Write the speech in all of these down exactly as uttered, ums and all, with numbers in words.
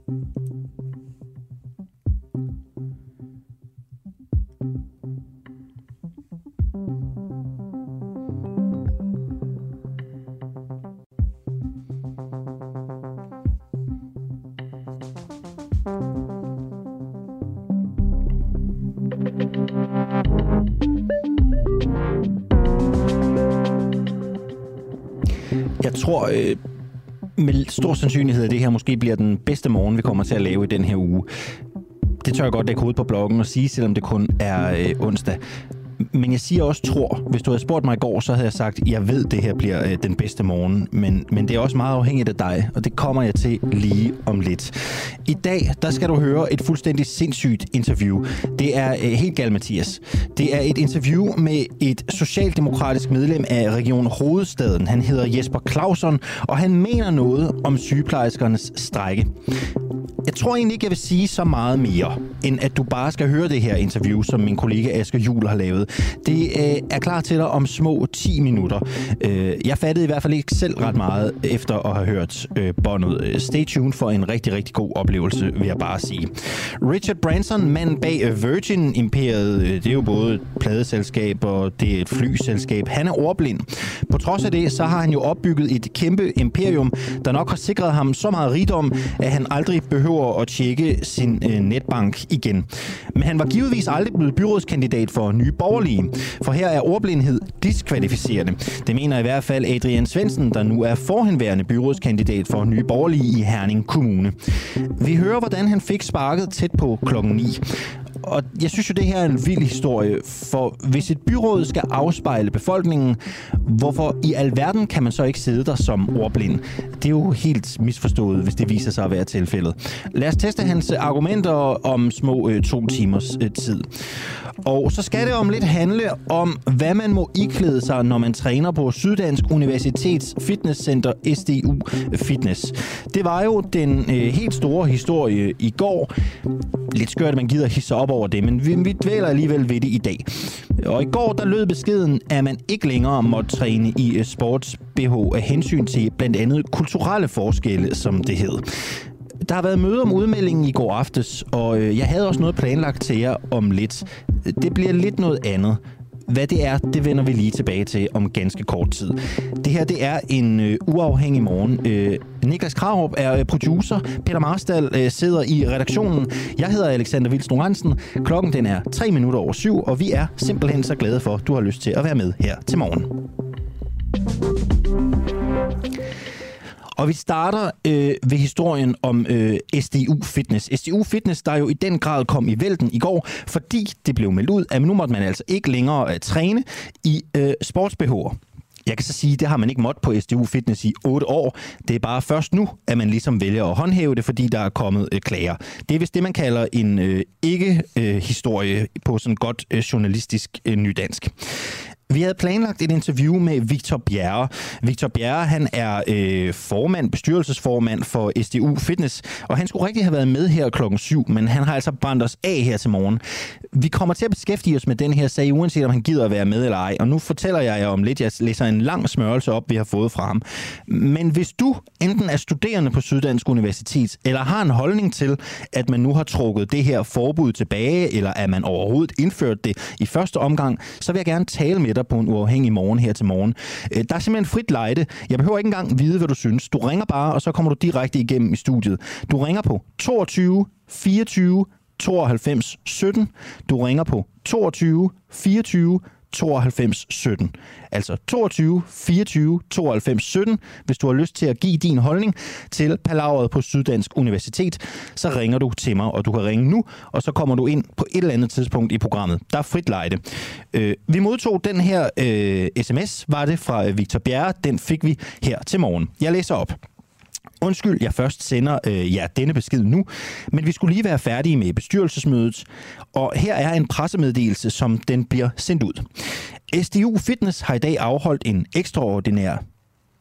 Jeg tror øh, med stor sandsynlighed, at det her måske bliver den bedste morgen, vi kommer til at lave i den her uge. Det tør jeg godt lægge hovedet på bloggen og sige, selvom det kun er øh, onsdag. Men jeg siger også tror. Hvis du havde spurgt mig i går, så havde jeg sagt, at jeg ved, at det her bliver øh, den bedste morgen. Men, men det er også meget afhængigt af dig, og det kommer jeg til lige om lidt. I dag, der skal du høre et fuldstændig sindssygt interview. Det er øh, helt galt, Mathias. Det er et interview med et socialdemokratisk medlem af Region Hovedstaden. Han hedder Jesper Clausson, og han mener noget om sygeplejerskernes strejke. Jeg tror egentlig ikke, jeg vil sige så meget mere, end at du bare skal høre det her interview, som min kollega Asger Juhl har lavet. Det øh, er klar til dig om små ti minutter. Øh, jeg fattede i hvert fald ikke selv ret meget efter at have hørt øh, båndet. Stay tuned for en rigtig, rigtig god oplevelse, vil jeg bare sige. Richard Branson, manden bag Virgin-imperiet, det er jo både et pladeselskab og det er et flyselskab. Han er ordblind. På trods af det, så har han jo opbygget et kæmpe imperium, der nok har sikret ham så meget rigdom, at han aldrig behøver at tjekke sin øh, netbank igen. Men han var givetvis aldrig blevet byrådskandidat for Nye Borgerlige, for her er ordblindhed diskvalificerende. Det mener i hvert fald Adrian Svendsen, der nu er forhenværende byrådskandidat for Nye Borgerlige i Herning Kommune. Vi hører, hvordan han fik sparket tæt på klokken ni. Og jeg synes jo, det her er en vild historie, for hvis et byråd skal afspejle befolkningen, hvorfor i alverden kan man så ikke sidde der som ordblind? Det er jo helt misforstået, hvis det viser sig at være tilfældet. Lad os teste hans argumenter om små øh, to timers øh, tid. Og så skal det om lidt handle om, hvad man må iklæde sig, når man træner på Syddansk Universitets Fitnesscenter S D U Fitness. Det var jo den øh, helt store historie i går. Lidt skørt, at man gider hisse op over det, men vi, vi dvæler alligevel ved det i dag. Og i går, der lød beskeden, at man ikke længere måtte træne i sports-B H af hensyn til blandt andet kulturelle forskelle, som det hed. Der har været møde om udmeldingen i går aftes, og jeg havde også noget planlagt til jer om lidt. Det bliver lidt noget andet. Hvad det er, det vender vi lige tilbage til om ganske kort tid. Det her, det er en øh, uafhængig morgen. Øh, Niklas Krarup er øh, producer. Peter Marstal øh, sidder i redaktionen. Jeg hedder Alexander Vils Lorentzen. Klokken den er tre minutter over syv, og vi er simpelthen så glade for, at du har lyst til at være med her til morgen. Og vi starter øh, ved historien om øh, S D U Fitness. S D U Fitness, der jo i den grad kom i vælten i går, fordi det blev meldt ud, at nu måtte man altså ikke længere øh, træne i øh, sports-B H'er. Jeg kan så sige, at det har man ikke måttet på S D U Fitness i otte år. Det er bare først nu, at man ligesom vælger at håndhæve det, fordi der er kommet øh, klager. Det er vist det, man kalder en øh, ikke-historie øh, på sådan godt øh, journalistisk øh, nydansk. Vi havde planlagt et interview med Victor Bjerre. Victor Bjerre, han er øh, formand, bestyrelsesformand for S D U Fitness, og han skulle rigtig have været med her klokken syv, men han har altså brændt os af her til morgen. Vi kommer til at beskæftige os med den her sag, uanset om han gider at være med eller ej, og nu fortæller jeg jer om lidt. Jeg læser en lang smørelse op, vi har fået fra ham. Men hvis du enten er studerende på Syddansk Universitet, eller har en holdning til, at man nu har trukket det her forbud tilbage, eller at man overhovedet indført det i første omgang, så vil jeg gerne tale med på en uafhængig morgen her til morgen. Der er simpelthen frit lejde. Jeg behøver ikke engang vide, hvad du synes. Du ringer bare, og så kommer du direkte igennem i studiet. Du ringer på toogtyve fireogtyve tooghalvfems sytten. Du ringer på toogtyve fireogtyve tooghalvfems sytten. Altså toogtyve fireogtyve tooghalvfems sytten. Hvis du har lyst til at give din holdning til palaveret på Syddansk Universitet, så ringer du til mig, og du kan ringe nu, og så kommer du ind på et eller andet tidspunkt i programmet. Der er frit lejde. Øh, vi modtog den her øh, sms, var det fra Victor Bjerre. Den fik vi her til morgen. Jeg læser op. Undskyld, jeg først sender øh, jer denne besked nu, men vi skulle lige være færdige med bestyrelsesmødet, og her er en pressemeddelelse, som den bliver sendt ud. S D U Fitness har i dag afholdt en ekstraordinær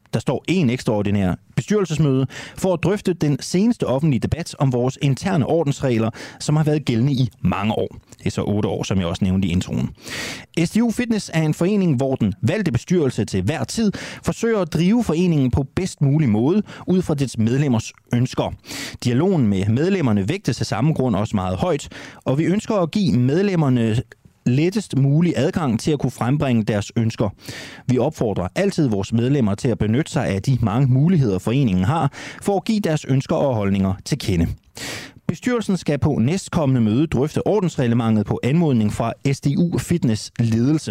Der står en ekstraordinær bestyrelsesmøde for at drøfte den seneste offentlige debat om vores interne ordensregler, som har været gældende i mange år. Det er så otte år, som jeg også nævnte i introen. S D U Fitness er en forening, hvor den valgte bestyrelse til hver tid forsøger at drive foreningen på bedst mulig måde ud fra dets medlemmers ønsker. Dialogen med medlemmerne vægtes af samme grund også meget højt, og vi ønsker at give medlemmerne lettest mulig adgang til at kunne frembringe deres ønsker. Vi opfordrer altid vores medlemmer til at benytte sig af de mange muligheder, foreningen har, for at give deres ønsker og holdninger til kende. Bestyrelsen skal på næstkommende møde drøfte ordensreglementet på anmodning fra S D U Fitness ledelse.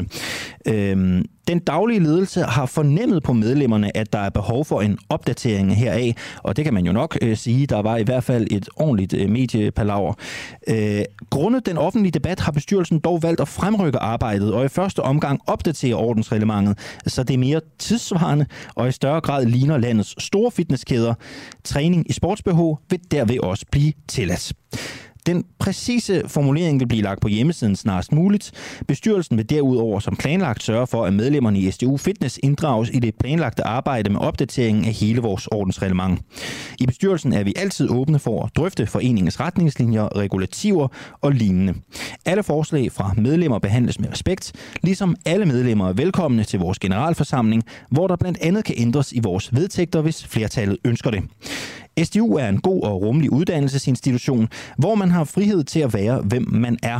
Øhm, den daglige ledelse har fornemmet på medlemmerne, at der er behov for en opdatering heraf, og det kan man jo nok øh, sige, der var i hvert fald et ordentligt øh, mediepalaver. Øh, grundet den offentlige debat har bestyrelsen dog valgt at fremrykke arbejdet og i første omgang opdatere ordensreglementet, så det er mere tidssvarende og i større grad ligner landets store fitnesskæder. Træning i sports-B H vil derved også blive tilladt. Den præcise formulering vil blive lagt på hjemmesiden snarest muligt. Bestyrelsen vil derudover som planlagt sørge for, at medlemmerne i S D U Fitness inddrages i det planlagte arbejde med opdateringen af hele vores ordensreglement. I bestyrelsen er vi altid åbne for at drøfte foreningens retningslinjer, regulativer og lignende. Alle forslag fra medlemmer behandles med respekt, ligesom alle medlemmer er velkomne til vores generalforsamling, hvor der blandt andet kan ændres i vores vedtægter, hvis flertallet ønsker det. S D U er en god og rummelig uddannelsesinstitution, hvor man har frihed til at være, hvem man er.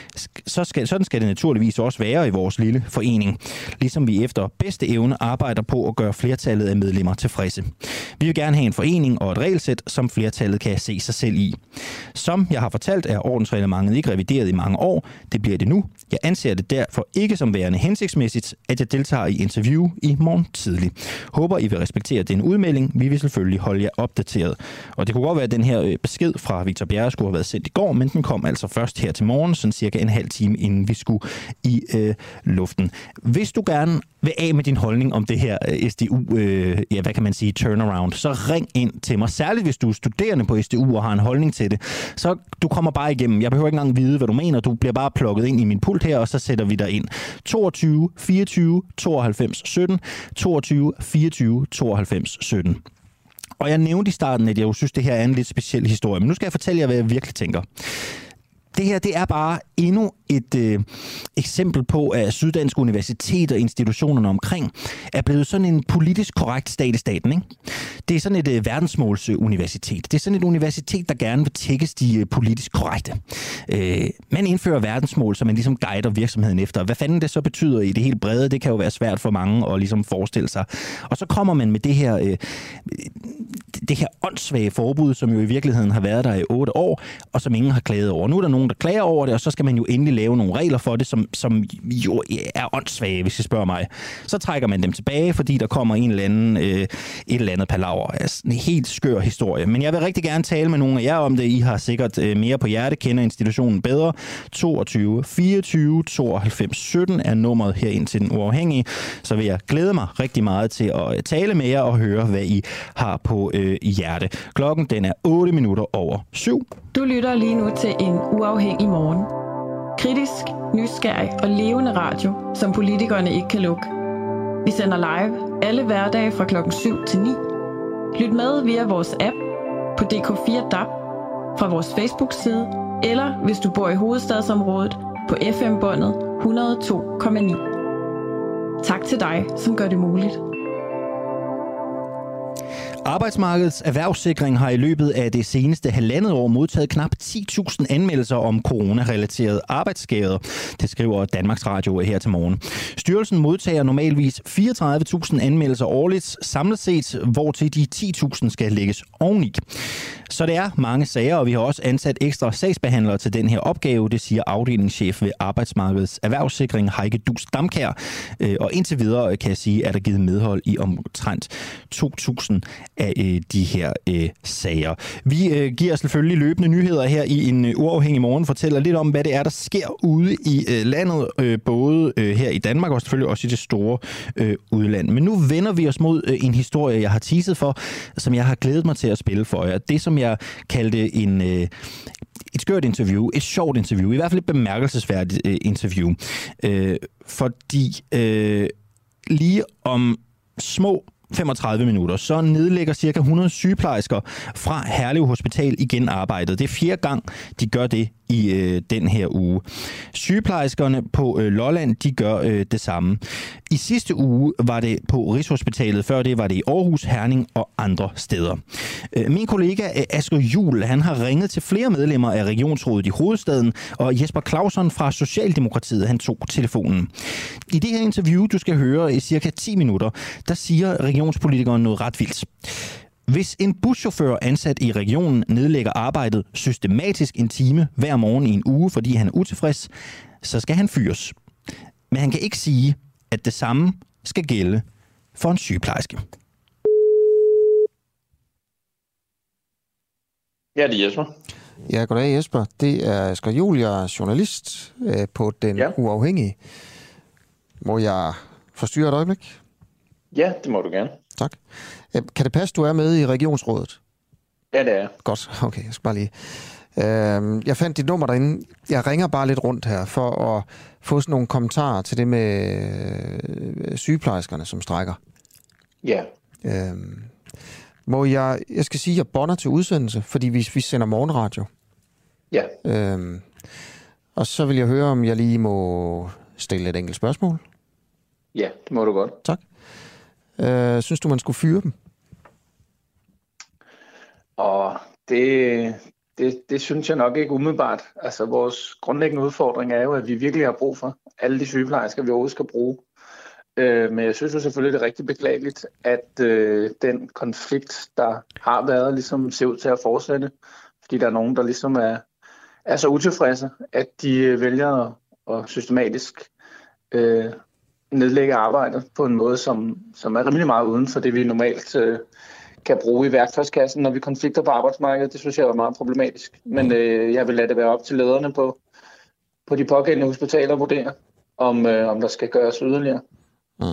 Så skal, sådan skal det naturligvis også være i vores lille forening, ligesom vi efter bedste evne arbejder på at gøre flertallet af medlemmer tilfredse. Vi vil gerne have en forening og et regelsæt, som flertallet kan se sig selv i. Som jeg har fortalt, er ordensreglementet ikke revideret i mange år. Det bliver det nu. Jeg anser det derfor ikke som værende hensigtsmæssigt, at jeg deltager i interview i morgen tidlig. Håber, I vil respektere den udmelding. Vi vil selvfølgelig holde jer opdateret. Og det kunne godt være, at den her besked fra Victor Bjerre skulle have været sendt i går, men den kom altså først her til morgen, sådan cirka en halv time inden vi skulle i øh, luften. Hvis du gerne vil af med din holdning om det her S D U, øh, ja, hvad kan man sige, turnaround, så ring ind til mig. Særligt hvis du er studerende på S D U og har en holdning til det. Så du kommer bare igennem. Jeg behøver ikke engang vide, hvad du mener. Du bliver bare plukket ind i min pult her, og så sætter vi dig ind. toogtyve fireogtyve tooghalvfems sytten toogtyve fireogtyve tooghalvfems sytten. Og jeg nævnte i starten, at jeg jo synes, det her er en lidt speciel historie. Men nu skal jeg fortælle jer, hvad jeg virkelig tænker. Det her, det er bare endnu et øh, eksempel på, at Syddansk Universitet og institutionerne omkring er blevet sådan en politisk korrekt stat i staten, ikke? Det er sådan et øh, verdensmålsuniversitet. Det er sådan et universitet, der gerne vil tækkes de øh, politisk korrekte. Øh, man indfører verdensmål, så man ligesom guider virksomheden efter. Hvad fanden det så betyder i det helt brede, det kan jo være svært for mange at ligesom forestille sig. Og så kommer man med det her, øh, det her åndssvage forbud, som jo i virkeligheden har været der i otte år, og som ingen har klaget over. Nu er der nogen, der klager over det, og så skal man jo endelig lave nogle regler for det, som, som jo er åndssvage, hvis I spørger mig. Så trækker man dem tilbage, fordi der kommer en eller anden, øh, et eller andet palaver. Altså, en helt skør historie. Men jeg vil rigtig gerne tale med nogle af jer om det. I har sikkert øh, mere på hjerte, kender institutionen bedre. toogtyve fireogtyve tooghalvfems sytten er nummeret her ind til Den Uafhængige. Så vil jeg glæde mig rigtig meget til at tale med jer og høre, hvad I har på øh, hjerte. Klokken den er otte minutter over syv. Du lytter lige nu til En Uafhængig Morgen. Kritisk, nysgerrig og levende radio, som politikerne ikke kan lukke. Vi sender live alle hverdage fra klokken syv til ni. Lyt med via vores app på D K fire D A B, fra vores Facebook-side, eller hvis du bor i hovedstadsområdet på F M-båndet et hundrede og to komma ni. Tak til dig, som gør det muligt. Arbejdsmarkedets Erhvervssikring har i løbet af det seneste halvandet år modtaget knap ti tusind anmeldelser om coronarelaterede arbejdsskader. Det skriver Danmarks Radio her til morgen. Styrelsen modtager normalvis fireogtredive tusind anmeldelser årligt samlet set, hvor til de ti tusind skal lægges oveni. Så det er mange sager, og vi har også ansat ekstra sagsbehandlere til den her opgave, det siger afdelingschef ved Arbejdsmarkedets Erhvervssikring, Heike Dus Damkjær. Og indtil videre kan jeg sige, at der givet medhold i omtrent to tusind af øh, de her øh, sager. Vi øh, giver selvfølgelig løbende nyheder her i En Uafhængig Morgen, fortæller lidt om, hvad det er, der sker ude i øh, landet, øh, både øh, her i Danmark og selvfølgelig også i det store øh, udland. Men nu vender vi os mod øh, en historie, jeg har teaset for, som jeg har glædet mig til at spille for jer. Det, som jeg kaldte en... Øh, et skørt interview, et sjovt interview, i hvert fald et bemærkelsesværdigt øh, interview. Øh, fordi øh, lige om små femogtredive minutter, så nedlægger cirka hundrede sygeplejersker fra Herlev Hospital igen arbejdet. Det er fjerde gang, de gør det i øh, den her uge. Sygeplejerskerne på øh, Lolland, de gør øh, det samme. I sidste uge var det på Rigshospitalet, før det var det i Aarhus, Herning og andre steder. Øh, min kollega øh, Asger Juhl, han har ringet til flere medlemmer af Regionsrådet i hovedstaden, og Jesper Clausen fra Socialdemokratiet, han tog telefonen. I det her interview, du skal høre i cirka ti minutter, der siger regionspolitikeren noget ret vildt. Hvis en buschauffør ansat i regionen nedlægger arbejdet systematisk en time hver morgen i en uge, fordi han er utilfreds, så skal han fyres. Men han kan ikke sige, at det samme skal gælde for en sygeplejerske. Ja, det er Jesper. Ja, goddag Jesper. Det er Asger Juhl, jeg er journalist øh, på Den ja. Uafhængige. Må jeg forstyrre et øjeblik? Ja, det må du gerne. Tak. Kan det passe, du er med i Regionsrådet? Ja, det er. Godt, okay, jeg skal bare lige... Øh, jeg fandt dit nummer derinde. Jeg ringer bare lidt rundt her for at få sådan nogle kommentarer til det med øh, sygeplejerskerne, som strækker. Ja. Øh, må jeg... Jeg skal sige, at jeg bonder til udsendelse, fordi vi, vi sender morgenradio. Ja. Øh, og så vil jeg høre, om jeg lige må stille et enkelt spørgsmål. Ja, det må du godt. Tak. Øh, synes du, man skulle fyre dem? Og det, det, det synes jeg nok ikke umiddelbart. Altså, vores grundlæggende udfordring er jo, at vi virkelig har brug for alle de sygeplejersker, vi overhovedet skal bruge. Øh, men jeg synes jo selvfølgelig, det er rigtig beklageligt, at øh, den konflikt, der har været, ligesom ser ud til at fortsætte. Fordi der er nogen, der ligesom er, er så utilfredse, at de vælger at, at systematisk... Øh, nedlægge arbejdet på en måde, som, som er rimelig meget uden for det, vi normalt øh, kan bruge i værktøjskassen, når vi konflikter på arbejdsmarkedet. Det synes jeg er meget problematisk. Men øh, jeg vil lade det være op til lederne på, på de pågældende hospitaler at vurdere, om, øh, om der skal gøres yderligere. Mm.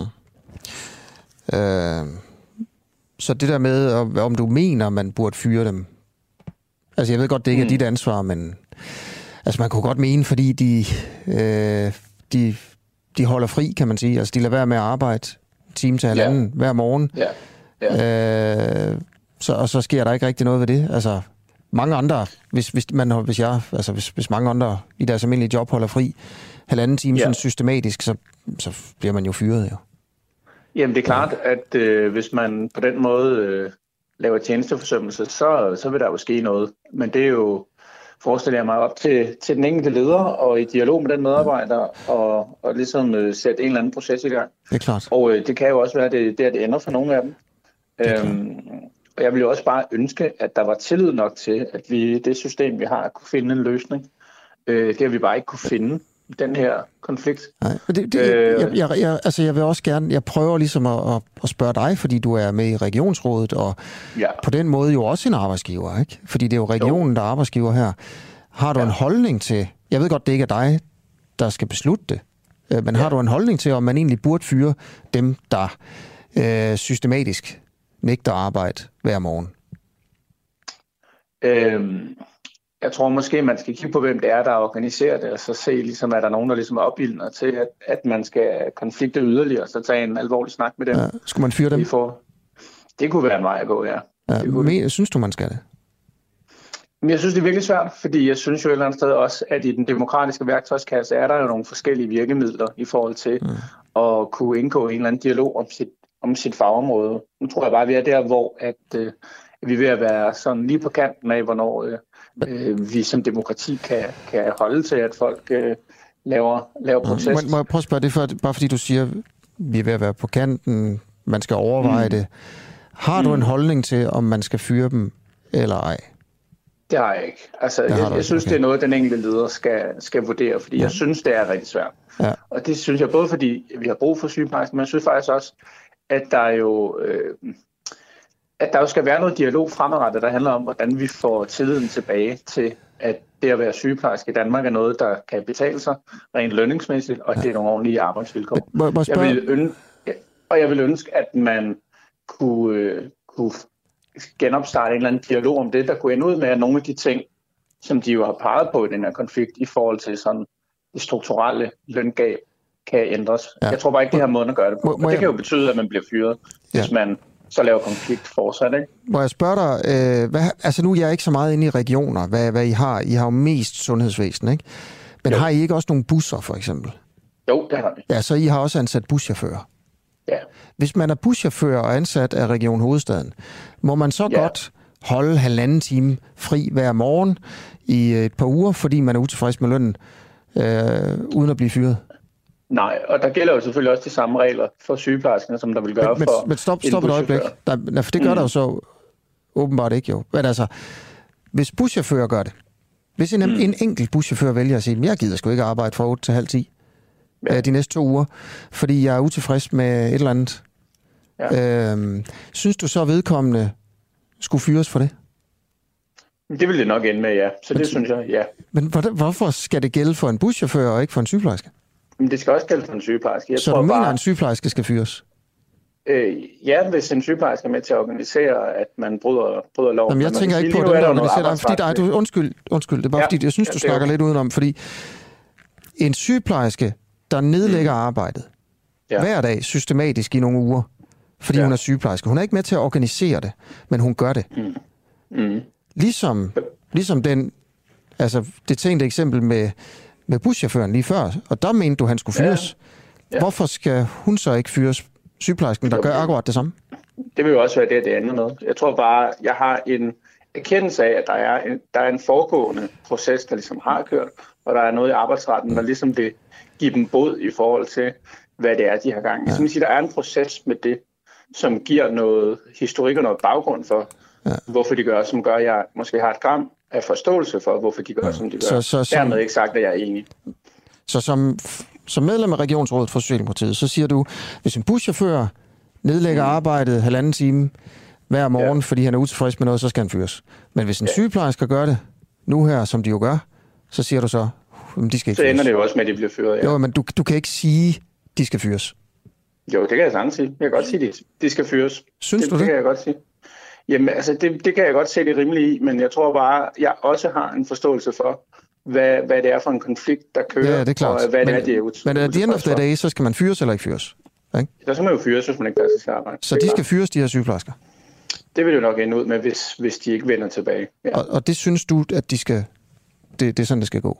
Øh, så det der med, om du mener, man burde fyre dem. Altså jeg ved godt, det ikke mm. er dit ansvar, men altså man kunne godt mene, fordi de... Øh, de De holder fri, kan man sige. Altså, de lader være med at arbejde time til halvanden yeah. hver morgen. Yeah. Yeah. Øh, så, og så sker der ikke rigtig noget ved det. Altså, mange andre, hvis, hvis, man, hvis, jeg, altså, hvis, hvis mange andre i deres almindelige job holder fri halvanden time yeah. sådan systematisk, så, så bliver man jo fyret, jo. Jamen, det er klart, at øh, hvis man på den måde øh, laver tjenesteforsømmelse, så, så vil der jo ske noget. Men det er jo... forestiller jeg mig op til, til den enkelte leder og i dialog med den medarbejder og, og ligesom øh, sætte en eller anden proces i gang. Det er klart. Og øh, det kan jo også være, det, det, det ender for nogle af dem. Øhm, og jeg ville jo også bare ønske, at der var tillid nok til, at vi det system, vi har, kunne finde en løsning. Øh, det har vi bare ikke kunne finde i den her konflikt. Nej, det, det, øh, jeg, jeg, jeg, altså jeg vil også gerne, jeg prøver ligesom at, at spørge dig, fordi du er med i Regionsrådet, og ja. på den måde jo også en arbejdsgiver, ikke? Fordi det er jo regionen, jo. der er arbejdsgiver her. Har du ja. en holdning til, jeg ved godt, det ikke er dig, der skal beslutte det, men ja. har du en holdning til, om man egentlig burde fyre dem, der øh, systematisk nægter arbejde hver morgen? Øhm. Jeg tror måske, man skal kigge på, hvem det er, der organiserer det, og så se, ligesom, er der nogen, der ligesom er opildner til, at, at man skal konflikte yderligere, så tage en alvorlig snak med dem. Ja, skulle man fyre dem? For... Det kunne være en vej at gå, ja. ja men, synes du, man skal det? Men jeg synes, det er virkelig svært, fordi jeg synes jo et eller andet sted også, at i den demokratiske værktøjskasse er der jo nogle forskellige virkemidler i forhold til mm. at kunne indgå en eller anden dialog om sit, om sit fagområde. Nu tror jeg bare, at vi er der, hvor at, øh, vi er ved at være sådan lige på kanten af, hvornår... Øh, vi som demokrati kan, kan holde til, at folk øh, laver, laver protest. Må, må jeg prøve at spørge det, for, bare fordi du siger, vi er ved at være på kanten, man skal overveje mm. det. Har du mm. en holdning til, om man skal fyre dem eller ej? Det har jeg ikke. Altså, jeg, jeg, jeg synes, okay. det er noget, den enkelte leder skal, skal vurdere, fordi ja. jeg synes, det er rigtig svært. Ja. Og det synes jeg både, fordi vi har brug for sygeplejersker, men jeg synes faktisk også, at der jo... Øh, at der jo skal være noget dialog fremadrettet, der handler om, hvordan vi får tilliden tilbage til, at det at være sygeplejerske i Danmark er noget, der kan betale sig rent lønningsmæssigt, og ja. det er nogle ordentlige arbejdsvilkår. Må, må jeg vil ønske, og jeg vil ønske, at man kunne, øh, kunne genopstarte en eller anden dialog om det, der kunne ende ud med, at nogle af de ting, som de jo har peget på i den her konflikt, i forhold til sådan det strukturelle løngab, kan ændres. Ja. Jeg tror bare ikke, det her måden at gøre det på. Må, må og det kan jo betyde, at man bliver fyret, ja. hvis man så laver konflikt fortsat, ikke? Må jeg spørge dig, øh, hvad, altså nu er jeg ikke så meget inde i regioner, hvad, hvad I har. I har jo mest sundhedsvæsen, ikke? Men jo. Har I ikke også nogle busser, for eksempel? Jo, det har vi. Ja, så I har også ansat buschauffører. Ja. Hvis man er buschauffør og ansat af Region Hovedstaden, må man så ja. godt holde halvanden time fri hver morgen i et par uger, fordi man er utilfreds med lønnen, øh, uden at blive fyret? Nej, og der gælder jo selvfølgelig også de samme regler for sygeplejerskerne, som der vil gøre men, for Men stop, stop et øjeblik. Der, for det gør mm. der jo så åbenbart ikke jo. Men altså, hvis buschauffører gør det, hvis en, mm. en enkelt buschauffør vælger at sige, jeg gider sgu ikke arbejde fra otte til halv ti ja. de næste to uger, fordi jeg er utilfreds med et eller andet, ja. øhm, synes du så vedkommende skulle fyres for det? Det vil det nok ende med, ja. Så men, det synes jeg, ja. Men hvorfor skal det gælde for en buschauffør og ikke for en sygeplejerske? Men det skal også gælde for en sygeplejerske. Jeg så tror du mener, bare, at en sygeplejerske skal fyres? Øh, ja, hvis en sygeplejerske er med til at organisere, at man bryder, bryder loven. Jamen, jeg man tænker ikke på dem, der organiserer. Fordi, nej, du, undskyld, undskyld, det er bare ja, fordi, jeg synes, ja, du snakker lidt udenom. Fordi en sygeplejerske, der nedlægger mm. arbejdet ja. hver dag systematisk i nogle uger, fordi ja. hun er sygeplejerske. Hun er ikke med til at organisere det, men hun gør det. Mm. Mm. Ligesom, ligesom den, altså det tænkte eksempel med, med buschaufføren lige før, og der mente du, han skulle fyres. Ja. Ja. Hvorfor skal hun så ikke fyres? Sygeplejersken, der gør akkurat det samme? Det vil jo også være det, det andet med. Jeg tror bare, jeg har en erkendelse af, at der er en, der er en foregående proces, der ligesom har kørt, og der er noget i arbejdsretten, der ligesom det giver dem bod i forhold til, hvad det er, de har gang. Jeg synes, der er en proces med det, som giver noget historik og noget baggrund for, ja. hvorfor de gør, som gør, at jeg måske har et gram af forståelse for, hvorfor de gør, ja. som de gør. Så, så, som... Dermed ikke sagt, at jeg er enig. Så som... Som medlem af Regionsrådet for Socialdemokratiet, så siger du, hvis en buschauffør nedlægger arbejdet halvanden time hver morgen, ja. fordi han er utilfreds med noget, så skal han fyres. Men hvis en ja. sygeplejerske gør det nu her, som de jo gør, så siger du så, at de skal ikke fyres. Så ender fyres. det jo også med, at de bliver fyret, ja. Jo, men du, du kan ikke sige, at de skal fyres. Jo, det kan jeg sagtens sige. Jeg kan godt sige, at de skal fyres. Synes det, du det? Det kan jeg godt sige. Jamen, altså, det, det kan jeg godt se det rimeligt i, men jeg tror bare, jeg også har en forståelse for, Hvad, hvad det er for en konflikt, der kører, ja, det er klart. og hvad men, det er, de er ud. Men at the end of the day, så skal man fyres eller ikke fyres? Ikke? Der skal man jo fyres, hvis man ikke passer sit arbejde. Så de skal fyres, de her sygeplejersker? Det vil jo nok ende ud med, hvis, hvis de ikke vender tilbage. Ja. Og, og det synes du, at de skal, det, det er sådan, det skal gå?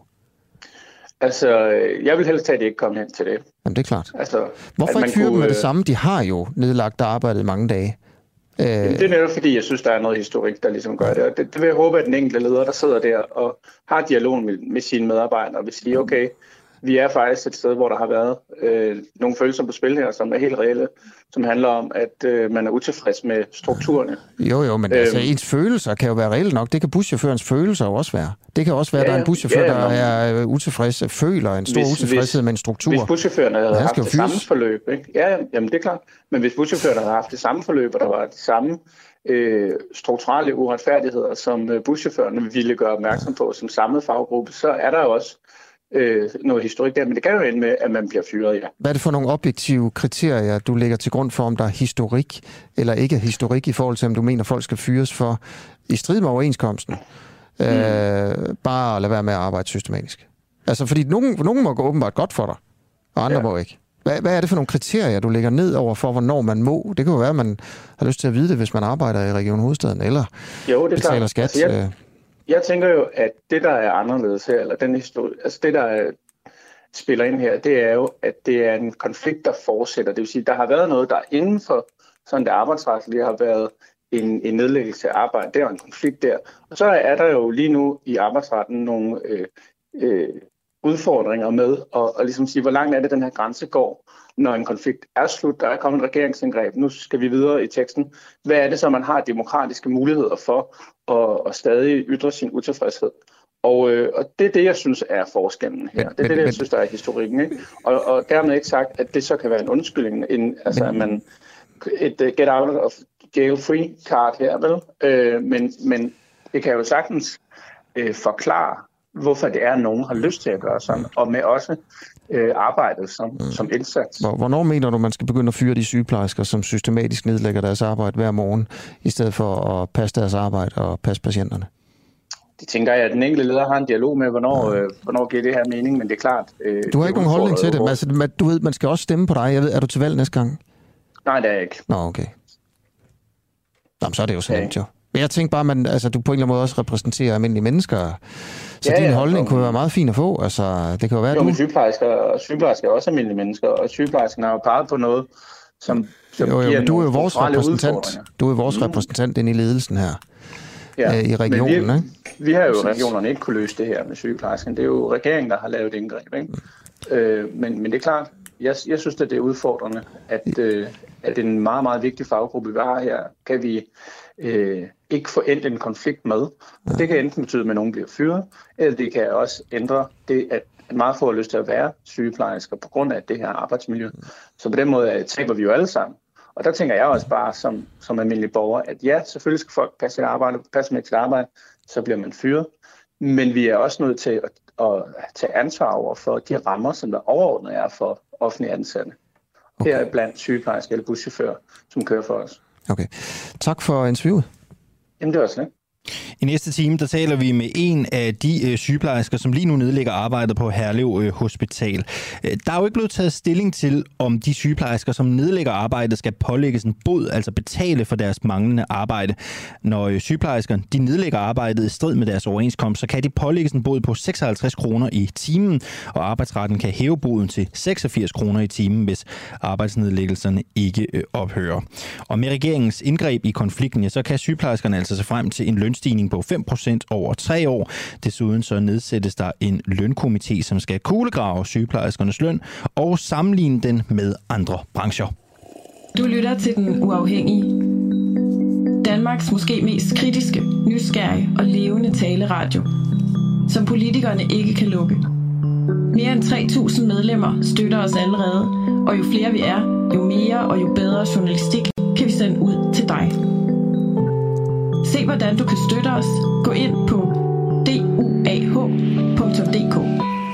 Altså, jeg vil helst have, at de ikke kommer hen til det. Jamen, det er klart. Altså, hvorfor ikke fyre dem med det samme? De har jo nedlagt arbejdet mange dage. Det er netop fordi, jeg synes, der er noget historik, der ligesom gør det. Og det, det vil jeg håbe, at den enkelte leder, der sidder der og har dialog med, med sine medarbejdere, vil sige, okay, vi er faktisk et sted, hvor der har været øh, nogle følelser på spil her, som er helt reelle, som handler om, at øh, man er utilfreds med strukturerne. Jo, jo, men øhm, altså, ens følelser kan jo være reelle nok. Det kan buschaufførens følelser jo også være. Det kan også være, at ja, der er en buschauffør, ja, der er utilfreds, føler en stor hvis, utilfredshed hvis, med en struktur. Hvis buschaufføren havde haft det samme forløb, ikke? Ja, jamen det er klart. Men hvis buschaufføren havde haft det samme forløb, og der var de samme øh, strukturelle uretfærdigheder, som øh, buschaufførerne ville gøre opmærksom på som samlet faggruppe, så er der jo også Øh, noget historik der, men det kan jo ende med, at man bliver fyret, ja. Hvad er det for nogle objektive kriterier, du lægger til grund for, om der er historik eller ikke historik i forhold til, om du mener, folk skal fyres for i strid med overenskomsten? Mm. Øh, bare at lade være med at arbejde systematisk. Altså, fordi nogen, nogen må gå åbenbart godt for dig, og andre ja. må ikke. Hvad, hvad er det for nogle kriterier, du lægger ned over for, hvornår man må? Det kan jo være, at man har lyst til at vide det, hvis man arbejder i Region Hovedstaden, eller jo, det betaler skat. Altså, jeg... Jeg tænker jo, at det, der er anderledes her, eller den historie, altså det, der spiller ind her, det er jo, at det er en konflikt, der fortsætter. Det vil sige, der har været noget, der inden for sådan det arbejdsretlige har været en, en nedlæggelse af arbejde. Der er en konflikt der. Og så er der jo lige nu i arbejdsretten nogle øh, øh, udfordringer med at, at ligesom sige, hvor langt er det, den her grænse går, når en konflikt er slut. Der er kommet et regeringsindgreb. Nu skal vi videre i teksten. Hvad er det så, man har demokratiske muligheder for at, at stadig ytre sin utilfredshed? Og, øh, og det er det, jeg synes er forskellen her. Det er det, jeg synes, der er historikken. Ikke? Og, og dermed ikke sagt, at det så kan være en undskyldning. En, altså, at man et uh, get out of jail free card her, vel? Øh, men, men det kan jo sagtens øh, forklare, hvorfor det er, at nogen har lyst til at gøre sådan, og med også øh, arbejdet som, mm. som indsats. Hvornår mener du, man skal begynde at fyre de sygeplejersker, som systematisk nedlægger deres arbejde hver morgen, i stedet for at passe deres arbejde og passe patienterne? det tænker jeg, at den enkelte leder har en dialog med, hvornår, øh, hvornår giver det her mening, men det er klart... Øh, du har ikke nogen holdning til det, hvor... altså, du ved, man skal også stemme på dig. Jeg ved, er du til valg næste gang? Nej, det er jeg ikke. Nå, okay. Jamen, så er det jo så nemt, jo. Men jeg tænker bare, at man, altså, du på en eller anden måde også repræsenterer almindelige mennesker, så ja, din ja, holdning jo. kunne være meget fin at få. Altså, det kan jo være, jo, du... men sygeplejersker, og sygeplejersker er også almindelige mennesker, og sygeplejersken har jo peget på noget, som, som jo, jo, giver men du er jo vores repræsentant. Du er vores mm. repræsentant inde i ledelsen her, ja, øh, i regionen, vi, ikke? Vi har jo regionerne ikke kunne løse det her med sygeplejersken. Det er jo regeringen, der har lavet indgreb, ikke? Mm. Øh, men, men det er klart, jeg, jeg synes, at det er udfordrende, at, øh, at en meget, meget vigtig faggruppe, vi har her, kan vi øh, ikke få endt en konflikt med. Og det kan enten betyde, at nogen bliver fyret, eller det kan også ændre det, at meget få har lyst til at være sygeplejersker på grund af det her arbejdsmiljø. Så på den måde taber vi jo alle sammen. Og der tænker jeg også bare som, som almindelig borger, at ja, selvfølgelig skal folk passe sit arbejde, passe med sit arbejde, så bliver man fyret. Men vi er også nødt til at, at tage ansvar over for de rammer, som der overordnet er for offentlige ansatte. Okay. Her er blandt sygeplejersker eller buschauffører, som kører for os. Okay. Tak for interviewet. Jamen, det var slet. I næste time, der taler vi med en af de øh, sygeplejersker, som lige nu nedlægger arbejdet på Herlev øh, Hospital. Der er jo ikke blevet taget stilling til, om de sygeplejersker, som nedlægger arbejdet, skal pålægges en bod, altså betale for deres manglende arbejde. Når øh, sygeplejerskerne de nedlægger arbejdet i strid med deres overenskomst, så kan de pålægges en bod på seksoghalvtreds kroner i timen, og arbejdsretten kan hæve boden til seksogfirs kroner i timen, hvis arbejdsnedlæggelserne ikke øh, ophører. Og med regeringens indgreb i konflikten, ja, så kan sygeplejerskerne altså se frem til en løn stigning på fem procent over tre år. Desuden så nedsættes der en lønkomité, som skal kuglegrave sygeplejerskernes løn og sammenligne den med andre brancher. Du lytter til Den Uafhængige. Danmarks måske mest kritiske, nysgerrige og levende taleradio, som politikerne ikke kan lukke. Mere end tre tusind medlemmer støtter os allerede, og jo flere vi er, jo mere og jo bedre journalistik kan vi sende ud til dig. Se hvordan du kan støtte os. Gå ind på d u a h punktum d k.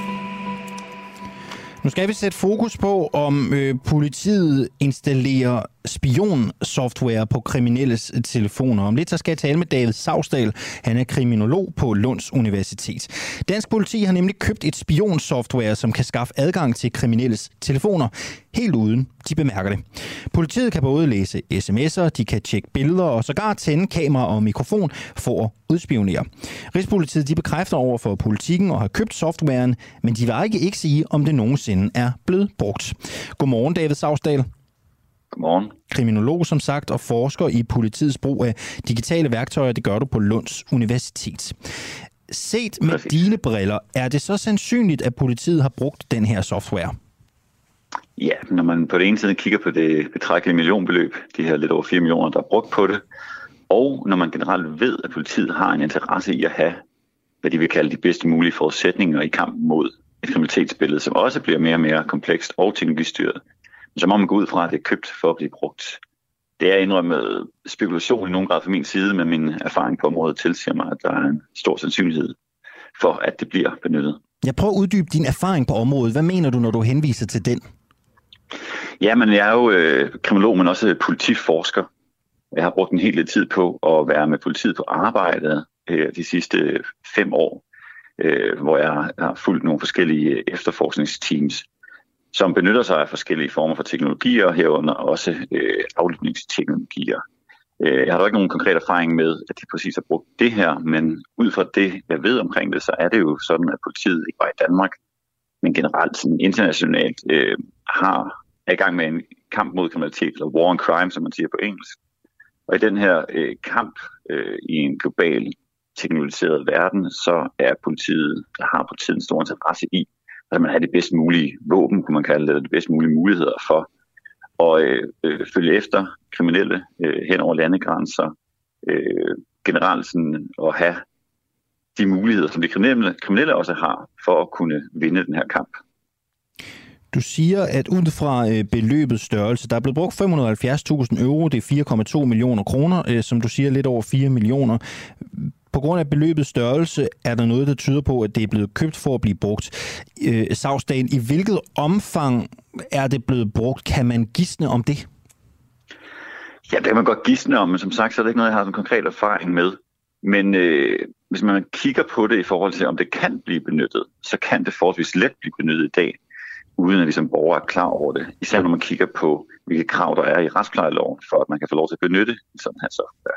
Nu skal vi sætte fokus på, om øh, politiet installerer spionsoftware på kriminelles telefoner. Om lidt så skal jeg tale med David Sausdal. Han er kriminolog på Lunds Universitet. Dansk politi har nemlig købt et spionsoftware, som kan skaffe adgang til kriminelles telefoner, helt uden de bemærker det. Politiet kan både læse sms'er, de kan tjekke billeder og sågar tænde kamera og mikrofon for at udspionere. Rigspolitiet de bekræfter over for Politikken og har købt softwaren, men de vil ikke, ikke sige, om det nogensinde er blevet brugt. Godmorgen, David Sausdal. Godmorgen. Kriminolog, som sagt, og forsker i politiets brug af digitale værktøjer. Det gør du på Lunds Universitet. Set med Præcis. dine briller, er det så sandsynligt, at politiet har brugt den her software? Ja, når man på det ene side kigger på det betragtelige millionbeløb, de her lidt over fire millioner, der er brugt på det, og når man generelt ved, at politiet har en interesse i at have, hvad de vil kalde de bedste mulige forudsætninger i kampen mod et kriminalitetsbillede, som også bliver mere og mere komplekst og teknologistyret, så må man gå ud fra, at det er købt for at blive brugt. Det er indrømmet spekulation i nogen grad fra min side, men min erfaring på området tilsiger mig, at der er en stor sandsynlighed for, at det bliver benyttet. Jeg prøver at uddybe din erfaring på området. Hvad mener du, når du henviser til den? Ja, men jeg er jo øh, kriminolog, men også politiforsker. Jeg har brugt en hel del tid på at være med politiet på arbejdet øh, de sidste fem år, øh, hvor jeg har fulgt nogle forskellige efterforskningsteams, som benytter sig af forskellige former for teknologier, herunder også øh, aflytningsteknologier. Øh, jeg har da ikke nogen konkret erfaring med, at de præcis har brugt det her, men ud fra det, jeg ved omkring det, så er det jo sådan, at politiet ikke bare i Danmark, men generelt sådan internationalt øh, har er i gang med en kamp mod kriminalitet, eller war on crime, som man siger på engelsk. Og i den her øh, kamp øh, i en global teknologiseret verden, så er politiet, der har politiet en stor interesse i, at man har det bedst mulige våben, kunne man kalde det, eller de bedst mulige muligheder for at øh, øh, følge efter kriminelle øh, hen over landegrænser, øh, generelt sådan at have de muligheder, som de kriminelle, kriminelle også har, for at kunne vinde den her kamp. Du siger, at ud fra beløbets størrelse, der er blevet brugt fem hundrede og halvfjerds tusind euro, det er fire komma to millioner kroner, som du siger lidt over fire millioner. På grund af beløbets størrelse er der noget, der tyder på, at det er blevet købt for at blive brugt. Øh, Sausdal, i hvilket omfang er det blevet brugt? Kan man gisne om det? Ja, det kan man godt gisne om, men som sagt, så er det ikke noget, jeg har en konkret erfaring med. Men øh, hvis man kigger på det i forhold til, om det kan blive benyttet, så kan det forholdsvis let blive benyttet i dag, uden at vi som borgere er klar over det. Især når man kigger på, hvilke krav der er i retsplejeloven, for at man kan få lov til at benytte sådan her software.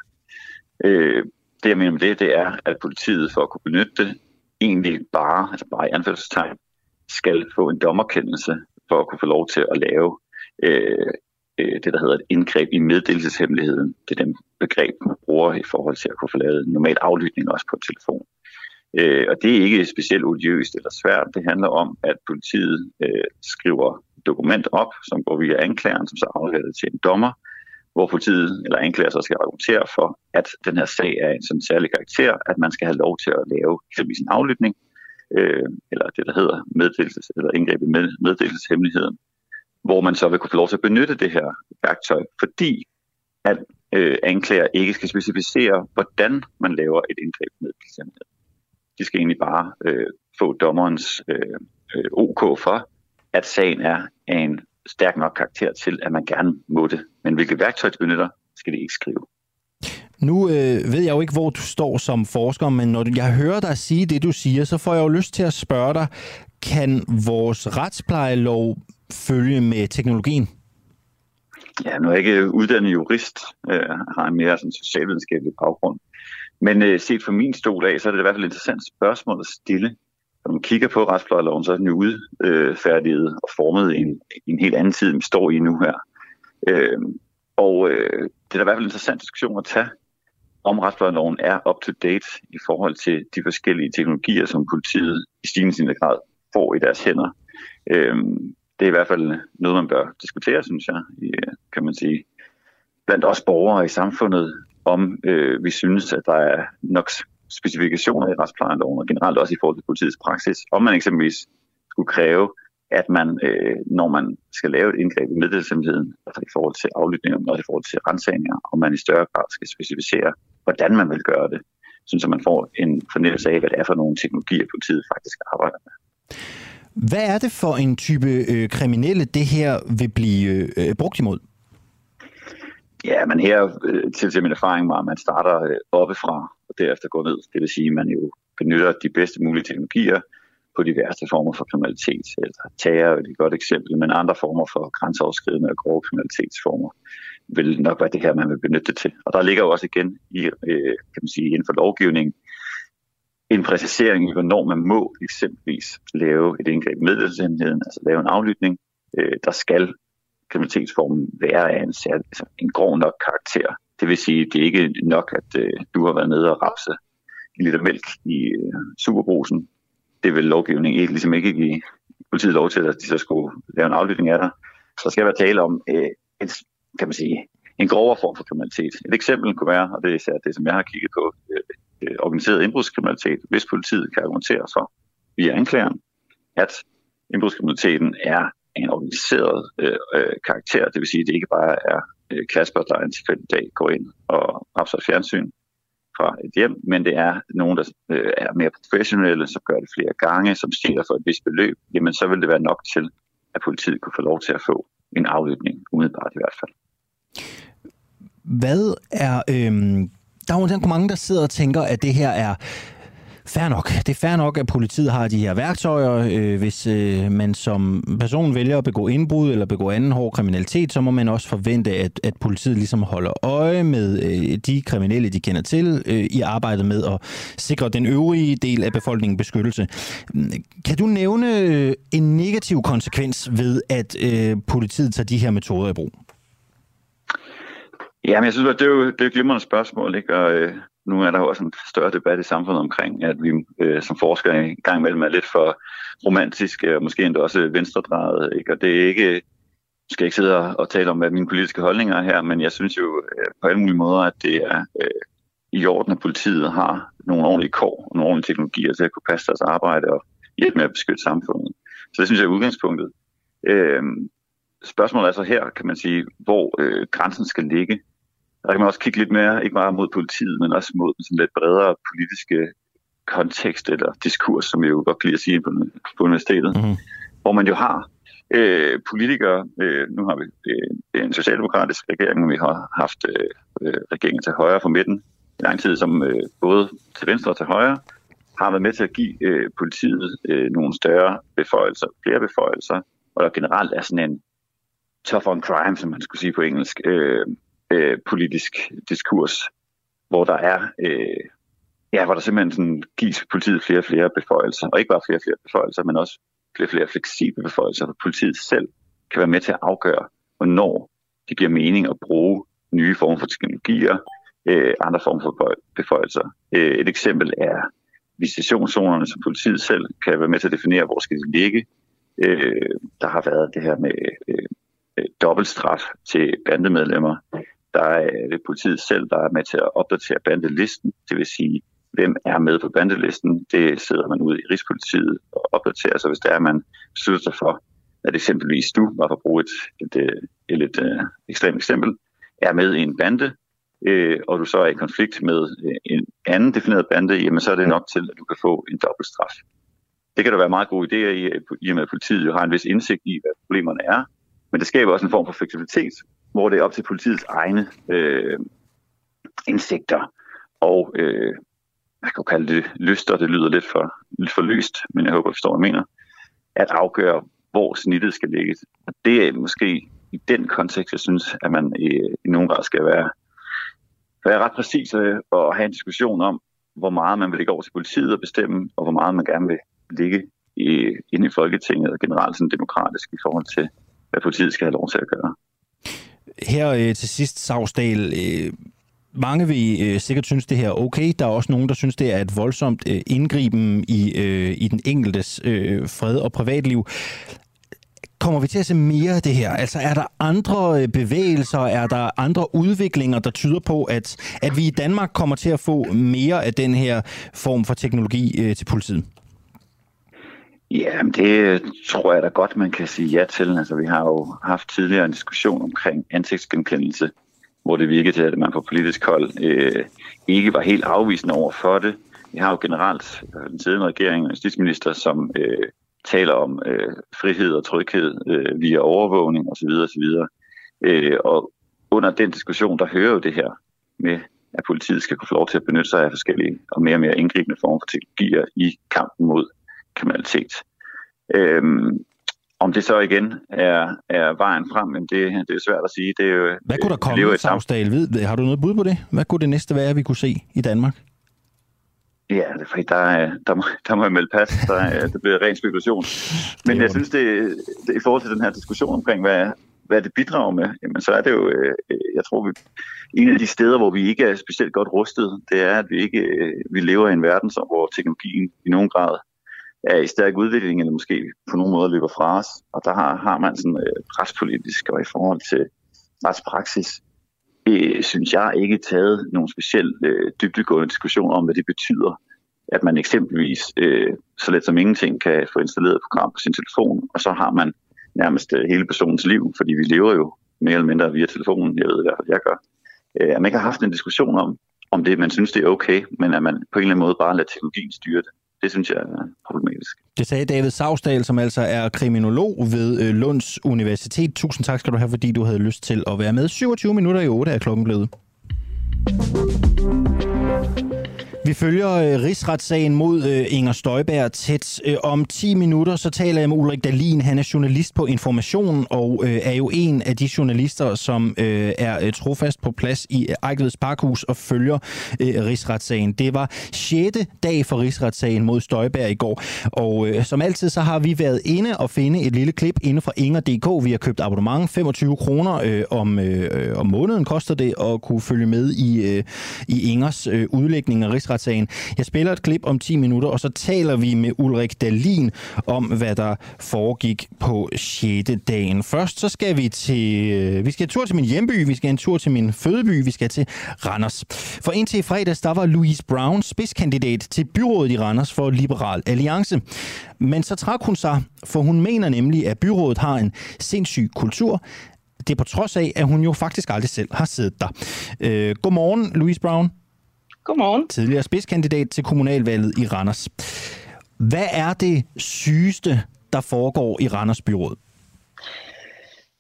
Øh, det jeg mener med det, det er, at politiet for at kunne benytte det, egentlig bare, altså bare i anførselstegn, skal få en dommerkendelse for at kunne få lov til at lave øh, det, der hedder et indgreb i meddelelseshemmeligheden. Det er den begreb, man bruger i forhold til at kunne få lavet normal aflytning også på telefon. Øh, og det er ikke specielt odiøst eller svært. Det handler om, at politiet øh, skriver dokument op, som går via anklageren, som så afleverer det til en dommer, hvor politiet eller anklager så skal argumentere for, at den her sag er en sådan særlig karakter, at man skal have lov til at lave eksempelvis en aflytning, øh, eller det, der hedder meddelelses- eller indgreb i med- meddelelseshemmeligheden, hvor man så vil kunne få lov til at benytte det her værktøj, fordi at øh, anklager ikke skal specificere, hvordan man laver et indgreb i meddelelseshemmeligheden. De skal egentlig bare øh, få dommerens øh, øh, OK for, at sagen er af en stærk nok karakter til, at man gerne må det. Men hvilket værktøj de benytter, skal de ikke skrive. Nu øh, ved jeg jo ikke, hvor du står som forsker, men når jeg hører dig sige det, du siger, så får jeg jo lyst til at spørge dig, kan vores retsplejelov følge med teknologien? Ja, nu er jeg ikke uddannet jurist, øh, har en mere sådan socialvidenskabelig baggrund. Men øh, set fra min stol af, så er det i hvert fald et interessant spørgsmål at stille. Når man kigger på retsplejeloven, så er den jo udfærdiget og formet i en, i en helt anden tid, end vi står i nu her. Øh, og øh, det er i hvert fald en interessant diskussion at tage, om retsplejeloven er up-to-date i forhold til de forskellige teknologier, som politiet i stigende grad får i deres hænder. Øh, det er i hvert fald noget, man bør diskutere, synes jeg, kan man sige, blandt os borgere i samfundet, om øh, vi synes, at der er nok specifikationer i retsplejeloven, og generelt også i forhold til politiets praksis, om man eksempelvis skulle kræve, at man, øh, når man skal lave et indgreb i meddelelseshemmeligheden, altså i forhold til aflytninger, og i forhold til ransagninger, om man i større grad skal specificere, hvordan man vil gøre det, så man får en fornemmelse af, hvad det er for nogle teknologier, politiet faktisk arbejder med. Hvad er det for en type øh, kriminelle, det her vil blive øh, brugt imod? Ja, men her øh, til, til min erfaring var, at man starter øh, oppefra og derefter går ned. Det vil sige, at man jo benytter de bedste mulige teknologier på de værste former for kriminalitet. Altså, terror er et godt eksempel, men andre former for grænseoverskridende og grove kriminalitetsformer vil nok være det her, man vil benytte det til. Og der ligger jo også igen i, øh, kan man sige, inden for lovgivningen en præcisering i, hvornår man må eksempelvis lave et indgreb i meddelelseshemmeligheden, altså lave en aflytning. Øh, der skal kriminalitetsformen være af en, særlig, altså en grov nok karakter. Det vil sige, det er ikke nok, at øh, du har været nede og rapse en liter mælk i øh, superbrusen. Det vil lovgivningen ikke, ligesom ikke give politiet lov til, at de så skulle lave en aflytning af dig. Så der skal være tale om øh, en, kan man sige, en grovere form for kriminalitet. Et eksempel kunne være, og det er især det, som jeg har kigget på, øh, organiseret indbrudskriminalitet, hvis politiet kan argumentere for via anklageren, at indbrudskriminaliteten er en organiseret øh, øh, karakter. Det vil sige, at det ikke bare er øh, Kasper, der en tilfældig dag går ind og rapser et fjernsyn fra et hjem, men det er nogen, der øh, er mere professionelle, som gør det flere gange, som stiller for et vist beløb, jamen så vil det være nok til, at politiet kunne få lov til at få en aflytning, umiddelbart i hvert fald. Hvad er... Øh... Der er jo mange, der sidder og tænker, at det her er fair nok. Det er fair nok, at politiet har de her værktøjer. Øh, hvis øh, man som person vælger at begå indbrud eller begå anden hård kriminalitet, så må man også forvente, at, at politiet ligesom holder øje med øh, de kriminelle, de kender til, øh, i arbejdet med at sikre den øvrige del af befolkningen beskyttelse. Kan du nævne øh, en negativ konsekvens ved, at øh, politiet tager de her metoder i brug? Ja, men jeg synes, at det er jo, det er et glimrende spørgsmål, ikke? Og øh, nu er der jo også en større debat i samfundet omkring, at vi øh, som forskere i gang imellem er lidt for romantiske og måske endda også venstredrejet, ikke? Og det er ikke, jeg skal ikke sidde og tale om, hvad mine politiske holdninger er her, men jeg synes jo øh, på alle mulige måder, at det er øh, i orden, at politiet har nogle ordentlige kår og nogle ordentlige teknologier til at kunne passe deres arbejde og hjælpe med at beskytte samfundet. Så det synes jeg er udgangspunktet. Øh, spørgsmålet er så her, kan man sige, hvor øh, grænsen skal ligge. Der kan man også kigge lidt mere, ikke bare mod politiet, men også mod sådan lidt bredere politiske kontekst eller diskurs, som jeg jo godt kan lide at sige på, på universitetet, mm-hmm. hvor man jo har øh, politikere, øh, nu har vi øh, en socialdemokratisk regering, og vi har haft øh, regeringer til højre for midten, lang tid, som øh, både til venstre og til højre har været med til at give øh, politiet øh, nogle større beføjelser, flere beføjelser, og der generelt er sådan en tough on crime, som man skulle sige på engelsk, øh, øh, politisk diskurs, hvor der er, øh, ja, hvor der simpelthen sådan gives politiet flere og flere beføjelser, og ikke bare flere og flere beføjelser, men også flere og flere fleksible beføjelser, hvor politiet selv kan være med til at afgøre, hvornår det giver mening at bruge nye former for teknologier, øh, andre former for beføjelser. Øh, et eksempel er visitationszonerne, som politiet selv kan være med til at definere, hvor skal de ligge. Øh, der har været det her med øh, dobbeltstraf til bandemedlemmer. Der er det politiet selv, der er med til at opdatere bandelisten, det vil sige, hvem er med på bandelisten. Det sidder man ude i Rigspolitiet og opdaterer sig, hvis der er, man beslutter sig for, at eksempelvis du, bare for at bruge et, et, et, et, et, et ekstremt eksempel, er med i en bande, øh, og du så er i konflikt med en anden defineret bande, jamen så er det nok til, at du kan få en dobbeltstraf. Det kan der være meget gode idéer i, i og med at politiet jo har en vis indsigt i, hvad problemerne er, men det skaber også en form for fleksibilitet, hvor det er op til politiets egne øh, indsigter og, øh, jeg kan kalde det lyster, det lyder lidt for, lidt for løst, men jeg håber, at forstår, hvad jeg mener, at afgøre, hvor snittet skal ligge. Og det er måske i den kontekst, jeg synes, at man i, i nogen grad skal være, være ret præcis og have en diskussion om, hvor meget man vil lægge over til politiet og bestemme, og hvor meget man gerne vil ligge i, inde i Folketinget og generelt sådan demokratisk i forhold til, hvad politiet skal have lov til at gøre. Her øh, til sidst, Sausdal, øh, mange vil øh, sikkert synes, det her er okay. Der er også nogen, der synes, det er et voldsomt øh, indgriben i, øh, i den enkeltes øh, fred og privatliv. Kommer vi til at se mere af det her? Altså er der andre bevægelser, er der andre udviklinger, der tyder på, at, at vi i Danmark kommer til at få mere af den her form for teknologi øh, til politiet? Ja, det tror jeg da godt, man kan sige ja til. Altså, vi har jo haft tidligere en diskussion omkring ansigtsgenkendelse, hvor det virkede til, at man på politisk hold øh, ikke var helt afvisende over for det. Vi har jo generelt den siddende regering og justitsminister, som øh, taler om øh, frihed og tryghed øh, via overvågning osv. osv. Øh, og under den diskussion, der hører jo det her med, at politiet skal kunne få lov til at benytte sig af forskellige og mere og mere indgribende former for teknologier i kampen mod kriminalitet. Øhm, om det så igen er, er vejen frem, men det, det er svært at sige. Det er jo, hvad kunne der komme, Sausdal? Har du noget bud på det? Hvad kunne det næste være, vi kunne se i Danmark? Ja, det er fordi, der, der, må, der må jeg melde pas. Der, det bliver ren spekulation. Men jeg synes, det, det i forhold til den her diskussion omkring, hvad, hvad det bidrager med, jamen, så er det jo, jeg tror, vi, en af de steder, hvor vi ikke er specielt godt rustet, det er, at vi ikke vi lever i en verden, hvor teknologien i nogen grad er i stærk udvikling, eller måske på nogen måde løber fra os. Og der har, har man sådan øh, retspolitisk og i forhold til retspraksis, øh, synes jeg ikke taget nogen specielt øh, dybdegående diskussion om, hvad det betyder, at man eksempelvis øh, så let som ingenting kan få installeret et program på sin telefon, og så har man nærmest øh, hele personens liv, fordi vi lever jo mere eller mindre via telefonen, jeg ved i hvert fald, jeg gør. Øh, at man ikke har haft en diskussion om, om det, man synes, det er okay, men at man på en eller anden måde bare lader teknologien styre det. Det synes jeg er problematisk. Det sagde David Sausdal, som altså er kriminolog ved Lunds Universitet. Tusind tak skal du have, fordi du havde lyst til at være med. syvogtyve minutter i otte er klokken blevet. Vi følger øh, rigsretssagen mod øh, Inger Støjberg tæt. Øh, om ti minutter så taler jeg med Ulrik Dahlin. Han er journalist på Information og øh, er jo en af de journalister, som øh, er øh, trofast på plads i øh, Eigtveds Parkhus og følger øh, rigsretssagen. Det var sjette dag for rigsretssagen mod Støjberg i går. Og øh, som altid så har vi været inde og finde et lille klip inde fra Inger punktum d k. Vi har købt abonnement. femogtyve kroner øh, om, øh, om måneden koster det at kunne følge med i, øh, i Ingers øh, udlægning af rigsretssagen. Jeg spiller et klip om ti minutter, og så taler vi med Ulrik Dahlin om, hvad der foregik på sjette dagen. Først så skal vi til, vi skal en tur til min hjemby, vi skal en tur til min fødeby, vi skal til Randers. For indtil i fredags, der var Louise Brown spidskandidat til byrådet i Randers for Liberal Alliance. Men så trak hun sig, for hun mener nemlig, at byrådet har en sindssyg kultur. Det er på trods af, at hun jo faktisk aldrig selv har siddet der. Øh, godmorgen, Louise Brown. Godmorgen. Tidligere spidskandidat til kommunalvalget i Randers. Hvad er det sygeste, der foregår i Randers byråd?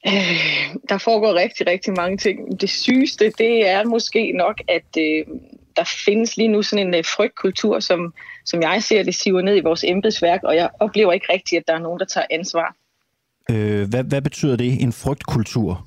Øh, der foregår rigtig, rigtig mange ting. Det sygeste, det er måske nok, at øh, der findes lige nu sådan en uh, frygtkultur, som, som jeg ser, det siver ned i vores embedsværk, og jeg oplever ikke rigtigt, at der er nogen, der tager ansvar. Øh, hvad, hvad betyder det, en frygtkultur?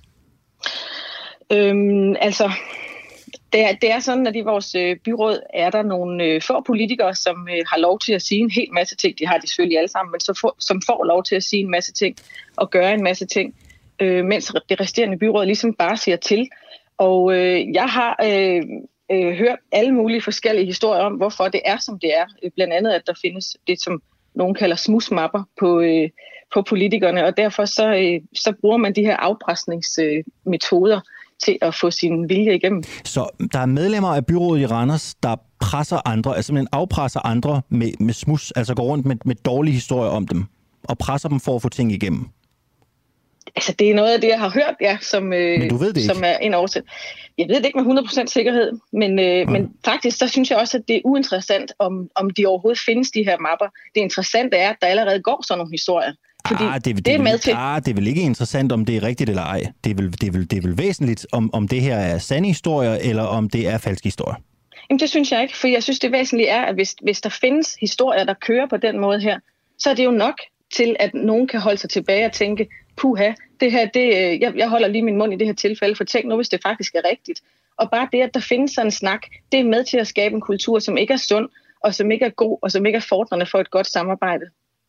Øhm, altså, det er, det er sådan, at i vores øh, byråd er der nogle øh, få politikere, som øh, har lov til at sige en hel masse ting. De har de selvfølgelig alle sammen, men så for, som får lov til at sige en masse ting og gøre en masse ting, øh, mens det resterende byråd ligesom bare siger til. Og øh, jeg har øh, øh, hørt alle mulige forskellige historier om, hvorfor det er, som det er. Blandt andet, at der findes det, som nogen kalder smusmapper på, øh, på politikerne, og derfor så, øh, så bruger man de her afpresningsmetoder øh, til at få sin vilje igennem. Så der er medlemmer af byrådet i Randers, der presser andre, altså simpelthen afpresser andre med, med smus, altså går rundt med, med dårlige historier om dem, og presser dem for at få ting igennem? Altså, det er noget af det, jeg har hørt, ja, som, øh, men du ved det ikke? Som er en årsag. Jeg ved det ikke med hundrede procent sikkerhed, men, øh, ja. men faktisk, så synes jeg også, at det er uinteressant, om, om de overhovedet findes, de her mapper. Det interessante er, at der allerede går sådan nogle historier. Fordi ah, det, det, det, er det, med til... ah, det er vel ikke interessant, om det er rigtigt eller ej. Det er vel, det er vel, det er vel væsentligt, om, om det her er sande historier, eller om det er falske historier. Jamen, det synes jeg ikke, for jeg synes, det væsentlige er, at hvis, hvis der findes historier, der kører på den måde her, så er det jo nok til, at nogen kan holde sig tilbage og tænke, puha, det her, det, jeg, jeg holder lige min mund i det her tilfælde, for tænk nu, hvis det faktisk er rigtigt. Og bare det, at der findes sådan en snak, det er med til at skabe en kultur, som ikke er sund, og som ikke er god, og som ikke er fordrende for et godt samarbejde.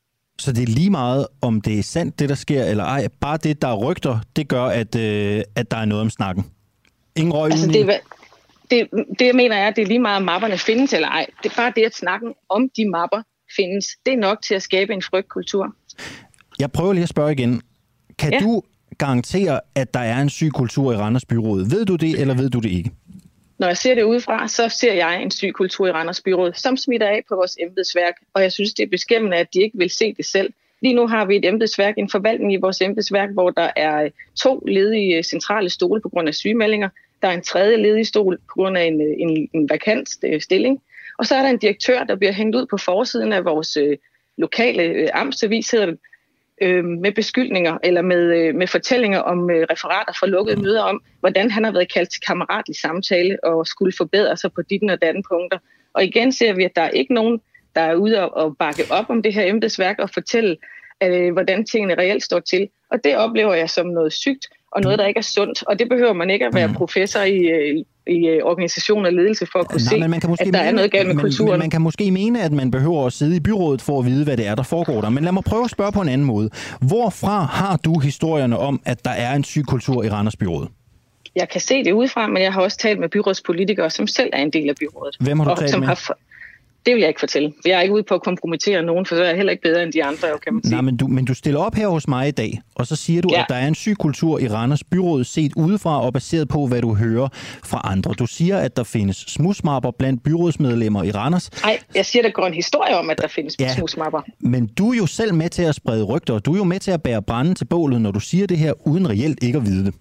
Så det er lige meget, om det er sandt, det der sker, eller ej. Bare det, der er rygter, det gør, at, øh, at der er noget om snakken. Ingen røg altså, det, det, det, jeg mener er, at det er lige meget, om mapperne findes eller ej. Det er bare det, at snakken om de mapper findes. Det er nok til at skabe en frygtkultur. Jeg prøver lige at spørge igen. Kan ja. du garantere, at der er en syg kultur i Randers Byråd? Ved du det, eller ved du det ikke? Når jeg ser det udefra, så ser jeg en syg kultur i Randers Byråd, som smitter af på vores embedsværk, og jeg synes, det er beskæmmende, at de ikke vil se det selv. Lige nu har vi et embedsværk, en forvaltning i vores embedsværk, hvor der er to ledige centrale stole på grund af sygemeldinger. Der er en tredje ledig stol på grund af en, en, en vakant stilling. Og så er der en direktør, der bliver hængt ud på forsiden af vores øh, lokale øh, amtsavis, hedder det, øh, med beskyldninger eller med, øh, med fortællinger om øh, referater fra lukkede møder om, hvordan han har været kaldt til kammeratlig samtale og skulle forbedre sig på ditten og datten punkter. Og igen ser vi, at der er ikke nogen, der er ude og, og bakke op om det her embedsværk og fortælle, øh, hvordan tingene reelt står til. Og det oplever jeg som noget sygt og noget, der ikke er sundt. Og det behøver man ikke at være professor i, i organisation og ledelse for at kunne Nej, se, man kan at der mene, er noget galt med men, kulturen. Men man kan måske mene, at man behøver at sidde i byrådet for at vide, hvad det er, der foregår der. Men lad mig prøve at spørge på en anden måde. Hvorfra har du historierne om, at der er en syg kultur i Randers Byråd? Jeg kan se det udefra, men jeg har også talt med byrådspolitikere, som selv er en del af byrådet. Hvem har du og talt som med? Har Det vil jeg ikke fortælle. Jeg er ikke ude på at kompromittere nogen, for så er jeg heller ikke bedre end de andre, kan man sige. Nej, men du, men du stiller op her hos mig i dag, og så siger du, ja. at der er en syg kultur i Randers Byråd set udefra og baseret på, hvad du hører fra andre. Du siger, at der findes smusmapper blandt byrådsmedlemmer i Randers. Nej, jeg siger, der går en historie om, at der findes ja, smusmapper. Men du er jo selv med til at sprede rygter, du er jo med til at bære branden til bålet, når du siger det her, uden reelt ikke at vide det.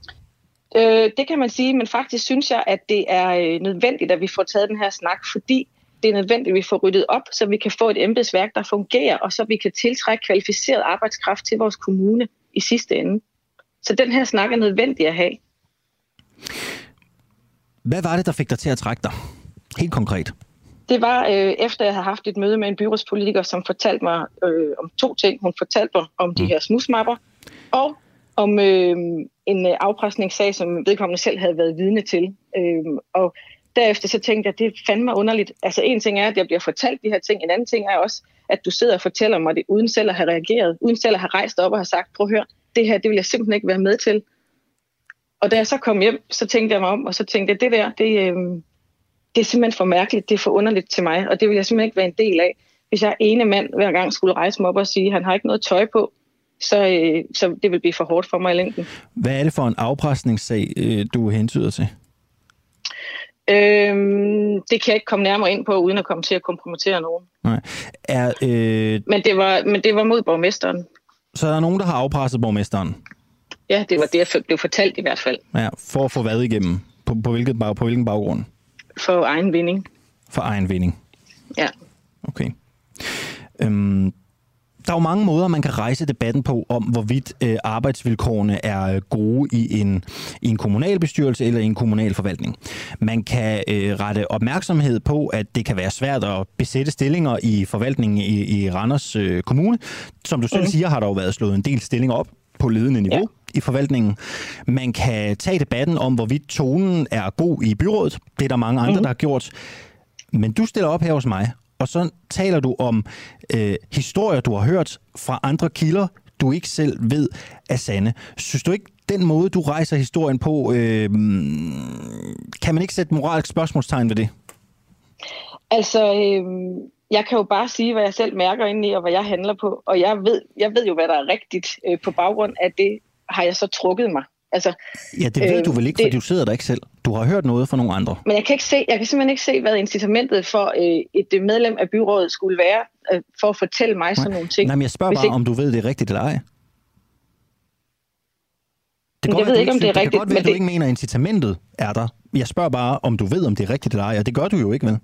Øh, det kan man sige, men faktisk synes jeg, at det er nødvendigt, at vi får taget den her snak, fordi det er nødvendigt, at vi får ryddet op, så vi kan få et embedsværk, der fungerer, og så vi kan tiltrække kvalificeret arbejdskraft til vores kommune i sidste ende. Så den her snak er nødvendig at have. Hvad var det, der fik dig til at trække dig? Helt konkret. Det var øh, efter, jeg havde haft et møde med en byrådspolitiker, som fortalte mig øh, om to ting. Hun fortalte mig om de her smusmapper, og om øh, en afpresningssag, som vedkommende selv havde været vidne til. Øh, og derefter så tænkte jeg, at det er fandme underligt. Altså en ting er, at jeg bliver fortalt de her ting. En anden ting er også, at du sidder og fortæller mig det, uden selv at have reageret. Uden selv at have rejst op og have sagt, prøv at høre, det her, det vil jeg simpelthen ikke være med til. Og da jeg så kom hjem, så tænkte jeg mig om, og så tænkte jeg, det der, det, øh, det er simpelthen for mærkeligt, det er for underligt til mig, og det vil jeg simpelthen ikke være en del af. Hvis jeg ene mand hver gang skulle rejse mig op og sige, at han har ikke noget tøj på, så, øh, så det vil blive for hårdt for mig i længden. Hvad er det for en afpresningssag, øh, du hentyder til? Øhm, det kan jeg ikke komme nærmere ind på, uden at komme til at kompromittere nogen. Nej. Er, øh... men, det var, men det var mod borgmesteren. Så er der nogen, der har afpresset borgmesteren? Ja, det var det, jeg blev fortalt i hvert fald. Ja, for at få hvad igennem? På, på, hvilket, på hvilken baggrund? For egen vinding. For egen vinding? Ja. Okay. Øhm, Der er jo mange måder, man kan rejse debatten på, om hvorvidt øh, arbejdsvilkårene er gode i en, i en kommunalbestyrelse eller i en kommunal forvaltning. Man kan øh, rette opmærksomhed på, at det kan være svært at besætte stillinger i forvaltningen i, i Randers øh, Kommune. Som du selv mm. siger, har der jo været slået en del stillinger op på ledende niveau. Ja. I forvaltningen. Man kan tage debatten om, hvorvidt tonen er god i byrådet. Det er der mange andre, mm. der har gjort. Men du stiller op her hos mig, og så taler du om øh, historier, du har hørt fra andre kilder, du ikke selv ved er sande. Synes du ikke, den måde, du rejser historien på, øh, kan man ikke sætte moralsk spørgsmålstegn ved det? Altså, øh, jeg kan jo bare sige, hvad jeg selv mærker indeni, og hvad jeg handler på. Og jeg ved, jeg ved jo, hvad der er rigtigt øh, på baggrund af det, har jeg så trukket mig. Altså, ja, det ved øh, du vel ikke, for det, du sidder der ikke selv. Du har hørt noget fra nogle andre. Men jeg kan, ikke se, jeg kan simpelthen ikke se, hvad incitamentet for øh, et medlem af byrådet skulle være, øh, for at fortælle mig sådan nogle ting. Nej, men jeg spørger bare, ikke... om du ved, det er rigtigt eller ej. Det jeg ved ikke, om det er rigtigt. Det kan godt være, at du det... ikke mener, at incitamentet er der. Jeg spørger bare, om du ved, om det er rigtigt eller ej, og det gør du jo ikke, vel?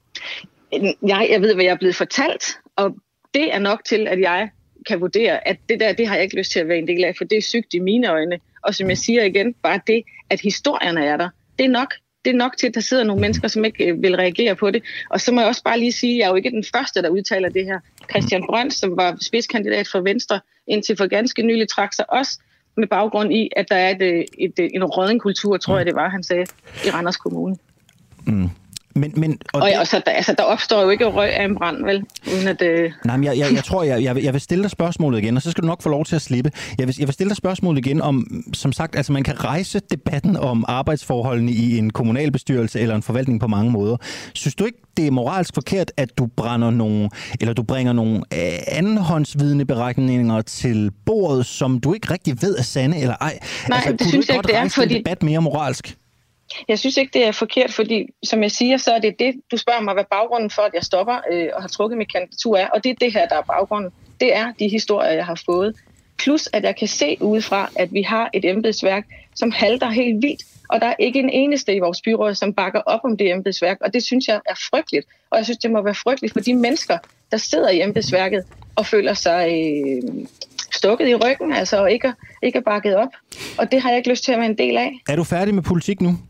Jeg, jeg ved, hvad jeg er blevet fortalt, og det er nok til, at jeg kan vurdere, at det der, det har jeg ikke lyst til at være en del af, for det er sygt i mine øjne. Og som jeg siger igen, bare det, at historierne er der, det er nok. Det er nok til, at der sidder nogle mennesker, som ikke vil reagere på det. Og så må jeg også bare lige sige, at jeg er jo ikke den første, der udtaler det her. Christian Brøns, som var spidskandidat for Venstre, indtil for ganske nylig trak sig også med baggrund i, at der er et, et, et, en råddenkultur, tror jeg det var, han sagde, i Randers Kommune. Mm. Men, men, og og, det... og så, der, altså, der opstår jo ikke røg af en brand, vel? Uden at, øh... Nej, men jeg, jeg, jeg tror, jeg, jeg, vil, jeg vil stille dig spørgsmålet igen, og så skal du nok få lov til at slippe. Jeg vil, jeg vil stille dig spørgsmålet igen om, som sagt, altså man kan rejse debatten om arbejdsforholdene i en kommunalbestyrelse eller en forvaltning på mange måder. Synes du ikke, det er moralsk forkert, at du brænder nogle, eller du bringer nogle øh, andenhåndsvidende beregninger til bordet, som du ikke rigtig ved er sande eller ej? Nej, altså, det synes jeg ikke, det er, fordi... debat mere moralsk? Jeg synes ikke, det er forkert, fordi som jeg siger, så er det det, du spørger mig, hvad baggrunden for, at jeg stopper øh, og har trukket mit kandidatur er, og det er det her, der er baggrunden. Det er de historier, jeg har fået. Plus, at jeg kan se udefra, at vi har et embedsværk, som halter helt vildt, og der er ikke en eneste i vores byråd, som bakker op om det embedsværk, og det synes jeg er frygteligt. Og jeg synes, det må være frygteligt for de mennesker, der sidder i embedsværket og føler sig øh, stukket i ryggen, altså og ikke, ikke er bakket op. Og det har jeg ikke lyst til at være en del af. Er du færdig med politik nu?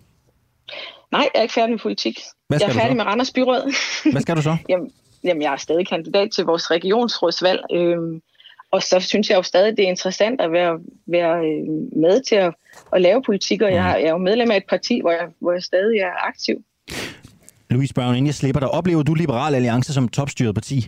Nej, jeg er ikke færdig med politik. Jeg er færdig med Randers Byråd. Hvad skal du så? jamen, jamen, jeg er stadig kandidat til vores regionsrådsvalg. Øhm, og så synes jeg jo stadig, det er interessant at være, være med til at, at lave politik. Og jeg, jeg er jo medlem af et parti, hvor jeg, hvor jeg stadig er aktiv. Louise Brown, inden jeg slipper dig, oplever du Liberal Alliance som topstyret parti?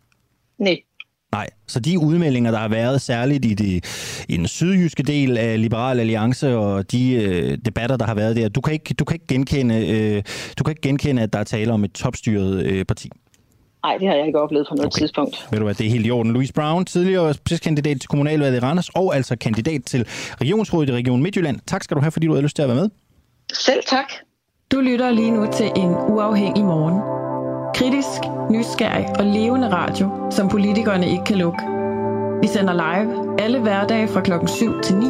Nej. Nej, så de udmeldinger, der har været særligt i, det, i den sydjyske del af Liberal Alliance og de øh, debatter, der har været der, du kan ikke, du kan ikke, genkende, øh, du kan ikke genkende, at der er tale om et topstyret øh, parti? Nej, det har jeg ikke oplevet på noget okay. tidspunkt. Ved du hvad, det er helt i orden. Louise Brown, tidligere spidskandidat til kommunalvalget i Randers og altså kandidat til regionsrådet i Region Midtjylland. Tak skal du have, fordi du havde lyst til at være med. Selv tak. Du lytter lige nu til en uafhængig morgen. Kritisk, nysgerrig og levende radio, som politikerne ikke kan lukke. Vi sender live alle hverdage fra klokken syv til ni.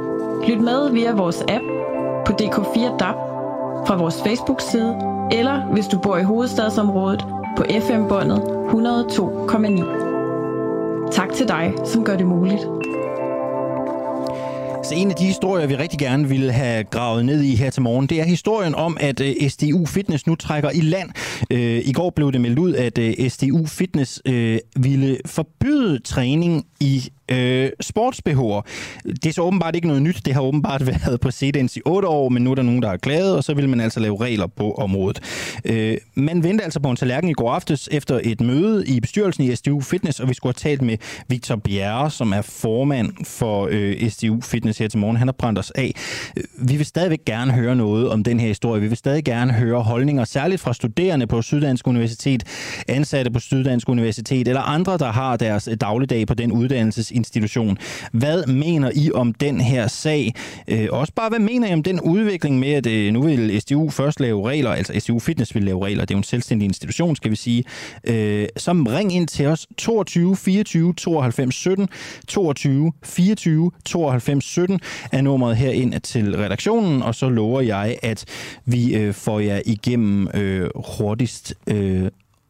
Lyt med via vores app på D K fire D A B, fra vores Facebook-side, eller hvis du bor i hovedstadsområdet på F M-båndet et hundrede og to komma ni. Tak til dig, som gør det muligt. Så en af de historier, vi rigtig gerne ville have gravet ned i her til morgen, det er historien om, at S D U Fitness nu trækker i land. I går blev det meldt ud, at S D U Fitness ville forbyde træning i øh, sports-B H'er. Det er så åbenbart ikke noget nyt. Det har åbenbart været præcedens i otte år, men nu er der nogen, der har klaget, og så vil man altså lave regler på området. Øh, man vendte altså på en tallerken i går aftes efter et møde i bestyrelsen i S D U Fitness, og vi skulle have talt med Victor Bjerre, som er formand for øh, S D U Fitness her til morgen. Han har brændt os af. Vi vil stadigvæk gerne høre noget om den her historie. Vi vil stadig gerne høre holdninger, særligt fra studerende på Syddansk Universitet, ansatte på Syddansk Universitet, eller andre, der har deres dagligdag på den uddannelsesinstitution. Hvad mener I om den her sag? Øh, også bare, hvad mener I om den udvikling med, at øh, nu vil S D U først lave regler, altså S D U Fitness vil lave regler, det er jo en selvstændig institution, skal vi sige. Øh, så ring ind til os toogtyve fireogtyve tooghalvfems sytten, toogtyve fireogtyve tooghalvfems sytten er nummeret her ind til redaktionen, og så lover jeg, at vi øh, får jer igennem øh, hurtigst øh,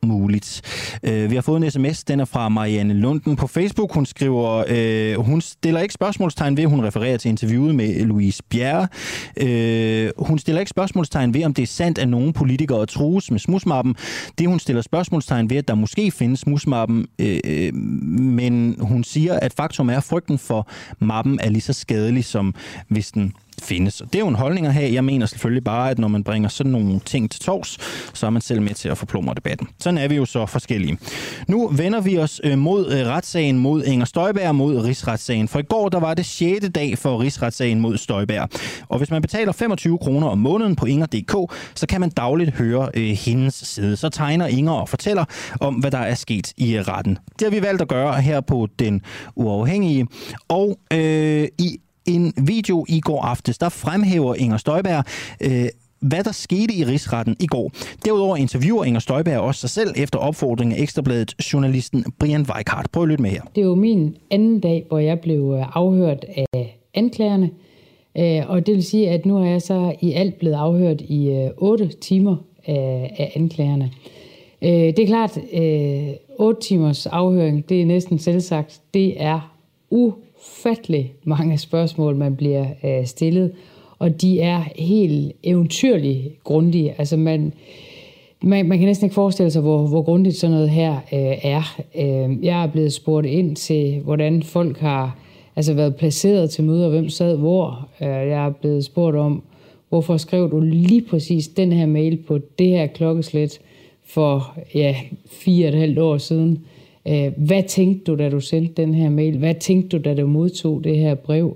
muligt. Øh, vi har fået en sms, den er fra Marianne Lunden på Facebook. Hun skriver, øh, hun stiller ikke spørgsmålstegn ved, hun refererer til interviewet med Louise Bjerre. Øh, hun stiller ikke spørgsmålstegn ved, om det er sandt, at nogle politikere trues med smusmappen. Det, hun stiller spørgsmålstegn ved, at der måske findes smusmappen, øh, men hun siger, at faktum er, at frygten for mappen er lige så skadelig, som hvis den findes. Det er jo en holdning at have. Jeg mener selvfølgelig bare, at når man bringer sådan nogle ting til torvs, så er man selv med til at forplumre debatten. Sådan er vi jo så forskellige. Nu vender vi os mod retssagen mod Inger Støjberg, mod rigsretssagen. For i går, der var det sjette dag for rigsretssagen mod Støjberg. Og hvis man betaler femogtyve kroner om måneden på inger punktum d k, så kan man dagligt høre øh, hendes side. Så tegner Inger og fortæller om, hvad der er sket i retten. Det har vi valgt at gøre her på Den Uafhængige. Og øh, i en video i går aftes, der fremhæver Inger Støjberg, øh, hvad der skete i rigsretten i går. Derudover interviewer Inger Støjberg også sig selv efter opfordring af Ekstrabladet journalisten Brian Weikart. Prøv at lytte med her. Det er jo min anden dag, hvor jeg blev afhørt af anklagerne, og det vil sige, at nu er jeg så i alt blevet afhørt i otte timer af anklagerne. Det er klart, otte timers afhøring, det er næsten selvsagt, det er u ufattelig mange spørgsmål, man bliver øh, stillet, og de er helt eventyrligt grundige. Altså man, man, man kan næsten ikke forestille sig, hvor, hvor grundigt sådan noget her øh, er. Øh, jeg er blevet spurgt ind til, hvordan folk har altså, været placeret til møder, hvem sad hvor. Øh, jeg er blevet spurgt om, hvorfor skrev du lige præcis den her mail på det her klokkeslæt for ja, fire og et halvt år siden. Hvad tænkte du, da du sendte den her mail? Hvad tænkte du, da du modtog det her brev?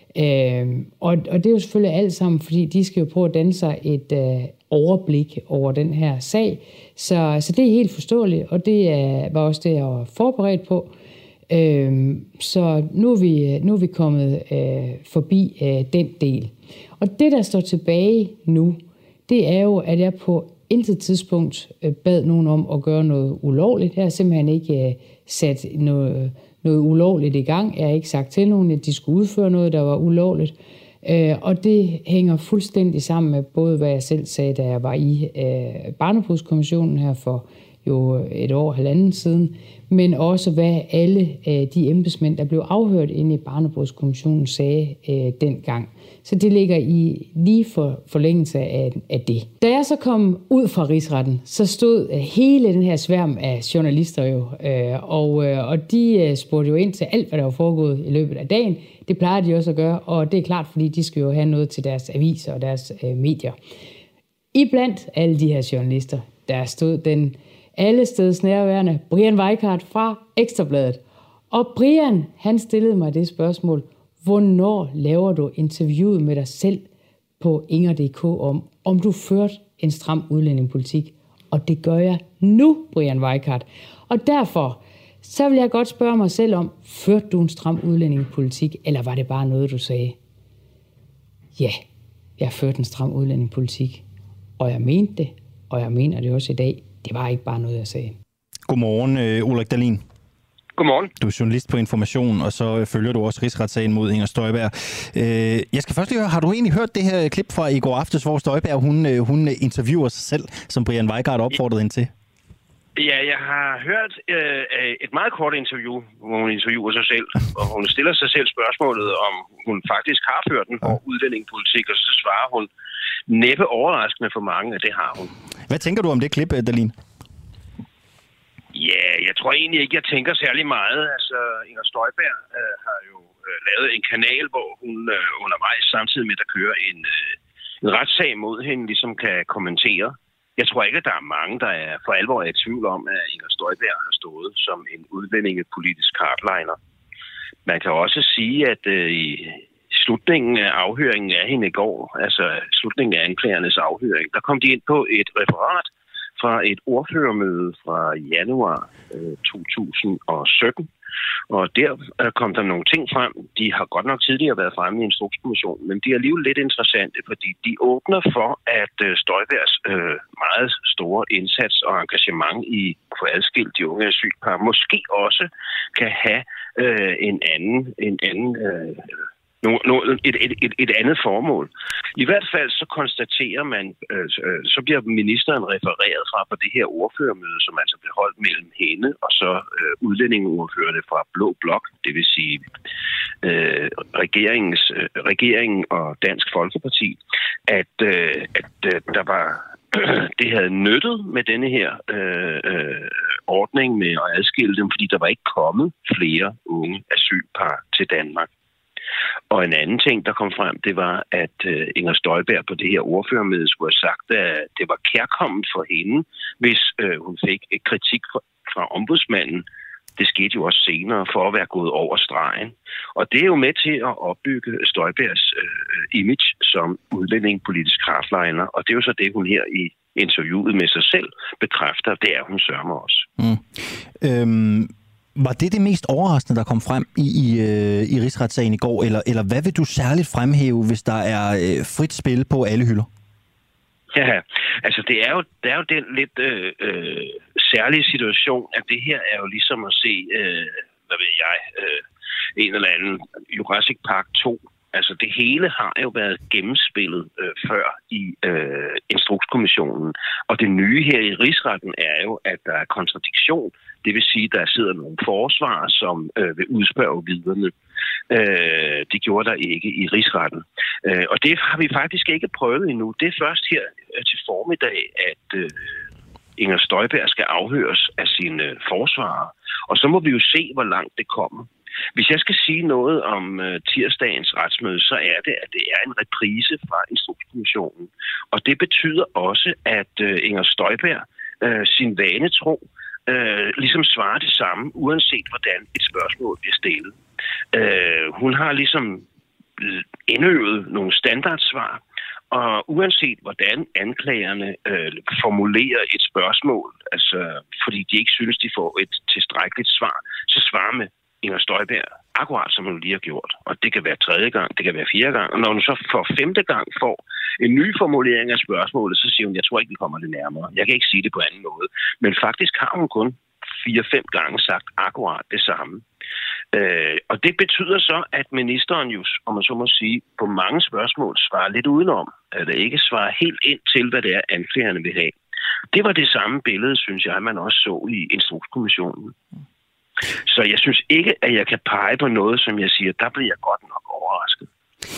Og, og det er jo selvfølgelig alt sammen, fordi de skal jo prøve at danne sig et uh, overblik over den her sag. Så, så det er helt forståeligt, og det uh, var også det, jeg var forberedt på. Uh, så nu er vi, nu er vi kommet uh, forbi uh, den del. Og det, der står tilbage nu, det er jo, at jeg på intet tidspunkt bad nogen om at gøre noget ulovligt. Jeg har simpelthen ikke sat noget, noget ulovligt i gang. Jeg har ikke sagt til nogen, at de skulle udføre noget, der var ulovligt. Og det hænger fuldstændig sammen med både, hvad jeg selv sagde, da jeg var i Barnebrudskommissionen her for jo et år, halvanden siden, men også hvad alle de embedsmænd, der blev afhørt inde i Barnebrudskommissionen, sagde dengang. Så det ligger i lige for forlængelse af, af det. Da jeg så kom ud fra rigsretten, så stod hele den her sværm af journalister jo, øh, og, øh, og de spurgte jo ind til alt, hvad der var foregået i løbet af dagen. Det plejer de også at gøre, og det er klart, fordi de skal jo have noget til deres aviser og deres øh, medier. Iblandt alle de her journalister, der stod den allesteds nærværende Brian Weikart fra Ekstrabladet. Og Brian, han stillede mig det spørgsmål: hvornår laver du interviewet med dig selv på inger punktum d k om, om du førte en stram udlændingepolitik? Og det gør jeg nu, Brian Weikart. Og derfor, så vil jeg godt spørge mig selv om, førte du en stram udlændingepolitik, eller var det bare noget, du sagde? Ja, jeg førte en stram udlændingepolitik, og jeg mente det, og jeg mener det også i dag. Det var ikke bare noget, jeg sagde. Godmorgen, øh, Ulrik Dahlin. Godmorgen. Du er journalist på Information, og så følger du også rigsretssagen mod Inger Støjberg. Øh, jeg skal først lige høre, har du egentlig hørt det her klip fra i går aftes, hvor Støjberg hun, hun interviewer sig selv, som Brian Weikart opfordrede hende til? Ja, jeg har hørt øh, et meget kort interview, hvor hun interviewer sig selv, og hun stiller sig selv spørgsmålet, om hun faktisk har ført en hård udlændingepolitik, og så svarer hun næppe overraskende for mange, at det har hun. Hvad tænker du om det klip, Dahlin? Ja, jeg tror egentlig ikke, jeg tænker særlig meget. Altså, Inger Støjberg øh, har jo øh, lavet en kanal, hvor hun øh, undervejs, samtidig med at der kører en, øh, en retssag mod hende, ligesom kan kommentere. Jeg tror ikke, at der er mange, der er for alvor i tvivl om, at Inger Støjberg har stået som en udlændingepolitisk hardliner. Man kan også sige, at øh, i slutningen af afhøringen af hende i går, altså slutningen af anklagernes afhøring, der kom de ind på et referat fra et ordførermøde fra januar øh, to tusind og sytten. Og der øh, kom der nogle ting frem. De har godt nok tidligere været fremme i Instrukskommissionen, men de er alligevel lidt interessante, fordi de åbner for, at øh, Støjbergs øh, meget store indsats og engagement i at få adskilt de unge asylpar måske også kan have øh, en anden, en anden øh, no, no, et, et, et, et andet formål. I hvert fald så konstaterer man, øh, så bliver ministeren refereret fra på det her ordførermøde, som altså blev holdt mellem hende og så øh, udlændingeordførerne fra Blå Blok, det vil sige øh, regeringens, øh, regeringen og Dansk Folkeparti, at, øh, at øh, der var det havde nyttet med denne her øh, øh, ordning med at adskille dem, fordi der var ikke kommet flere unge asylpar til Danmark. Og en anden ting, der kom frem, det var, at øh, Inger Støjberg på det her ordførermøde skulle have sagt, at det var kærkomment for hende, hvis øh, hun fik et kritik fra, fra ombudsmanden. Det skete jo også senere for at være gået over stregen. Og det er jo med til at opbygge Støjbergs øh, image som udlændingepolitisk hardliner. Og det er jo så det, hun her i interviewet med sig selv bekræfter. Det er hun sørger også. Mm. Øhm, var det det mest overraskende, der kom frem i, i, øh, i rigsretssagen i går? Eller, eller hvad vil du særligt fremhæve, hvis der er øh, frit spil på alle hylder? Ja, altså det er jo, det er jo den lidt øh, øh, særlige situation, at det her er jo ligesom at se, øh, hvad ved jeg, øh, en eller anden Jurassic Park to. Altså det hele har jo været gennemspillet øh, før i øh, Instrukskommissionen. Og det nye her i rigsretten er jo, at der er kontradiktion. Det vil sige, at der sidder nogle forsvarer, som øh, vil udspørge vidnerne. Øh, det gjorde der ikke i rigsretten. Øh, og det har vi faktisk ikke prøvet endnu. Det er først her øh, til formiddag, at øh, Inger Støjberg skal afhøres af sine øh, forsvarer. Og så må vi jo se, hvor langt det kommer. Hvis jeg skal sige noget om uh, tirsdagens retsmøde, så er det, at det er en reprise fra Instrukskommissionen. Og det betyder også, at uh, Inger Støjberg uh, sin vanetro uh, ligesom svarer det samme, uanset hvordan et spørgsmål bliver stillet. Uh, hun har ligesom indøvet nogle standardsvar, og uanset hvordan anklagerne øh, formulerer et spørgsmål, altså fordi de ikke synes, de får et tilstrækkeligt svar, så svarer med Inger Støjberg akkurat som hun lige har gjort. Og det kan være tredje gang, det kan være fjerde gang. Og når hun så for femte gang får en ny formulering af spørgsmålet, så siger hun, jeg tror ikke, vi kommer det nærmere. Jeg kan ikke sige det på anden måde. Men faktisk har hun kun fire-fem gange sagt akkurat det samme. Øh, og det betyder så, at ministeren jo, om man så må sige, på mange spørgsmål svarer lidt udenom. At det ikke svarer helt ind til, hvad det er, anklagerne vil have. Det var det samme billede, synes jeg, man også så i Instrukskommissionen. Så jeg synes ikke, at jeg kan pege på noget, som jeg siger, der bliver jeg godt nok overrasket.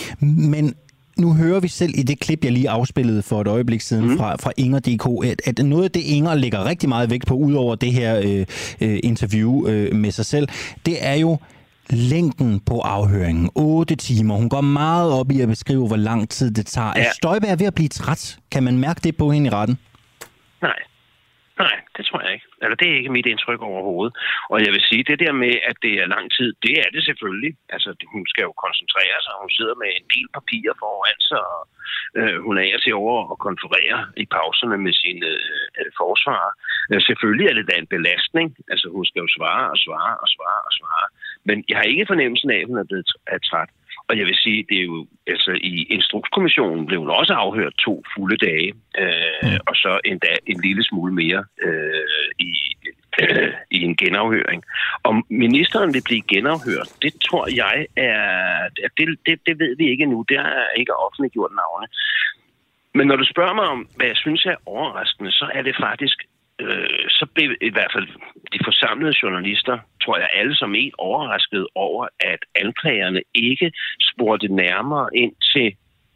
Men nu hører vi selv i det klip, jeg lige afspillede for et øjeblik siden mm. fra, fra Inger punktum d k, at, at noget af det, Inger lægger rigtig meget vægt på, udover det her øh, øh, interview øh, med sig selv, det er jo længden på afhøringen. Otte timer. Hun går meget op i at beskrive, hvor lang tid det tager. Ja. Er Støjberg ved at blive træt? Kan man mærke det på hende i retten? Nej. Nej, det tror jeg ikke. Altså, det er ikke mit indtryk overhovedet. Og jeg vil sige, det der med, at det er lang tid, det er det selvfølgelig. Altså, hun skal jo koncentrere sig. Hun sidder med en del papirer foran sig, og øh, hun er af til over og konferere i pauserne med sine øh, forsvarer. Øh, selvfølgelig er det da en belastning. Altså, hun skal jo svare og svare og svare og svare. Men jeg har ikke fornemmelsen af, at hun er blevet er træt. Og jeg vil sige, det er jo, altså i Instrukskommissionen blev hun også afhørt to fulde dage, øh, mm. og så endda en lille smule mere øh, i, øh, i en genafhøring. Om ministeren vil blive genafhørt, det tror jeg er, det, det, det ved vi ikke endnu, det er ikke offentliggjort navne. Men når du spørger mig om, hvad jeg synes er overraskende, så er det faktisk, øh, så blev i hvert fald de forsamlede journalister, tror jeg alle som en, overrasket over, at anklagerne ikke spurgte nærmere ind til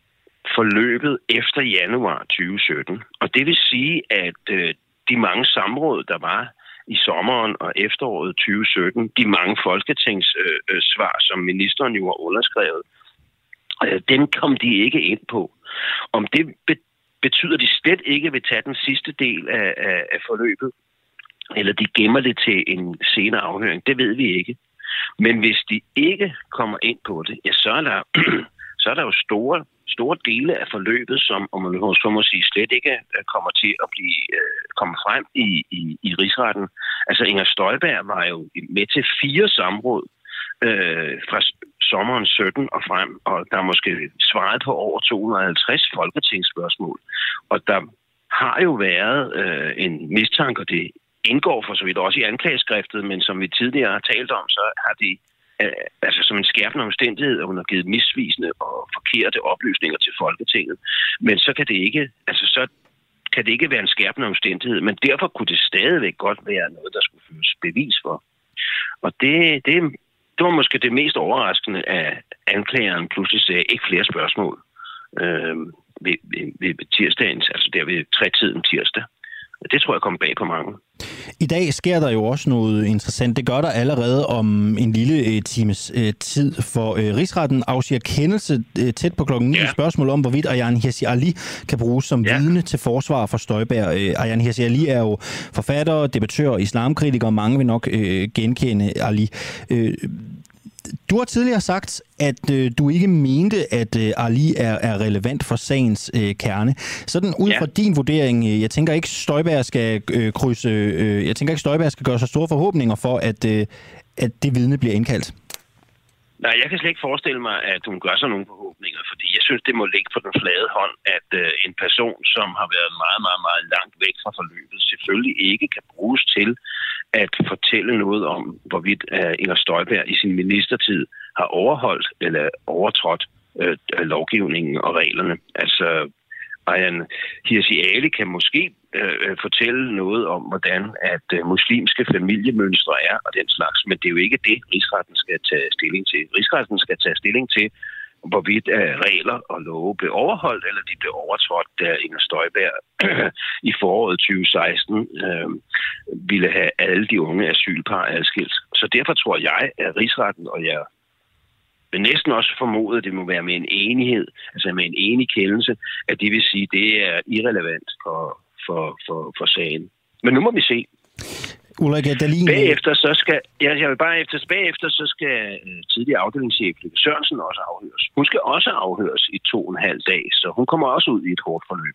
forløbet efter januar tyve sytten. Og det vil sige, at øh, de mange samråd, der var i sommeren og efteråret tyve sytten, de mange folketingssvar, øh, som ministeren jo har underskrevet, øh, dem kom de ikke ind på. Om det be- betyder, de slet ikke vil tage den sidste del af, af, af forløbet, eller de gemmer det til en senere afhøring, det ved vi ikke. Men hvis de ikke kommer ind på det, ja, så er der, så er der jo store, store dele af forløbet, som, om man så må sige, slet ikke kommer til at blive uh, komme frem i, i, i rigsretten. Altså Inger Støjberg var jo med til fire samråd uh, fra sommeren sytten og frem, og der er måske svaret på over to hundrede og halvtreds folketingsspørgsmål. Og der har jo været uh, en mistanke, og det indgår for så vidt også i anklageskriftet, men som vi tidligere har talt om, så har de altså som en skærpende omstændighed, at hun har givet misvisende og forkerte oplysninger til Folketinget. Men så kan det ikke, altså så kan det ikke være en skærpende omstændighed, men derfor kunne det stadigvæk godt være noget, der skulle føres bevis for. Og det, det, det var måske det mest overraskende, at anklageren pludselig sagde ikke flere spørgsmål øh, ved, ved, ved tirsdagens, altså der ved tre-tiden tirsdag. Det tror jeg kommer bag på mange. I dag sker der jo også noget interessant. Det gør der allerede om en lille times øh, tid, for øh, Rigsretten afsiger kendelse øh, tæt på klokken ni. Ja. Spørgsmål om, hvorvidt Ayaan Hirsi Ali kan bruges som ja. vidne til forsvar for Støjberg. Øh, Ayaan Hirsi Ali er jo forfatter, debattør og islamkritiker. Mange vil nok øh, genkende Ali. Øh, Du har tidligere sagt, at øh, du ikke mente, at øh, Ali er, er relevant for sagens øh, kerne. Sådan ud fra ja. din vurdering, øh, jeg tænker ikke Støjberg skal øh, krydse, øh, jeg tænker ikke Støjberg skal gøre så store forhåbninger for, at, øh, at det vidne bliver indkaldt. Nej, jeg kan slet ikke forestille mig, at hun gør sig nogle forhåbninger, fordi jeg synes, det må ligge på den flade hånd, at øh, en person, som har været meget, meget, meget langt væk fra forløbet, selvfølgelig ikke kan bruges til at fortælle noget om, hvorvidt uh, Inger Støjberg i sin ministertid har overholdt eller overtrådt uh, lovgivningen og reglerne. Altså, Ayaan Hirsi Ali kan måske uh, fortælle noget om, hvordan at uh, muslimske familiemønstre er og den slags, men det er jo ikke det, Rigsretten skal tage stilling til. Rigsretten skal tage stilling til, hvorvidt uh, regler og love blev overholdt, eller de blev overtrådt, da Inger Støjberg i foråret tyve seksten øh, ville have alle de unge asylpar adskilt. Så derfor tror jeg, at Rigsretten, og jeg vil næsten også formode, at det må være med en enighed, altså med en enig kendelse, at det vil sige, at det er irrelevant for, for, for, for sagen. Men nu må vi se. Ulrike Dahlin. Bagefter så skal, ja, jeg vil bare efter, bagefter så skal uh, tidligere afdelingschef Lykke Sørensen også afhøres. Hun skal også afhøres i to og en halv dag, så hun kommer også ud i et hårdt forløb.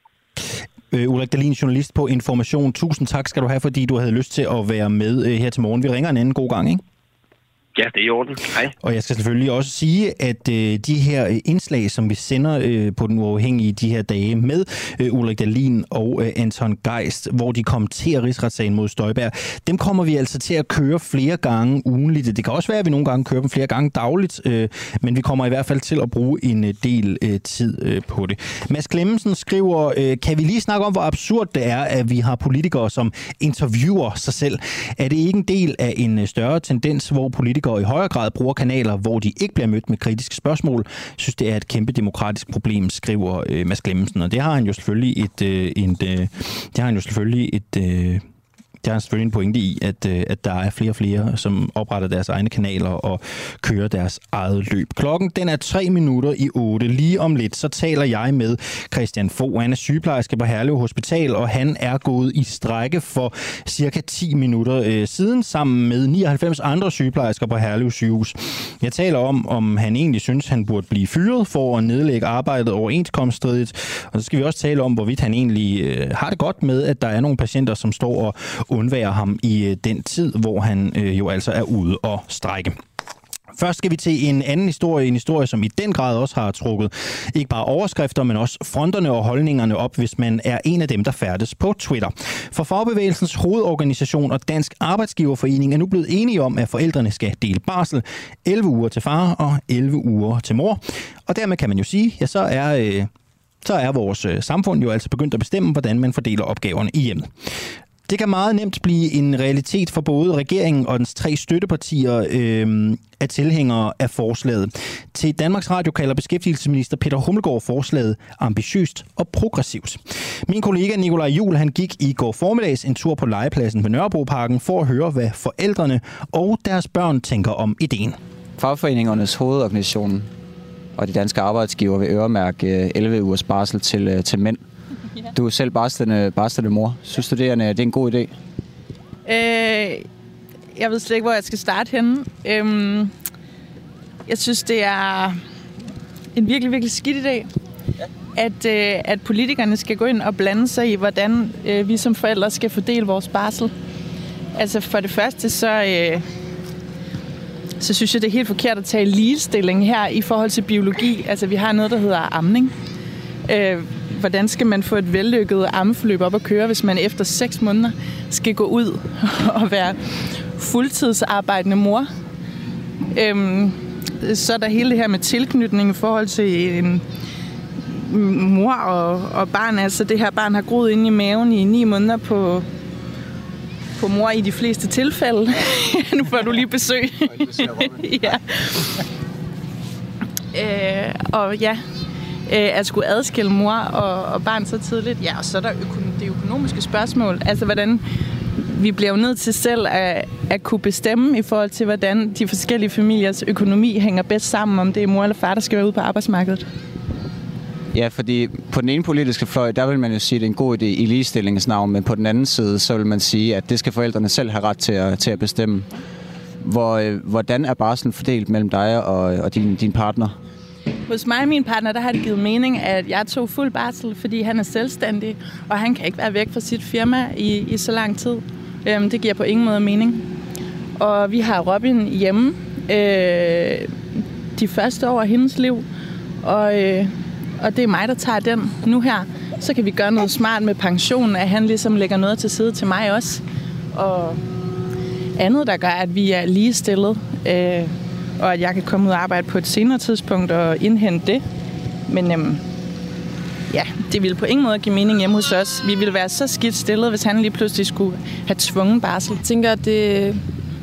Uh, Ulrike Dahlin, journalist på Information. Tusind tak skal du have, fordi du havde lyst til at være med uh, her til morgen. Vi ringer en anden god gang, ikke? Ja, det er i orden. Hej. Og jeg skal selvfølgelig også sige, at øh, de her indslag, som vi sender øh, på Den Uafhængige de her dage med øh, Ulrik Dahlin og øh, Anton Geist, hvor de kommenterer rigsretssagen mod Støjberg, dem kommer vi altså til at køre flere gange ugenligt. Det kan også være, at vi nogle gange kører dem flere gange dagligt, øh, men vi kommer i hvert fald til at bruge en del øh, tid øh, på det. Mads Clemmensen skriver, øh, kan vi lige snakke om, hvor absurd det er, at vi har politikere, som interviewer sig selv? Er det ikke en del af en større tendens, hvor politikere og i højere grad bruger kanaler, hvor de ikke bliver mødt med kritiske spørgsmål? Jeg synes, det er et kæmpe demokratisk problem, skriver øh, Mads Clemmensen, og det har han jo selvfølgelig et, øh, et øh, det har han jo selvfølgelig et øh, Der er selvfølgelig en pointe i, at, at der er flere og flere, som opretter deres egne kanaler og kører deres eget løb. Klokken den er tre minutter i otte. Lige om lidt, så taler jeg med Christian Fogh. Han er sygeplejerske på Herlev Hospital, og han er gået i strejke for cirka ti minutter øh, siden, sammen med nioghalvfems andre sygeplejersker på Herlev Sygehus. Jeg taler om, om han egentlig synes, han burde blive fyret for at nedlægge arbejdet overenskomststridigt. Og så skal vi også tale om, hvorvidt han egentlig øh, har det godt med, at der er nogle patienter, som står og undværer ham i den tid, hvor han øh, jo altså er ude og strejke. Først skal vi til en anden historie, en historie, som i den grad også har trukket ikke bare overskrifter, men også fronterne og holdningerne op, hvis man er en af dem, der færdes på Twitter. For Fagbevægelsens hovedorganisation og Dansk Arbejdsgiverforening er nu blevet enige om, at forældrene skal dele barsel elleve uger til far og elleve uger til mor. Og dermed kan man jo sige, ja, så er... Øh, så er vores øh, samfund jo altså begyndt at bestemme, hvordan man fordeler opgaverne i hjemmet. Det kan meget nemt blive en realitet for både regeringen og dens tre støttepartier øh, af tilhængere af forslaget. Til Danmarks Radio kalder beskæftigelsesminister Peter Hummelgaard forslaget ambitiøst og progressivt. Min kollega Nikolaj Juhl, han gik i går formiddags en tur på legepladsen ved Nørrebroparken for at høre, hvad forældrene og deres børn tænker om ideen. Fagforeningernes hovedorganisation og de danske arbejdsgiver vil øremærke elleve ugers barsel til, til mænd. Du er selv barslende, barslende mor. Synes du, det er en, det er en god idé? Øh, jeg ved slet ikke, hvor jeg skal starte henne. Øhm, jeg synes, det er en virkelig, virkelig skidt idé, at, øh, at politikerne skal gå ind og blande sig i, hvordan øh, vi som forældre skal fordele vores barsel. Altså for det første, så, øh, så synes jeg, det er helt forkert at tale ligestilling her i forhold til biologi. Altså vi har noget, der hedder amning. Øh, Hvordan skal man få et vellykket ammeforløb op at køre, hvis man efter seks måneder skal gå ud og være fuldtidsarbejdende mor? Øhm, så er der hele det her med tilknytning i forhold til en mor og, og barn. Altså det her barn har groet inde i maven i ni måneder på, på mor i de fleste tilfælde. Nu får du lige besøg. Ja. Øh, og ja, øh, at skulle adskille mor og, og barn så tidligt. Ja, og så er der øko- det økonomiske spørgsmål. Altså hvordan vi bliver jo nødt til selv at, at kunne bestemme i forhold til, hvordan de forskellige familiers økonomi hænger bedst sammen, om det er mor eller far, der skal være ude på arbejdsmarkedet. Ja, fordi på den ene politiske fløj, der vil man jo sige, at det er en god idé i ligestillingens navn, men på den anden side, så vil man sige, at det skal forældrene selv have ret til at, til at bestemme. Hvor, hvordan er barslen fordelt mellem dig og, og din, din partner? Hos mig og min partner, der har det givet mening, at jeg tog fuld barsel, fordi han er selvstændig, og han kan ikke være væk fra sit firma i, i så lang tid. Øhm, det giver på ingen måde mening. Og vi har Robin hjemme øh, de første år af hendes liv, og, øh, og det er mig, der tager den nu her. Så kan vi gøre noget smart med pensionen, at han ligesom lægger noget til side til mig også. Og andet, der gør, at vi er ligestillet, øh, og at jeg kan komme ud og arbejde på et senere tidspunkt og indhente det. Men øhm, ja, det ville på ingen måde give mening hjemme hos os. Vi ville være så skidt stillet, hvis han lige pludselig skulle have tvungen barsel. Jeg tænker, at det,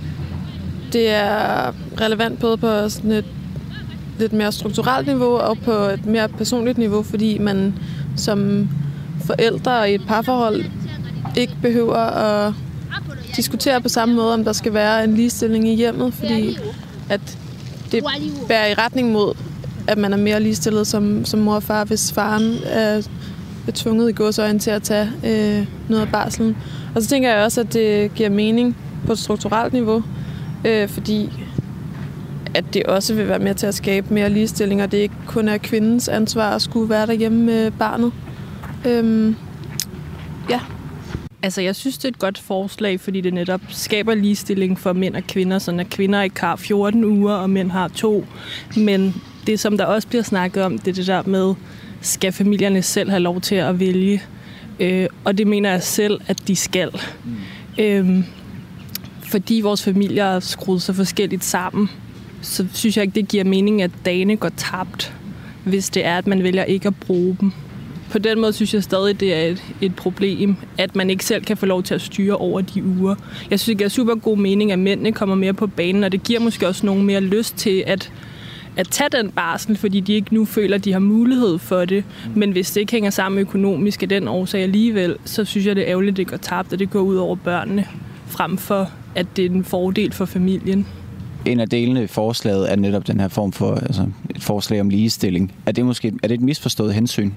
det er relevant både på sådan et lidt mere strukturelt niveau og på et mere personligt niveau, fordi man som forældre i et parforhold ikke behøver at diskutere på samme måde, om der skal være en ligestilling i hjemmet, fordi at det bærer i retning mod, at man er mere ligestillet som, som mor og far, hvis faren er tvunget i gåseøjne til at tage øh, noget af barslen. Og så tænker jeg også, at det giver mening på et strukturelt niveau, øh, fordi at det også vil være med til at skabe mere ligestilling, og det ikke kun er kvindens ansvar at skulle være derhjemme med barnet. Øhm, ja. Altså, jeg synes, det er et godt forslag, fordi det netop skaber ligestilling for mænd og kvinder, sådan at kvinder ikke har fjorten uger, og mænd har to. Men det, som der også bliver snakket om, det er det der med, skal familierne selv have lov til at vælge? Øh, og det mener jeg selv, at de skal. Mm. Øh, fordi vores familier er skruet så forskelligt sammen, så synes jeg ikke, det giver mening, at dagene går tabt, hvis det er, at man vælger ikke at bruge dem. På den måde synes jeg stadig, det er et, et problem, at man ikke selv kan få lov til at styre over de uger. Jeg synes, det er super god mening, at mændene kommer mere på banen, og det giver måske også nogen mere lyst til at, at tage den barsel, fordi de ikke nu føler, at de har mulighed for det. Men hvis det ikke hænger sammen økonomisk af den årsag alligevel, så synes jeg, det er ærgerligt, at det går tabt, og det går ud over børnene, frem for, at det er en fordel for familien. En af delene i forslaget er netop den her form for altså et forslag om ligestilling. Er det måske er det et misforstået hensyn?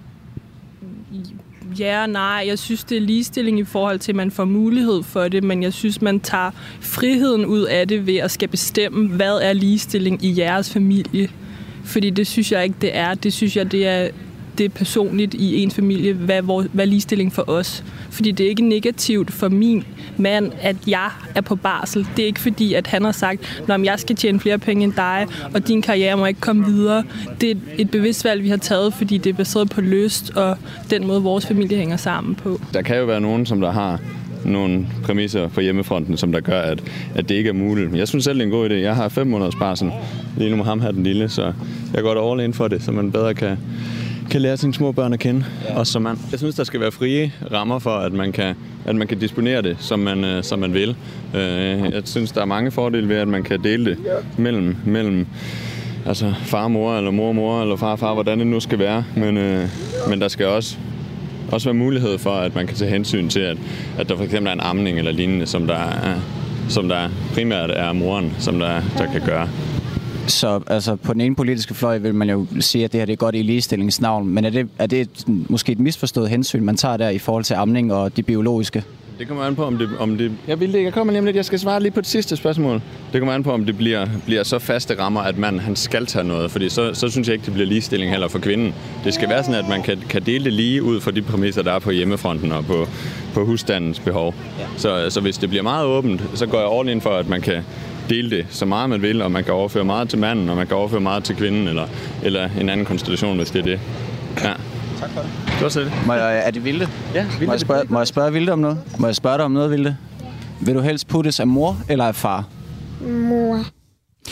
Ja og nej. Jeg synes, det er ligestilling i forhold til, at man får mulighed for det, men jeg synes, man tager friheden ud af det ved at skal bestemme, hvad er ligestilling i jeres familie. Fordi det synes jeg ikke, det er. Det synes jeg, det er, det er personligt i ens familie, hvad, hvad er ligestilling for os. Fordi det er ikke negativt for min mand, at jeg er på barsel. Det er ikke fordi, at han har sagt, at jeg skal tjene flere penge end dig, og din karriere må ikke komme videre. Det er et bevidst valg, vi har taget, fordi det er baseret på lyst og den måde, vores familie hænger sammen på. Der kan jo være nogen, som der har nogle præmisser på hjemmefronten, som der gør, at, at det ikke er muligt. Men jeg synes selv, det er en god idé. Jeg har fem måneders barsel. Lige nu må ham have den lille, så jeg går da all in for det, så man bedre kan kan lære sine små børn at kende, ja. Også som mand. Jeg synes, der skal være frie rammer for, at man kan, at man kan disponere det, som man, uh, som man vil. Uh, jeg synes, der er mange fordele ved, at man kan dele det mellem, mellem altså far og mor, eller mor og mor, eller far og far, hvordan det nu skal være. Men, uh, men der skal også, også være mulighed for, at man kan tage hensyn til, at, at der for eksempel er en amning eller lignende, som der, er, som der primært er moren, som der, der kan gøre. Så altså, på den ene politiske fløj vil man jo sige, at det her det er godt i ligestillingens navn, men er det, er det et, måske et misforstået hensyn, man tager der i forhold til amning og de biologiske? Det kommer an på, om det... Om det jeg vil det, jeg kommer lige om lidt, jeg skal svare lige på det sidste spørgsmål. Det kommer an på, om det bliver, bliver så faste rammer, at man han skal tage noget, fordi så, så synes jeg ikke, det bliver ligestilling heller for kvinden. Det skal være sådan, at man kan, kan dele det lige ud fra de præmisser, der er på hjemmefronten og på, på husstandens behov. Ja. Så, så hvis det bliver meget åbent, så går jeg all in for, at man kan dele det så meget man vil, og man kan overføre meget til manden, og man kan overføre meget til kvinden, eller, eller en anden konstellation, hvis det er det. Ja. Tak for det. Det var så det. Må jeg, er det Vilde? Ja, Vilde. Må jeg, spørge, må jeg spørge Vilde om noget? Må jeg spørge dig om noget, Vilde? Vil du helst puttes af mor eller af far? Mor.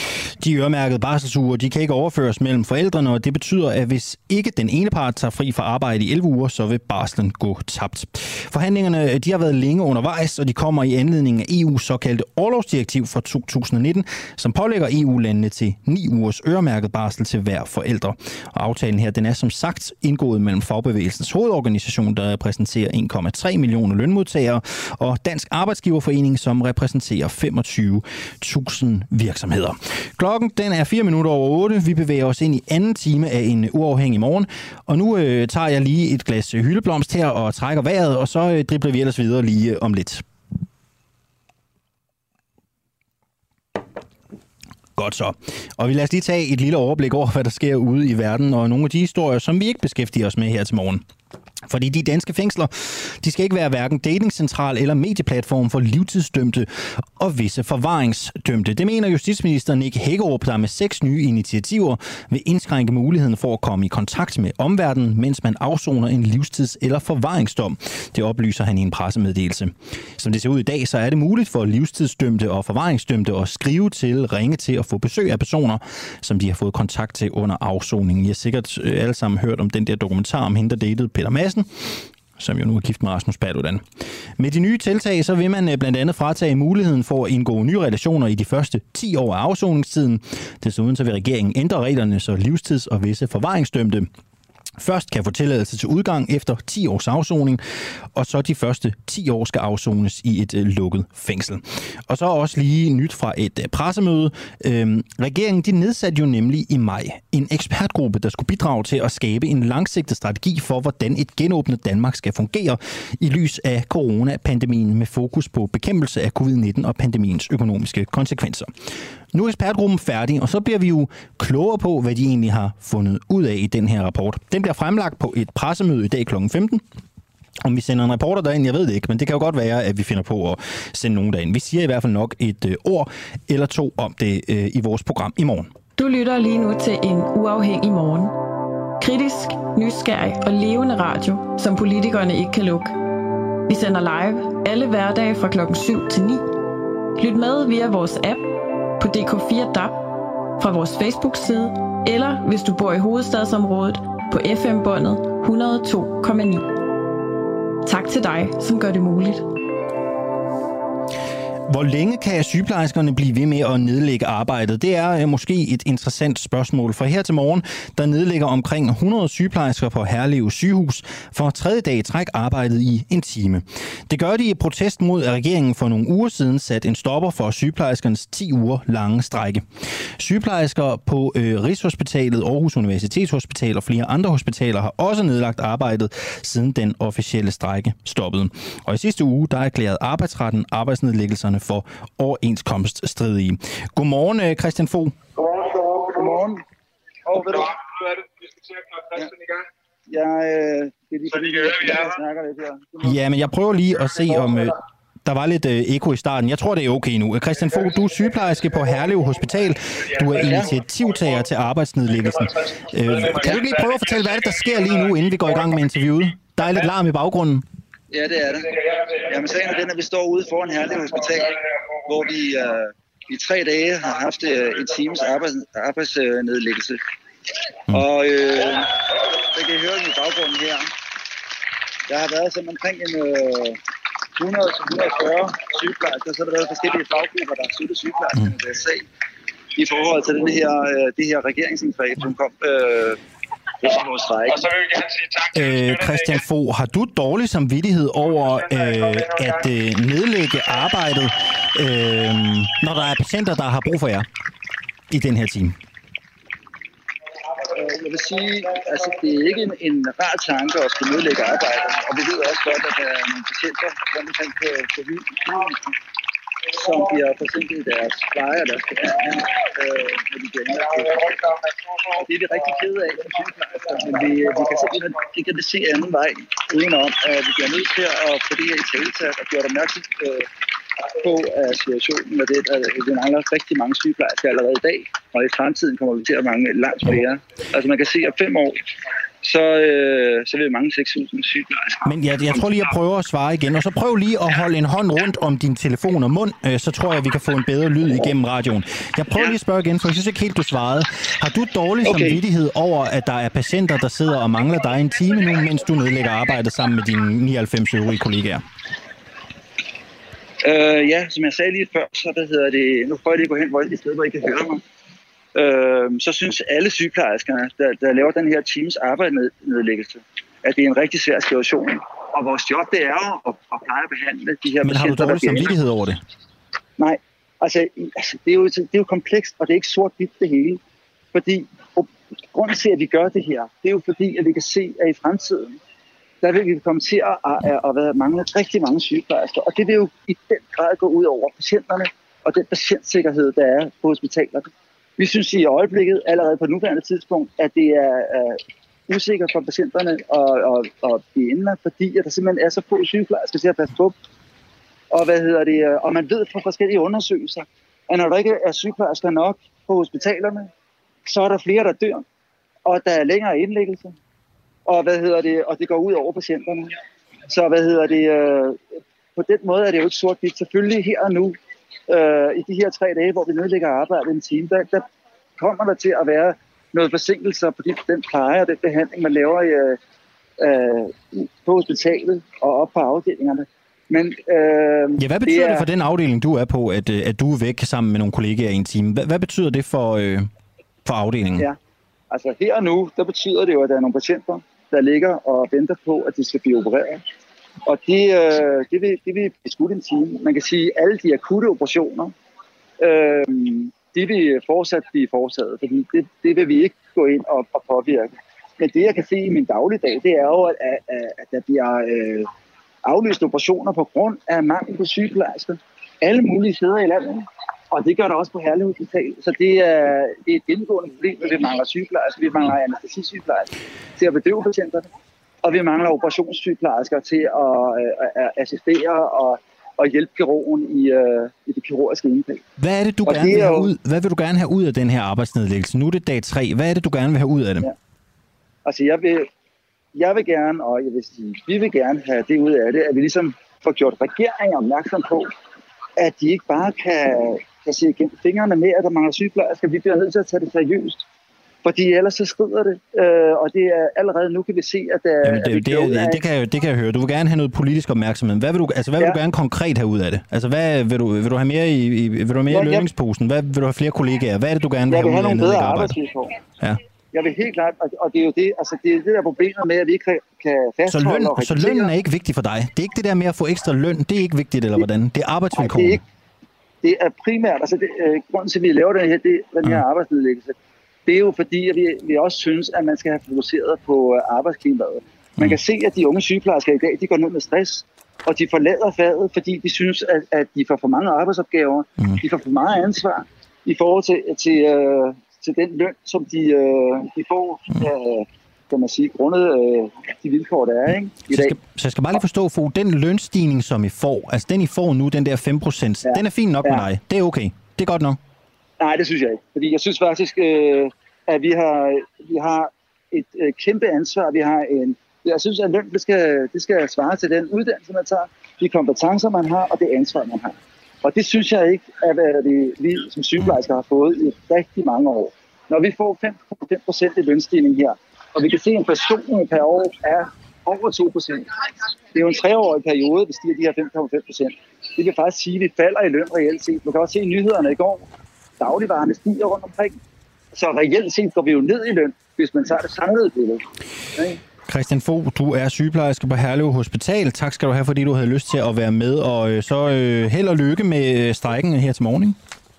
De øremærkede barselsuger, de kan ikke overføres mellem forældrene, og det betyder, at hvis ikke den ene part tager fri fra arbejde i elleve uger, så vil barslen gå tabt. Forhandlingerne de har været længe undervejs, og de kommer i anledning af E U's såkaldte orlovsdirektiv fra to tusind nitten, som pålægger E U-landene til ni ugers øremærket barsel til hver forældre. Og aftalen her, den er som sagt indgået mellem Fagbevægelsens hovedorganisation, der repræsenterer en komma tre millioner lønmodtagere, og Dansk Arbejdsgiverforening, som repræsenterer femogtyve tusind virksomheder. Klokken den er fire minutter over otte. Vi bevæger os ind i anden time af en uafhængig morgen. Og nu øh, tager jeg lige et glas hyldeblomst her og trækker vejret, og så øh, dribler vi ellers videre lige om lidt. Godt så. Og vi lader os lige tage et lille overblik over, hvad der sker ude i verden, og nogle af de historier, som vi ikke beskæftiger os med her til morgen. Fordi de danske fængsler, de skal ikke være hverken datingcentral eller medieplatform for livstidsdømte og visse forvaringsdømte. Det mener justitsminister Nick Hækkerup, der med seks nye initiativer vil indskrænke muligheden for at komme i kontakt med omverdenen, mens man afsoner en livstids- eller forvaringsdom. Det oplyser han i en pressemeddelelse. Som det ser ud i dag, så er det muligt for livstidsdømte og forvaringsdømte at skrive til, ringe til og få besøg af personer, som de har fået kontakt til under afsoningen. I har sikkert alle sammen hørt om den der dokumentar om hende, der datede Peter Madsen, som jo nu er gift med Rasmus Paludan. Med de nye tiltag, så vil man blandt andet fratage muligheden for at indgå nye relationer i de første ti år af afsoningstiden. Desuden så vil regeringen ændre reglerne, så livstids- og visse forvaringsdømte først kan få tilladelse til udgang efter ti års afsoning, og så de første ti år skal afsones i et øh, lukket fængsel. Og så også lige nyt fra et øh, pressemøde. Øhm, regeringen de nedsatte jo nemlig i maj en ekspertgruppe, der skulle bidrage til at skabe en langsigtet strategi for, hvordan et genåbnet Danmark skal fungere i lys af coronapandemien med fokus på bekæmpelse af covid nitten og pandemiens økonomiske konsekvenser. Nu er ekspertgruppen færdig, og så bliver vi jo klogere på, hvad de egentlig har fundet ud af i den her rapport. Den bliver fremlagt på et pressemøde i dag klokken femten. Om vi sender en reporter derind, jeg ved det ikke, men det kan jo godt være, at vi finder på at sende nogen derind. Vi siger i hvert fald nok et øh, ord eller to om det øh, i vores program i morgen. Du lytter lige nu til en uafhængig morgen. Kritisk, nysgerrig og levende radio, som politikerne ikke kan lukke. Vi sender live alle hverdage fra klokken syv til ni. Lyt med via vores app på D K fire D A B, fra vores Facebook-side, eller hvis du bor i hovedstadsområdet på F M-båndet et hundrede og to komma ni. Tak til dig, som gør det muligt. Hvor længe kan sygeplejerskerne blive ved med at nedlægge arbejdet? Det er måske et interessant spørgsmål, for her til morgen, der nedlægger omkring hundrede sygeplejersker på Herlev sygehus for tredje dag i træk arbejdet i en time. Det gør de i protest mod, at regeringen for nogle uger siden satte en stopper for sygeplejerskernes ti uger lange strejke. Sygeplejersker på øh, Rigshospitalet, Aarhus Universitetshospital og flere andre hospitaler har også nedlagt arbejdet, siden den officielle strejke stoppede. Og i sidste uge, der erklærede arbejdsretten arbejdsnedlæggelserne for overenskomststridige. Godmorgen, Christian Fogh. Godmorgen. Og ved du, nu er det, vi skal til at køre Christian i gang. Ja, øh, det er lige fordi, jeg snakker lidt her. Ja, men jeg prøver lige at se, om øh, der var lidt øh, eko i starten. Jeg tror, det er okay nu. Christian Fogh, du er sygeplejerske på Herlev Hospital. Du er initiativtager til arbejdsnedlæggelsen. Øh, kan du lige prøve at fortælle, hvad er det, der sker lige nu, inden vi går i gang med interviewet? Der er lidt larm i baggrunden. Ja, det er det. Jamen, sagen er den, at vi står ude foran Herlev Hospital, hvor vi øh, i tre dage har haft øh, en times arbejds, arbejdsnedlæggelse. Mm. Og øh, det kan I høre i baggrunden her. Der har været sådan omkring en øh, hundrede til hundrede og fyrre sygeplejersker, så har der været forskellige faggrupper, der har støttet sygeplejerskerne i sag i forhold til den her, øh, det her regeringsindgreb, som kom øh, Og så vil vi gerne sige tak til øh, Christian Fogh, har du dårlig samvittighed over øh, at øh, nedlægge arbejdet, øh, når der er patienter, der har brug for jer i den her time? Jeg vil sige, altså det er ikke en, en rar tanke at skulle nedlægge arbejdet, og vi ved også godt, at der er nogle patienter rundt omkring på, på sygehusene, som bliver forsinket i deres pleje og deres behandling, øh, når de bliver indlagt. Og det er vi rigtig kede af som sygeplejersker, men vi, vi kan simpelthen ikke kan se anden vej, udenom at vi bliver nødt til at få det her i talesat og gjort opmærksom øh, på at situationen med det, at vi mangler rigtig mange sygeplejersker allerede i dag, og i fremtiden kommer vi til at mangle langt flere. Altså man kan se, at fem år, så, øh, så vil vi mange seks tusind sygeplejersker. Men jeg, jeg tror lige, jeg prøver at svare igen, og så prøv lige at holde en hånd rundt om din telefon og mund, øh, så tror jeg, vi kan få en bedre lyd igennem radioen. Jeg prøver ja. lige at spørge igen, for jeg synes ikke helt, du svarede. Har du dårlig okay. samvittighed over, at der er patienter, der sidder og mangler dig en time nu, mens du nedlægger arbejdet sammen med dine nioghalvfems øvrige kollegaer? Øh, ja, som jeg sagde lige før, så hvad hedder det, nu prøver jeg lige at gå hen, hvor i stedet, hvor I kan høre mig. Øh, så synes alle sygeplejerskerne, der, der laver den her teams arbejdsnedlæggelse, at det er en rigtig svær situation. Og vores job, det er at, at pleje og behandle de her Men patienter. Men har du dårlig samvittighed over det? Nej, altså, altså det, er jo, det er jo komplekst, og det er ikke sort-hvidt det hele. Fordi grunden til, at vi gør det her, det er jo fordi, at vi kan se, at i fremtiden, der vil vi komme til at, at, at, at mangle rigtig mange sygeplejersker. Og det vil jo i den grad gå ud over patienterne og den patientsikkerhed, der er på hospitalerne. Vi synes i øjeblikket, allerede på nuværende tidspunkt, at det er uh, usikkert for patienterne at, at, at blive indlagt, fordi at der simpelthen er så få sygeplejersker til at passe på. Og, hvad hedder det, og man ved fra forskellige undersøgelser, at når der ikke er sygeplejersker nok på hospitalerne, så er der flere, der dør, og der er længere indlæggelse. Og hvad hedder det, og det går ud over patienterne. Så hvad hedder det, øh, på den måde er det jo ikke sort-hvidt. Selvfølgelig her og nu, øh, i de her tre dage, hvor vi nedlægger arbejde en time, der, der kommer der til at være noget forsinkelser på den pleje og den behandling, man laver i, øh, på hospitalet og op på afdelingerne. Men, øh, ja, hvad betyder det, er, det for den afdeling, du er på, at, at du er væk sammen med nogle kollegaer i en time? Hvad, hvad betyder det for, øh, for afdelingen? Ja, altså her og nu, der betyder det jo, at der er nogle patienter, der ligger og venter på, at de skal blive opereret. Og det, øh, det, vil, det vil blive skudt en time. Man kan sige, at alle de akutte operationer, øh, de vil fortsat blive foretaget, fordi det, det vil vi ikke gå ind og, og påvirke. Men det, jeg kan se i min dagligdag, det er jo, at, at, at der bliver øh, aflyst operationer på grund af mangel på sygeplejersker. Alle mulige steder i landet. Og det gør der også på Herlev Hospital. Så det er, det er et gennemgående problem, at vi mangler sygeplejersker. Vi mangler anæstesisygeplejersker til at bedøve patienterne. Og vi mangler operationssygeplejersker til at, at, at assistere og, og hjælpe kirurgen i, uh, i det kirurgiske indgreb. Hvad er det, du gerne vil have ud? Hvad vil du gerne have ud af den her arbejdsnedlæggelse? Nu er det dag tre. Hvad er det, du gerne vil have ud af det? Ja. Altså, jeg vil, jeg vil gerne, og jeg vil sige, vi vil gerne have det ud af det, at vi ligesom får gjort regeringen opmærksom på, at de ikke bare kan, kan se igennem fingrene med, at der mangler sygeplejersker. Vi bliver nødt til at tage det seriøst. Fordi ellers så skrider det, øh, og det er allerede nu kan vi se, at der Jamen, det, det, det, det, kan jeg, det kan jeg høre. Du vil gerne have noget politisk opmærksomhed. Hvad vil du, altså, hvad vil ja. du gerne konkret have ud af det? Altså, hvad vil du, vil du have mere i, i vil du have mere ja, i lønningsposen? Hvad vil du have flere kollegaer? Hvad er det, du gerne vil have ud af det? Jeg vil have nogle bedre arbejdsvilkår. Ja. Jeg vil helt klart, og det er jo det, altså det er det der problemer med, at vi ikke kan fastholde. Så, løn, så lønnen er ikke vigtig for dig? Det er ikke det der med at få ekstra løn, det er ikke vigtigt, eller hvordan? Det er arbejdsvilkårene? Det, det er primært, altså det, øh, grunden til, at vi laver den her, det, den her mm. arbejdsnedlæggelse, det er jo fordi, at vi, vi også synes, at man skal have fokuseret på arbejdsklimaet. Man kan se, at de unge sygeplejersker i dag, de går ned med stress, og de forlader faget, fordi de synes, at, at de får for mange arbejdsopgaver, mm. de får for meget ansvar i forhold til, til, øh, til den løn, som de, øh, de får, mm. øh, kan man sige, grundet øh, de vilkår, der er, ikke, i så dag. Skal, så jeg skal bare lige forstå, for den lønstigning, som I får, altså den I får nu, den der fem procent, ja. Den er fin nok ja. med dig. Det er okay. Det er godt nok. Nej, det synes jeg ikke. Fordi jeg synes faktisk, øh, at vi har, vi har et øh, kæmpe ansvar. Vi har en, jeg synes, at løn det skal, det skal svare til den uddannelse, man tager, de kompetencer, man har, og det ansvar, man har. Og det synes jeg ikke, at det, vi som sygeplejersker har fået i rigtig mange år. Når vi får fem komma fem procent i lønstigning her, og vi kan se, at inflationen per år er over to procent. Det er jo en treårig periode, vi stiger de her fem komma fem procent. Det vil faktisk sige, at vi falder i løn reelt set. Man kan også se i nyhederne i går. Dagligvarerne stiger rundt omkring. Så reelt set går vi jo ned i løn, hvis man tager det samlede billede. Okay? Christian Fogh, du er sygeplejerske på Herlev Hospital. Tak skal du have, fordi du havde lyst til at være med. Og øh, så øh, held og lykke med strejken her til morgen.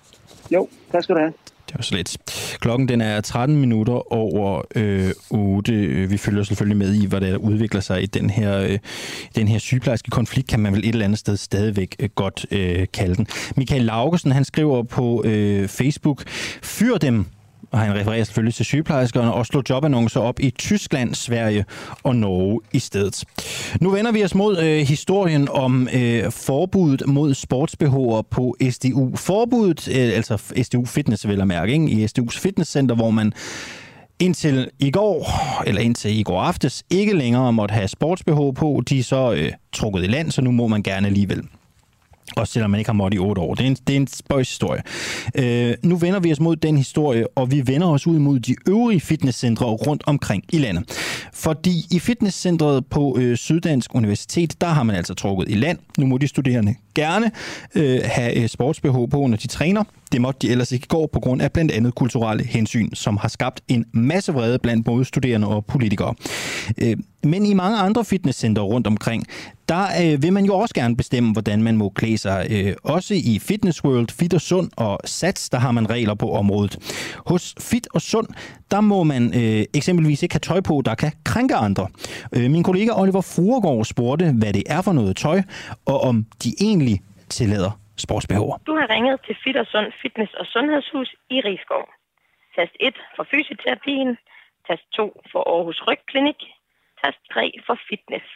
Jo, tak skal du have. Det var så lidt. Klokken den er tretten minutter over øh, otte. Vi følger selvfølgelig med i, hvad der udvikler sig i den her, øh, den her sygeplejerske konflikt, kan man vel et eller andet sted stadigvæk øh, godt øh, kalde den. Michael Laugesen, han skriver på øh, Facebook, fyr dem, og han refererer selvfølgelig til sygeplejerskerne, og slå jobannoncer op i Tyskland, Sverige og Norge i stedet. Nu vender vi os mod øh, historien om øh, forbuddet mod sports-B H'er på S D U. Forbuddet, øh, altså S D U Fitness vel at mærke, ikke? I S D U's fitnesscenter, hvor man indtil i går, eller indtil i går aftes, ikke længere måtte have sports-B H på. De er så øh, trukket i land, så nu må man gerne alligevel. Også selvom man ikke har måttet i otte år. Det er en, det er en spøjs historie. Øh, nu vender vi os mod den historie, og vi vender os ud mod de øvrige fitnesscentre rundt omkring i landet. Fordi i fitnesscentret på øh, Syddansk Universitet, der har man altså trukket i land. Nu må de studerende gerne øh, have sports-B H på, når de træner. Det måtte de ellers ikke i går på grund af blandt andet kulturelle hensyn, som har skabt en masse vrede blandt både studerende og politikere. Øh, men i mange andre fitnesscenter rundt omkring, der øh, vil man jo også gerne bestemme, hvordan man må klæde sig. Øh, også i Fitness World, Fit og Sund og Sats, der har man regler på området. Hos Fit og Sund, der må man øh, eksempelvis ikke have tøj på, der kan krænke andre. Øh, min kollega Oliver Fruergaard spurgte, hvad det er for noget tøj, og om de egentlig tillader sports-B H'er. Du har ringet til Fit og Sund Fitness og Sundhedshus i Rigskov. Tast et for fysioterapien, tast to for Aarhus Rygklinik, tast tre for fitness.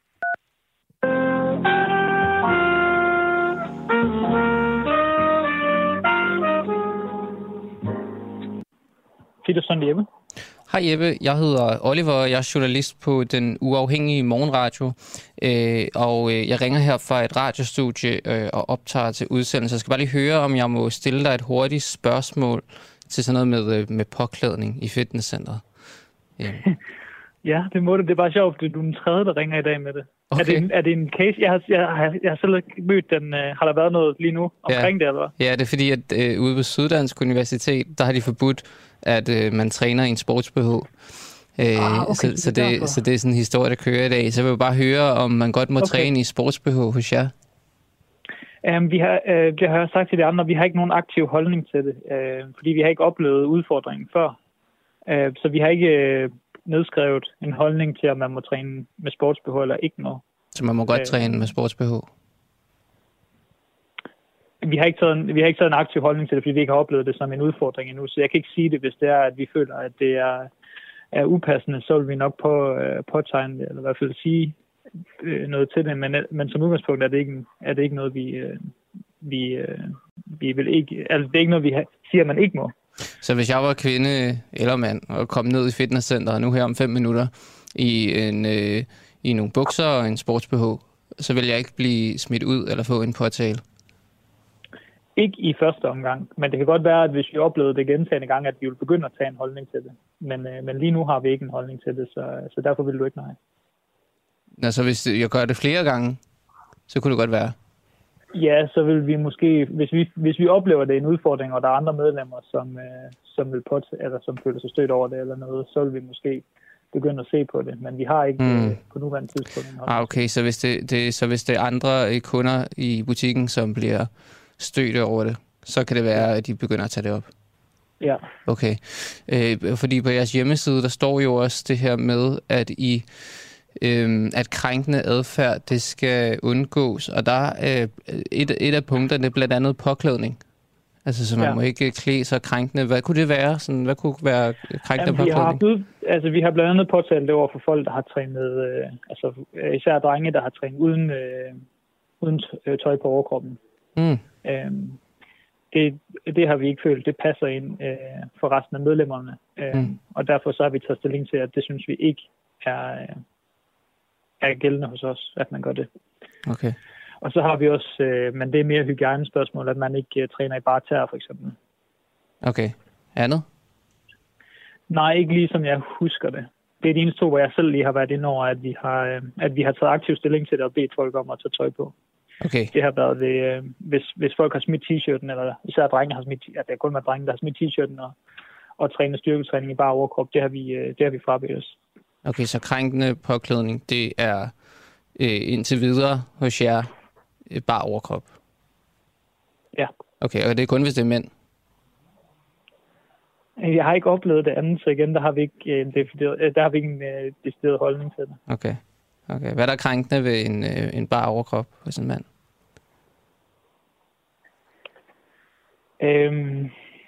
Fit og Sund Jeppe. Hej Jeppe, jeg hedder Oliver, og jeg er journalist på Den Uafhængige Morgenradio, øh, og øh, jeg ringer her fra et radiostudie øh, og optager til udsendelse. Jeg skal bare lige høre, om jeg må stille dig et hurtigt spørgsmål til sådan noget med, øh, med påklædning i fitnesscenteret. Yeah. Ja, det må det. Det er bare sjovt, at du er den tredje, der ringer i dag med det. Okay. Er, det en, er det en case? Jeg har, jeg har, jeg har selv ikke mødt den. Øh, har der været noget lige nu omkring ja. det, eller? Ja, det er fordi, at øh, ude på Syddansk Universitet, der har de forbudt, at øh, man træner i en sports-B H. Øh, ah, okay, så, så, det, så det er sådan en historie, der kører i dag. Så jeg vil bare høre, om man godt må okay. træne i sports-B H hos jer. Um, vi har, øh, det har jeg sagt til de andre, vi har ikke nogen aktiv holdning til det, øh, fordi vi har ikke oplevet udfordringen før. Øh, så vi har ikke øh, nedskrevet en holdning til, om man må træne med sports-B H eller ikke noget. Så man må godt øh, træne med sports-B H? Vi har, ikke taget en, vi har ikke taget en aktiv holdning til det, fordi vi ikke har oplevet det som en udfordring endnu. Så jeg kan ikke sige det, hvis det er, at vi føler, at det er, er upassende, så vil vi nok på, øh, påtegne det, eller i hvert fald sige øh, noget til det. Men, men som udgangspunkt er det ikke, er det ikke noget, vi, øh, vi, øh, vi vil ikke... Altså, det er ikke noget, vi siger, man ikke må. Så hvis jeg var kvinde eller mand og kom ned i fitnesscenteret nu her om fem minutter i, en, øh, i nogle bukser og en sports-B H, så vil jeg ikke blive smidt ud eller få en påtale? Ikke i første omgang, men det kan godt være, at hvis vi oplevede det gentagne gange, at vi vil begynde at tage en holdning til det. Men, øh, men lige nu har vi ikke en holdning til det, så, så derfor vil du ikke nej. Altså hvis jeg gør det flere gange, så kunne det godt være? Ja, så vil vi måske, hvis vi, hvis vi oplever det en udfordring, og der er andre medlemmer, som, øh, som, vil påt- eller som føler sig stødt over det eller noget, så vil vi måske begynde at se på det. Men vi har ikke mm. øh, på nuværende tidspunkt en holdning. Ah, okay, så hvis det, det, så hvis det er andre kunder i butikken, som bliver støtte over det, så kan det være, at de begynder at tage det op. Ja. Okay. Øh, fordi på jeres hjemmeside, der står jo også det her med, at I øh, at krænkende adfærd, det skal undgås. Og der er øh, et, et af punkterne blandt andet påklædning. Altså, så man ja. må ikke klæde sig krænkende. Hvad kunne det være? Sådan, hvad kunne være krænkende Jamen, vi påklædning? Har, altså, vi har blandt andet påtalt det over for folk, der har trænet, øh, altså især drenge, der har trænet uden, øh, uden tøj på overkroppen. Mm. Øhm, det, det har vi ikke følt, det passer ind øh, for resten af medlemmerne. Øhm, mm. Og derfor så har vi taget stilling til, at det synes vi ikke er, er gældende hos os, at man gør det. Okay. Og så har vi også, øh, men det er mere hygiejnespørgsmål, at man ikke uh, træner i bare tæer, for eksempel. Okay. Andet? Nej, ikke lige som jeg husker det. Det er de eneste to, hvor jeg selv lige har været inde over, at vi har, øh, at vi har taget aktiv stilling til det og bedt folk om at tage tøj på. Okay. Det har været ved, øh, hvis, hvis folk har smidt t-shirten, eller især drenge har smidt, at det er kun med drenge, der har smidt t-shirten og, og trænet styrketræning i bare overkrop, det har vi, øh, det har vi frabedt os. Okay, så krænkende påklædning, det er øh, indtil videre hos jer øh, bare overkrop? Ja. Okay, og det er kun, hvis det er mænd? Jeg har ikke oplevet det andet, så igen, der har vi ikke en decideret, der har vi ikke en uh, decideret holdning til det. Okay. Okay. Hvad er der krænkende ved en, øh, en bar overkrop hos en mand? Øhm,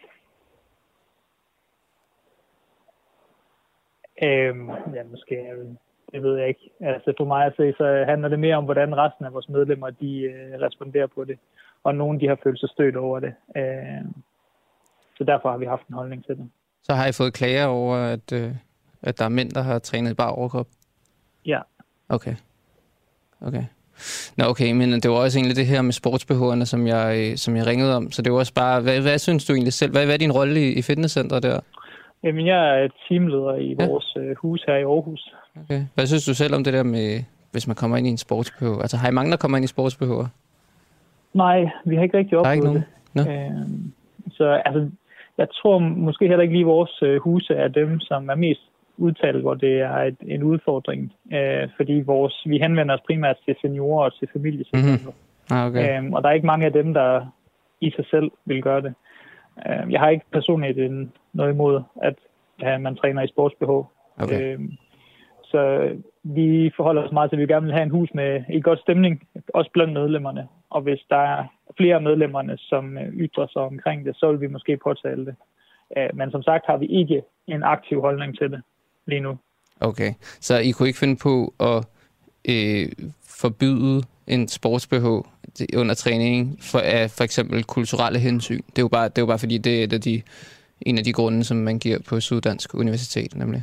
øhm, ja, måske, det ved jeg ikke. Altså for mig at se, så handler det mere om, hvordan resten af vores medlemmer, de øh, responderer på det. Og nogen, de har følt sig stødt over det. Øh, så derfor har vi haft en holdning til det. Så har I fået klager over, at, øh, at der er mænd, der har trænet bare overkrop? Ja. Okay. Okay. Nå, okay, men det var også egentlig det her med sportsbehårene, som jeg, som jeg ringede om. Så det var også bare, hvad, hvad synes du egentlig selv? Hvad, hvad er din rolle i, i fitnesscenteret der? Jamen, jeg er teamleder i ja. vores øh, hus her i Aarhus. Okay. Hvad synes du selv om det der med, hvis man kommer ind i en sportsbehår? Altså, har I mange, der kommer ind i sportsbehår? Nej, vi har ikke rigtig oplevet ikke det. No. Øh, så altså, jeg tror måske heller ikke lige vores øh, huse er dem, som er mest udtalt, hvor det er et, en udfordring. Øh, fordi vores, vi henvender os primært til seniorer og til familie. Mm-hmm. Ah, okay. øh, og der er ikke mange af dem, der i sig selv vil gøre det. Øh, jeg har ikke personligt en, noget imod, at ja, man træner i sportsbehov. Okay. Øh, så vi forholder os meget til, at vi gerne vil have en hus med en god stemning, også blandt medlemmerne. Og hvis der er flere medlemmerne, som ytrer sig omkring det, så vil vi måske påtale det. Men som sagt har vi ikke en aktiv holdning til det lige nu. Okay, så I kunne ikke finde på at øh, forbyde en sports-B H under træning for, af for eksempel kulturelle hensyn? Det er jo bare, det er jo bare fordi, det er et af de, en af de grunde, som man giver på Syddansk Universitet, nemlig.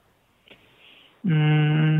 Mm.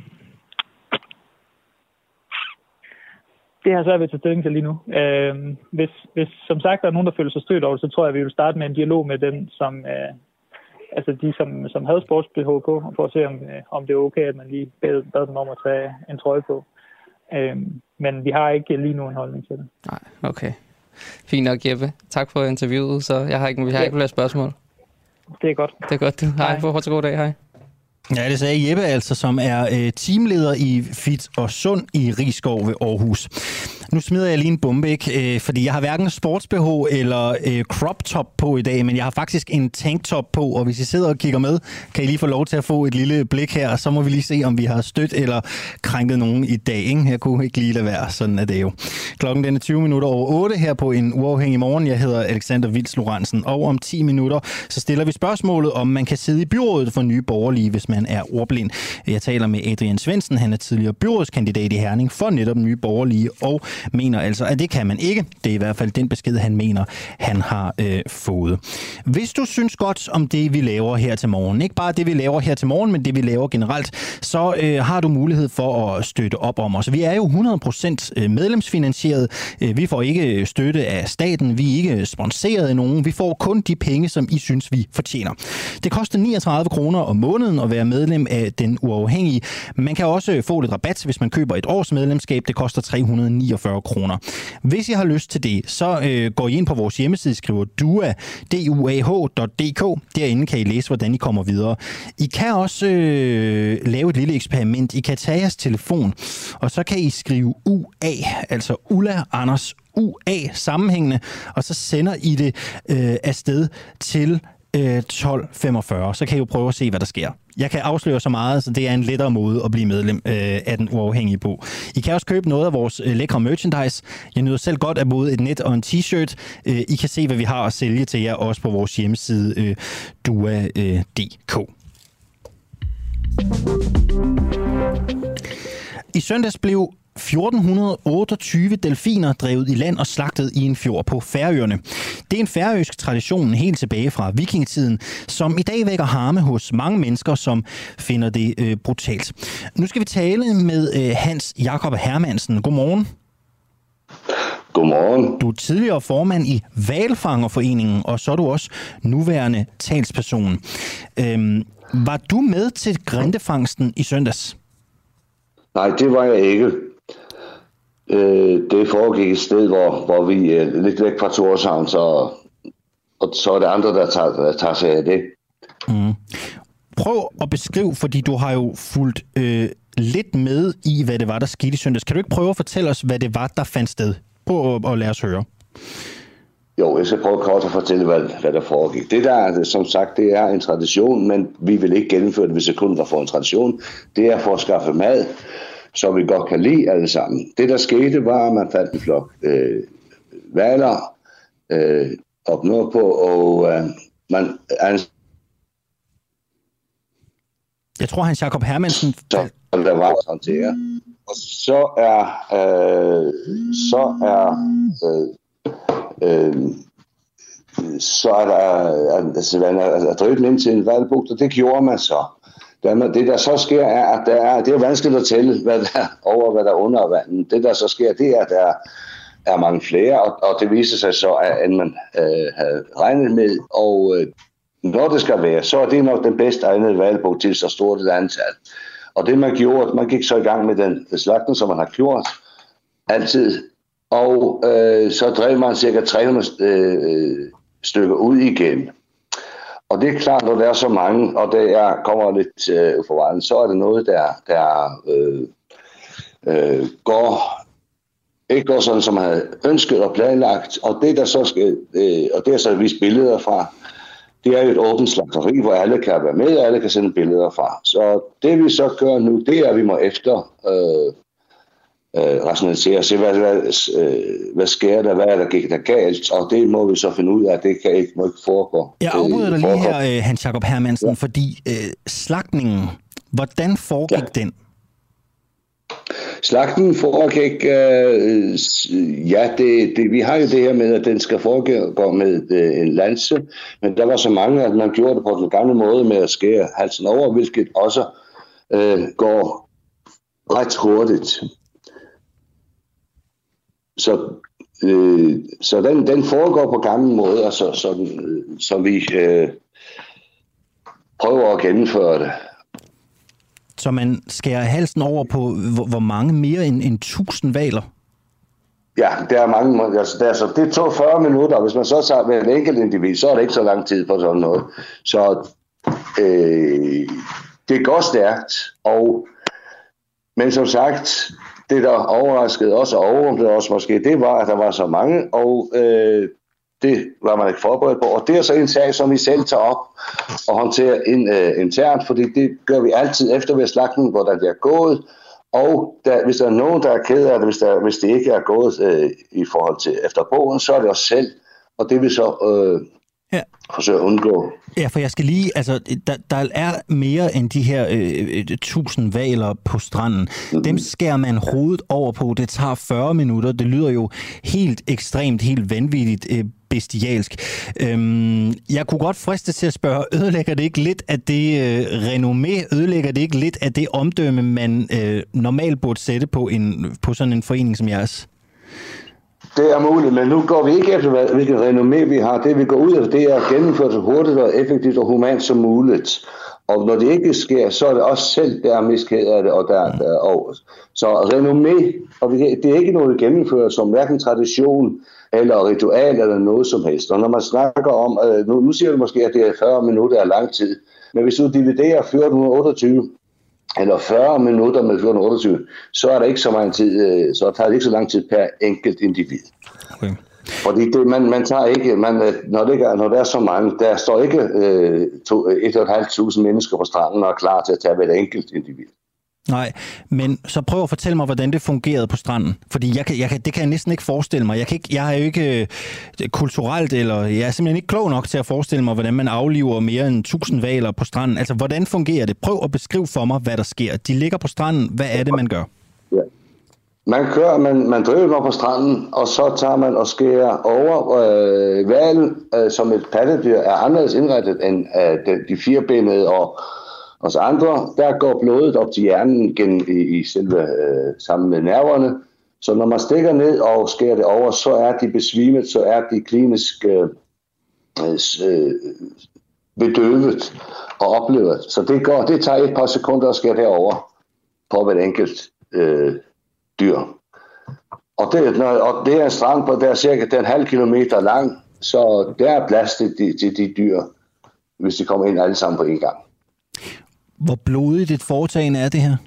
Det har jeg så ved at tage stilling til lige nu. Øh, hvis, hvis som sagt der er nogen, der føler sig stødt over, så tror jeg, at vi vil starte med en dialog med dem, som, øh, altså de, som, som havde sports-B H på, for at se, om, øh, om det er okay, at man lige bad, bad dem om at tage en trøje på. Øh, men vi har ikke lige nu en holdning til det. Nej, okay. Fint nok, Jeppe. Tak for interviewet, så jeg har ikke, jeg har ikke flere spørgsmål. Det er godt. Det er godt, du. Hej. Hej. Fortsat god dag. Hej. Ja, det sagde Jeppe altså, som er øh, teamleder i Fit og Sund i Risskov ved Aarhus. Nu smider jeg lige en bombe, ikke? Øh, fordi jeg har hverken sports-B H eller øh, crop top på i dag, men jeg har faktisk en tanktop på, og hvis I sidder og kigger med, kan I lige få lov til at få et lille blik her, og så må vi lige se, om vi har stødt eller krænket nogen i dag, ikke? Jeg kunne ikke lige lade være, sådan er det jo. Klokken den er tyve minutter over otte her på en uafhængig morgen. Jeg hedder Alexander Vils Lorentzen, og om ti minutter, så stiller vi spørgsmålet, om man kan sidde i byrådet for Nye Borgerlige, hvis man er ordblind. Jeg taler med Adrian Svendsen, han er tidligere byrådskandidat i Herning for netop Nye Borgerlige, og mener altså, at det kan man ikke. Det er i hvert fald den besked, han mener, han har øh, fået. Hvis du synes godt om det, vi laver her til morgen, ikke bare det, vi laver her til morgen, men det, vi laver generelt, så øh, har du mulighed for at støtte op om os. Vi er jo hundrede procent medlemsfinansieret. Vi får ikke støtte af staten. Vi er ikke sponsoreret af nogen. Vi får kun de penge, som I synes, vi fortjener. Det koster niogtredive kroner om måneden at være medlem af Den Uafhængige. Man kan også få lidt rabat, hvis man køber et års medlemskab. Det koster tre hundrede og niogfyrre kroner. Hvis I har lyst til det, så øh, går I ind på vores hjemmeside, skriver dua, d u a h punktum d k. Derinde kan I læse, hvordan I kommer videre. I kan også øh, lave et lille eksperiment. I kan tage jeres telefon, og så kan I skrive U A, altså Ulla Anders U A sammenhængende, og så sender I det øh, afsted til tolv femogfyrre, så kan I jo prøve at se, hvad der sker. Jeg kan afsløre så meget, så det er en lettere måde at blive medlem øh, af Den Uafhængige på. I kan også købe noget af vores øh, lækre merchandise. Jeg nyder selv godt af både et net og en t-shirt. Øh, I kan se, hvad vi har at sælge til jer også på vores hjemmeside øh, dua punktum d k. I søndags blev fjorten otteogtyve delfiner drevet i land og slagtet i en fjord på Færøerne. Det er en færøsk tradition helt tilbage fra vikingetiden, som i dag vækker harme hos mange mennesker, som finder det øh, brutalt. Nu skal vi tale med øh, Hans Jakob Hermansen. Godmorgen. Godmorgen. Du er tidligere formand i Hvalfangerforeningen, og så er du også nuværende talsperson. Øhm, var du med til grindefangsten i søndags? Nej, det var jeg ikke. Øh, det foregik et sted, hvor, hvor vi er lidt væk fra Torshavn, så, og så er det andre, der tager, der tager sig af det. Mm. Prøv at beskrive, fordi du har jo fulgt øh, lidt med i, hvad det var, der skete i søndags. Kan du ikke prøve at fortælle os, hvad det var, der fandt sted? Prøv at, at lade os høre. Jo, jeg skal prøve kort at fortælle, hvad, hvad der foregik. Det der, som sagt, det er en tradition, men vi vil ikke gennemføre det, hvis det kun var for en tradition. Det er for at skaffe mad, som vi godt kan lide alle sammen. Det, der skete, var, at man fandt en flok øh, hvaler øh, op nordpå, og øh, man... Ans- Jeg tror, Hans Jakob Hermansen... Så der var at håndtere. Og så er... Øh, så er... Øh, øh, så er der altså, at drive den ind til en valgbugt, og det gjorde man så. Det, der så sker, er, at der er, det er vanskeligt at tælle, hvad der er over, hvad der er under vandet. Det, der så sker, det er, at der er mange flere, og, og det viser sig så, at man øh, havde regnet med, og øh, når det skal være, så er det nok den bedste egnede valgbog til så stort et antal. Og det man gjorde, man gik så i gang med den slagten, som man har gjort altid, og øh, så drev man cirka tre hundrede øh, stykker ud igen. Og det er klart, når der er så mange, og det er, kommer lidt øh, uforvarende, så er det noget, der, der øh, øh, går, ikke går sådan, som man havde ønsket og planlagt. Og det, der så skal, øh, og det er så vist billeder fra, det er jo et åbent slagteri, hvor alle kan være med, og alle kan sende billeder fra. Så det vi så gør nu, det er, at vi må efter øh, øh, rationalisere og se, hvad, hvad, øh, hvad sker der, hvad er der gik der galt, og det må vi så finde ud af, det kan ikke, må ikke foregå. Jeg afbryder dig lige her, Hans Jakob Hermansen, ja. fordi øh, slagtningen, hvordan foregik ja. den? Slagten foregik, øh, ja, det, det, vi har jo det her med, at den skal foregå med øh, en lanse, men der var så mange, at man gjorde det på den gamle måde med at skære halsen over, hvilket også øh, går ret hurtigt. Så, øh, så den, den foregår på gamle måder, så, så, så vi øh, prøver at gennemføre det. Så man skærer halsen over på hvor, hvor mange? Mere end, end tusind hvaler? Ja, der er mange. Altså, der er så, det tog fyrre minutter, og hvis man så tager med en enkelt individ, så er det ikke så lang tid på sådan noget. Så øh, det går stærkt. Og, men som sagt, det der overraskede os og overrumplede os måske, det var, at der var så mange, og øh, det var man ikke forberedt på. Og det er så en sag, som vi selv tager op og håndterer in, uh, internt, fordi det gør vi altid efter ved slagtningen, hvordan det er gået. Og der, hvis der er nogen, der er ked af det, hvis, der, hvis det ikke er gået uh, i forhold til efter bogen, så er det os selv. Og det vil så uh, ja. forsøge at undgå. Ja, for jeg skal lige, altså, der, der er mere end de her øh, tusind hvaler på stranden. Mm-hmm. Dem skærer man hovedet over på. Det tager fyrre minutter. Det lyder jo helt ekstremt, helt vanvittigt øh, bestialsk. Øhm, jeg kunne godt friste til at spørge, ødelægger det ikke lidt af det øh, renommé, ødelægger det ikke lidt af det omdømme, man øh, normalt burde sætte på, en, på sådan en forening som jeres? Det er muligt, men nu går vi ikke efter, hvilket renommé vi har. Det vi går ud efter, det er at gennemføre så hurtigt og effektivt og humant som muligt. Og når det ikke sker, så er det også selv, der er mest ked af det, og der, der er over. Så renommé, og det er ikke noget, vi gennemfører som hverken tradition eller ritual eller noget som helst. Og når man snakker om, nu, nu siger du måske, at det er fyrre minutter af lang tid, men hvis du dividerer fjorten otteogtyve eller fyrre minutter med fjorten otteogtyve, så er der ikke så meget tid, så tager det ikke så lang tid per enkelt individ. Okay. Fordi det, man, man tager ikke, man, når, det er, når der er så mange, der står ikke øh, to, et og et halvt tusind mennesker på stranden og er klar til at tage ved et enkelt individ. Nej, men så prøv at fortælle mig, hvordan det fungerede på stranden. Fordi jeg kan, jeg kan, det kan jeg næsten ikke forestille mig. Jeg, kan ikke, jeg er jo ikke øh, kulturelt, eller jeg er simpelthen ikke klog nok til at forestille mig, hvordan man afliver mere end tusind hvaler på stranden. Altså, hvordan fungerer det? Prøv at beskrive for mig, hvad der sker. De ligger på stranden. Hvad er det, man gør? Ja. Man kører, man, man driver på stranden, og så tager man og skærer over øh, hvalen, øh, som et pattedyr, er anderledes indrettet end øh, de, de firebenede og os andre. Der går blodet op til hjernen gennem i, i selve øh, sammen med nerverne. Så når man stikker ned og skærer det over, så er de besvimet, så er de klinisk øh, øh, bedøvet og oplevet. Så det, går, det tager et par sekunder at skære det over på et enkelt øh, dyr. Og det, når, og det er en strand på, der er cirka den halv kilometer lang, så der er plads til de, til de dyr, hvis de kommer ind alle sammen på en gang. Hvor blodigt et foretagende er det her?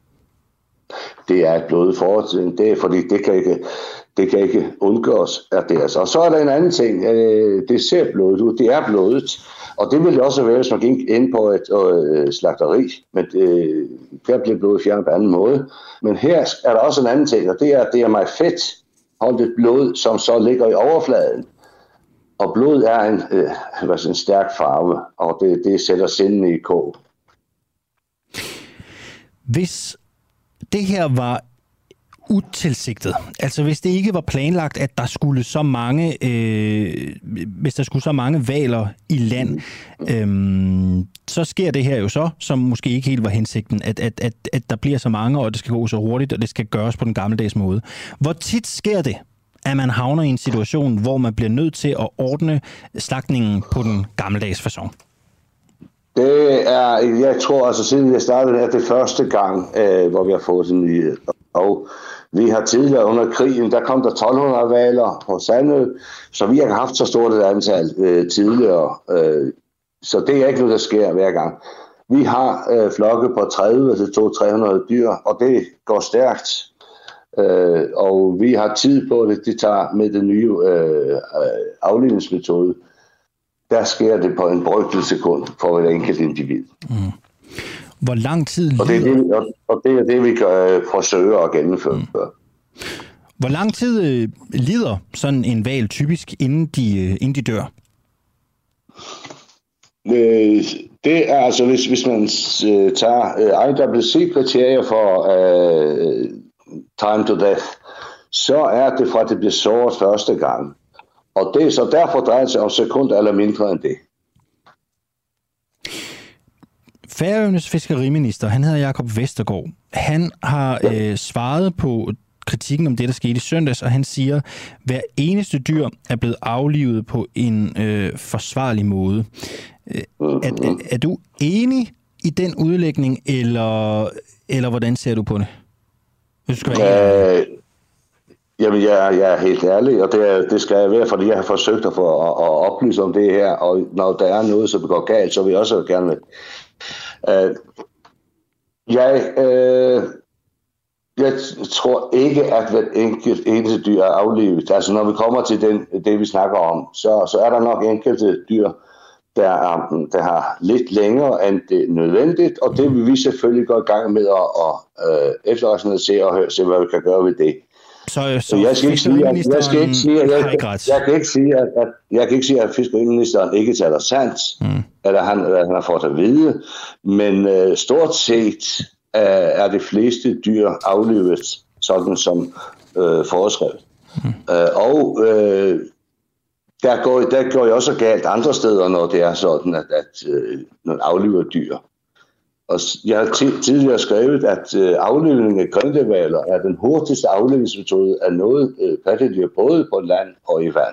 Det er et blodigt foretagende, det er, fordi det kan ikke, det kan ikke undgås, at det er så. Og så er der en anden ting, det ser blodigt ud, det er blodigt, og det ville det også være, hvis man gik ind på et øh, slagteri, men øh, der bliver blodet fjernet på anden måde. Men her er der også en anden ting, og det er, det er meget fedt holdt blod, som så ligger i overfladen. Og blod er en, øh, en stærk farve, og det, det sætter sindene i kog. Hvis det her var utilsigtet? Altså hvis det ikke var planlagt, at der skulle så mange, øh, hvis der skulle så mange hvaler i land, øh, så sker det her jo så, som måske ikke helt var hensigten, at, at, at, at der bliver så mange, og det skal gå så hurtigt, og det skal gøres på den gammeldags måde. Hvor tit sker det, at man havner i en situation, hvor man bliver nødt til at ordne slagtningen på den gammeldags facon? Det er, jeg tror altså siden jeg startede, er det første gang, øh, hvor vi har fået en nyhed. Og vi har tidligere under krigen, der kom der tolv hundrede hvaler på Sandø, så vi har haft så stort et antal øh, tidligere. Øh, så det er ikke noget, der sker hver gang. Vi har øh, flokke på tredive til to til tre hundrede dyr, og det går stærkt. Øh, og vi har tid på det, det tager med den nye øh, aflivningsmetode. Der sker det på en brøkdel sekund for et enkelt individ. Mm. Hvor lang tid lider... Og det er det, og, og det, er det vi gør, forsøger at gennemføre. Mm. Hvor lang tid øh, lider sådan en hval typisk, inden de, øh, inden de dør? Øh, det er altså, hvis, hvis man øh, tager øh, I W C-kriterier for øh, time to death, så er det fra, at det bliver såret første gang. Og det, så derfor drejer det sig om sekunder eller mindre end det. Færøernes fiskeriminister, han hedder Jakob Vestergaard. Han har øh, svaret på kritikken om det, der skete i søndags, og han siger, at hver eneste dyr er blevet aflivet på en øh, forsvarlig måde. Øh, er, er, er du enig i den udlægning, eller, eller hvordan ser du på det? Hvis du skal være øh, Jamen, jeg, jeg er helt ærlig, og det, er, det skal jeg være, fordi jeg har forsøgt at, få, at, at oplyse om det her, og når der er noget, som går galt, så vil jeg også gerne med. Uh, jeg, uh, jeg tror ikke, at hvert enkelt eneste dyr er aflivet. Altså, når vi kommer til den, det, vi snakker om, så, så er der nok enkelte dyr, der, er, der har lidt længere end det nødvendigt, og det vil vi selvfølgelig gå i gang med at, at uh, efterrationalisere og høre, se, hvad vi kan gøre ved det. Så, så jeg skal ikke sige, at jeg skal ikke sige, at jeg, jeg kan ikke sige, at, at jeg kan ikke sige, at fiskeriministeren ikke taler sandt, mm. eller han, eller han har fået at vide, men uh, stort set uh, er de fleste dyr aflivet sådan som uh, foreskrevet. Mm. Uh, og uh, der går der går jo også galt andre steder, når det er sådan, at, at uh, man afliver dyr. Og jeg har tidligere skrevet, at øh, aflivning af grindehvaler er den hurtigste aflivningsmetode af noget øh, pattedyr, både på land og i vand.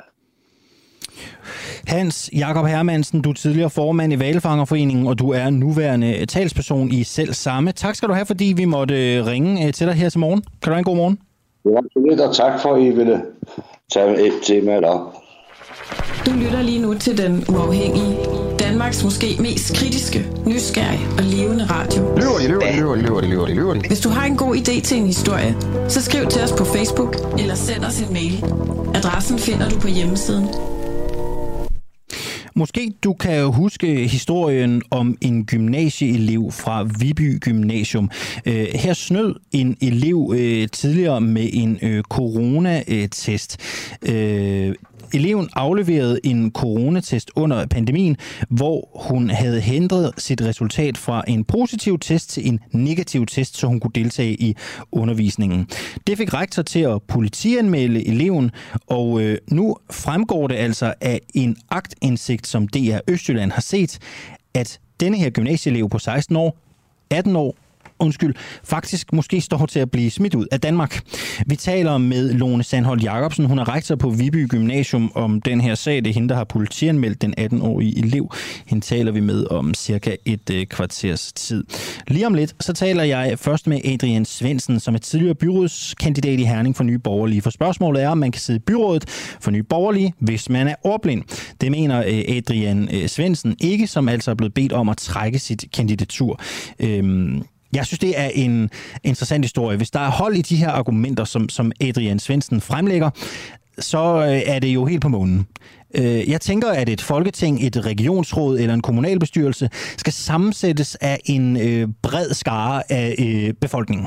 Hans Jakob Hermansen, du er tidligere formand i Hvalfangerforeningen, og du er nuværende talsperson i selv samme. Tak skal du have, fordi vi måtte ringe til dig her til morgen. Kan du have en god morgen? Ja, absolut, og tak for, at I ville tage et tema op. Du lytter lige nu til Den Uafhængige. Danmarks måske mest kritiske, nysgerrige og levende radio. Løver de, løver de, løver de, løver de, løver de, løver de. Hvis du har en god idé til en historie, så skriv til os på Facebook eller send os en mail. Adressen finder du på hjemmesiden. Måske du kan huske historien om en gymnasieelev fra Viby Gymnasium. Her snød en elev tidligere med en coronatest. Eleven afleverede en coronatest under pandemien, hvor hun havde hentet sit resultat fra en positiv test til en negativ test, så hun kunne deltage i undervisningen. Det fik rektor til at politianmelde eleven, og øh, nu fremgår det altså af en aktindsigt, som D R Østjylland har set, at denne her gymnasieelev på seksten år, atten år, undskyld, faktisk måske står til at blive smidt ud af Danmark. Vi taler med Lone Sandholt Jacobsen. Hun er rektor på Viby Gymnasium om den her sag. Det er hende, der har politianmeldt den atten-årige elev. Hende taler vi med om cirka et øh, kvarters tid. Lige om lidt, så taler jeg først med Adrian Svendsen, som er tidligere byrådskandidat i Herning for Nye Borgerlige. For spørgsmålet er, om man kan sidde i byrådet for Nye Borgerlige, hvis man er ordblind. Det mener øh, Adrian øh, Svendsen ikke, som altså er blevet bedt om at trække sit kandidatur. Øhm, Jeg synes, det er en interessant historie. Hvis der er hold i de her argumenter, som, som Adrian Svendsen fremlægger, så er det jo helt på månen. Jeg tænker, at et folketing, et regionsråd eller en kommunalbestyrelse skal sammensættes af en øh, bred skare af øh, befolkningen.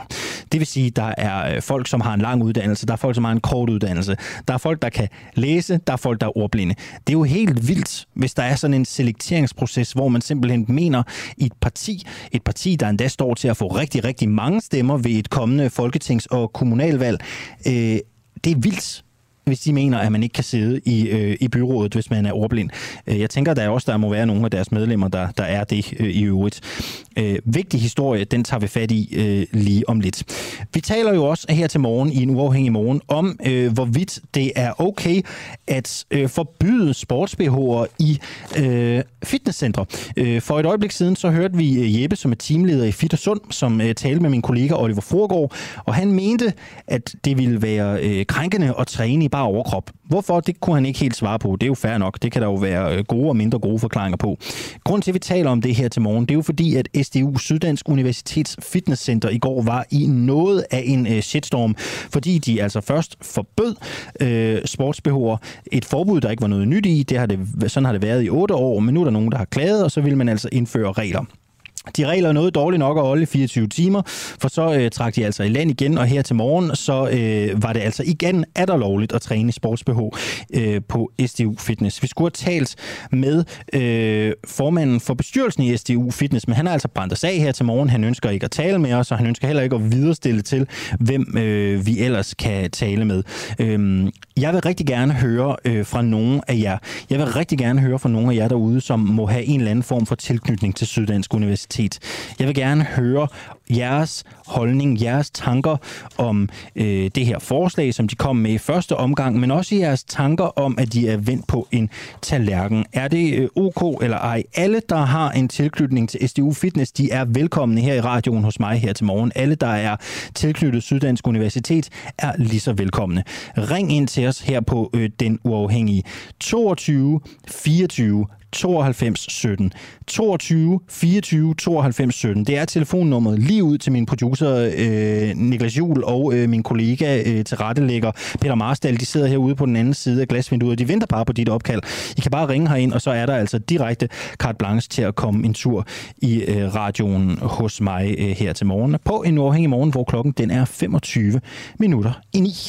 Det vil sige, der er folk, som har en lang uddannelse, der er folk, som har en kort uddannelse, der er folk, der kan læse, der er folk, der er ordblinde. Det er jo helt vildt, hvis der er sådan en selekteringsproces, hvor man simpelthen mener i et parti, et parti, der endda står til at få rigtig, rigtig mange stemmer ved et kommende folketings- og kommunalvalg. Øh, det er vildt, hvis de mener, at man ikke kan sidde i, øh, i byrådet, hvis man er ordblind. Jeg tænker, der er også der må være nogle af deres medlemmer, der, der er det øh, i øvrigt. Øh, vigtig historie, den tager vi fat i øh, lige om lidt. Vi taler jo også her til morgen i en uafhængig morgen om, øh, hvorvidt det er okay at øh, forbyde sports-B H'er i øh, fitnesscentre. Øh, for et øjeblik siden, så hørte vi Jeppe, som er teamleder i Fit og Sund, som øh, talte med min kollega Oliver Forgaard, og han mente, at det ville være øh, krænkende at træne i bare overkrop. Hvorfor? Det kunne han ikke helt svare på. Det er jo fair nok. Det kan der jo være gode og mindre gode forklaringer på. Grunden til, at vi taler om det her til morgen, det er jo fordi, at S D U, Syddansk Universitets Fitnesscenter, i går var i noget af en uh, shitstorm, fordi de altså først forbød uh, sports-B H'er. Et forbud, der ikke var noget nyt i. Det har det, sådan har det været i otte år, men nu er der nogen, der har klaget, og så vil man altså indføre regler. De regler er noget dårligt nok at holde fireogtyve timer, for så øh, trak de altså i land igen, og her til morgen, så øh, var det altså igen er der lovligt at træne i sports-B H øh, på S D U Fitness. Vi skulle have talt med øh, formanden for bestyrelsen i S D U Fitness, men han har altså brændt os af her til morgen. Han ønsker ikke at tale med os, og han ønsker heller ikke at viderestille til, hvem øh, vi ellers kan tale med. Øh, jeg vil rigtig gerne høre øh, fra nogen af jer. Jeg vil rigtig gerne høre fra nogen af jer derude, som må have en eller anden form for tilknytning til Syddansk Universitet. Jeg vil gerne høre jeres holdning, jeres tanker om øh, det her forslag, som de kom med i første omgang, men også jeres tanker om, at de er vendt på en tallerken. Er det øh, ok eller ej? Alle, der har en tilknytning til S D U Fitness, de er velkomne her i radioen hos mig her til morgen. Alle, der er tilknyttet Syddansk Universitet, er lige så velkomne. Ring ind til os her på øh, Den Uafhængige. toogtyve fireogtyve tooghalvfems sytten. toogtyve fireogtyve tooghalvfems sytten. Det er telefonnummeret lige ud til min producer øh, Niklas Juhl og øh, min kollega øh, tilrettelægger Peter Marstal. De sidder herude på den anden side af glasvinduet, og de venter bare på dit opkald. I kan bare ringe herind, og så er der altså direkte carte blanche til at komme en tur i øh, radioen hos mig øh, her til morgen. På en uafhængig morgen, hvor klokken den er femogtyve minutter i ni.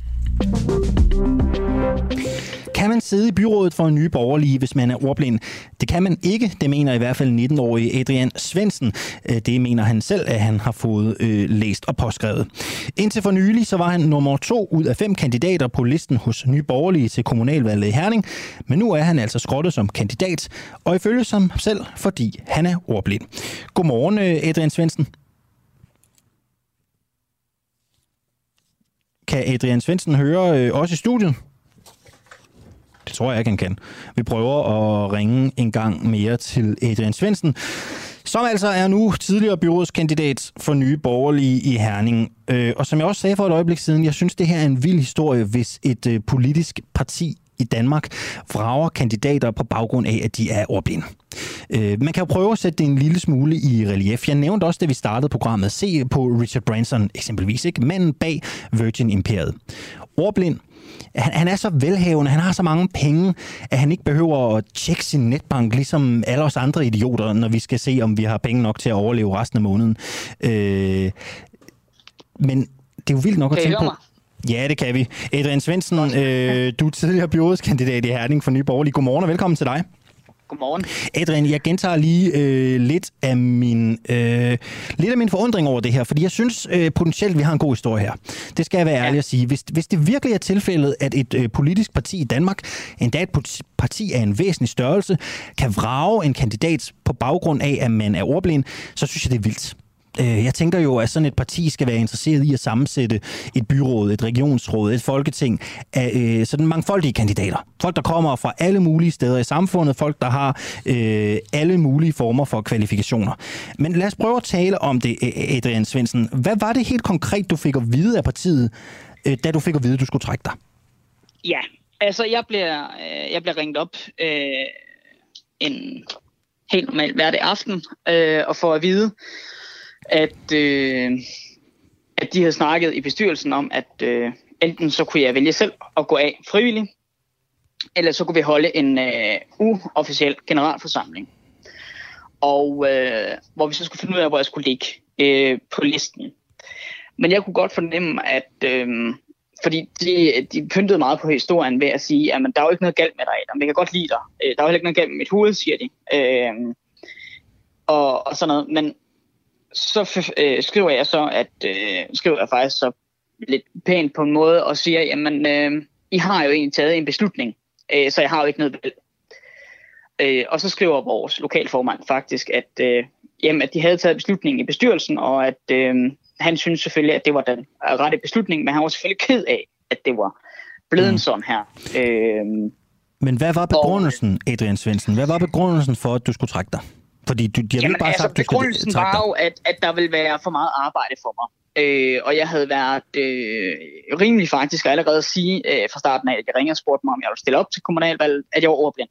Kan man sidde i byrådet for en Nye Borgerlige, hvis man er ordblind? Det kan man ikke. Det mener i hvert fald nitten-årige Adrian Svendsen. Det mener han selv, at han har fået øh, læst og påskrevet. Indtil for nylig, så var han nummer to ud af fem kandidater på listen hos Nye Borgerlige til kommunalvalget i Herning. Men nu er han altså skrottet som kandidat, og ifølge som selv, fordi han er ordblind. Godmorgen, Adrian Svendsen. Kan Adrian Svendsen høre øh, os i studiet? Det tror jeg ikke, han kan. Vi prøver at ringe en gang mere til Adrian Svendsen, som altså er nu tidligere byrådskandidat for Nye Borgerlige i Herning. Øh, og som jeg også sagde for et øjeblik siden, jeg synes, det her er en vild historie, hvis et øh, politisk parti i Danmark vrager kandidater på baggrund af, at de er ordblinde. Øh, man kan jo prøve at sætte det en lille smule i relief. Jeg nævnte også, da vi startede programmet, se på Richard Branson eksempelvis, ikke? Manden bag Virgin Imperiet. Ordblind. Han, han er så velhavende, han har så mange penge, at han ikke behøver at tjekke sin netbank, ligesom alle os andre idioter, når vi skal se, om vi har penge nok til at overleve resten af måneden. Øh, men det er jo vildt nok at tænke på. Ja, det kan vi. Adrian Svendsen, øh, du er tidligere byrådskandidat i Herning for Nye Borgerlige. Godmorgen og velkommen til dig. Godmorgen. Adrian, jeg gentager lige øh, lidt, af min, øh, lidt af min forundring over det her, fordi jeg synes øh, potentielt, vi har en god historie her. Det skal jeg være ja. ærlig at sige. Hvis, hvis det virkelig er tilfældet, at et øh, politisk parti i Danmark, endda et parti af en væsentlig størrelse, kan vrage en kandidat på baggrund af, at man er ordblind, så synes jeg, det er vildt. Jeg tænker jo, at sådan et parti skal være interesseret i at sammensætte et byråd, et regionsråd, et folketing af øh, sådan mangfoldige kandidater. Folk, der kommer fra alle mulige steder i samfundet, folk, der har øh, alle mulige former for kvalifikationer. Men lad os prøve at tale om det, Adrian Svendsen. Hvad var det helt konkret, du fik at vide af partiet, øh, da du fik at vide, at du skulle trække dig? Ja, altså jeg bliver, øh, jeg bliver ringet op øh, en helt normal hverdag aften øh, og får at vide, at, øh, at de havde snakket i bestyrelsen om, at øh, enten så kunne jeg vælge selv at gå af frivilligt, eller så kunne vi holde en øh, uofficiel generalforsamling. Og øh, hvor vi så skulle finde ud af, hvor jeg skulle ligge øh, på listen. Men jeg kunne godt fornemme, at øh, fordi de, de pyntede meget på historien ved at sige, at der er jo ikke noget galt med dig, Adam. Jeg kan godt lide dig. Der er jo heller ikke noget galt med mit hoved, siger de. Øh, og, og sådan noget. Men så øh, skriver jeg så, at øh, skriver jeg faktisk så lidt pænt på en måde og siger, jamen, øh, I har jo egentlig taget en beslutning, øh, så jeg har jo ikke noget valg. Øh, og så skriver vores lokalformand faktisk, at, øh, jamen, at de havde taget beslutningen i bestyrelsen, og at øh, han synes selvfølgelig, at det var den rette beslutning, men han var selvfølgelig ked af, at det var blevet mm. sådan her. Øh, men hvad var begrundelsen, og, Adrian Svendsen? Hvad var begrundelsen for, at du skulle trække dig? Fordi du, de har jamen, bare altså, sagt, du skulle begrundelsen var jo, at, at der ville være for meget arbejde for mig. Øh, og jeg havde været øh, rimelig faktisk at allerede sige øh, fra starten af, at jeg ringede og spurgte mig, om jeg ville stille op til kommunalvalget, at jeg var ordblind.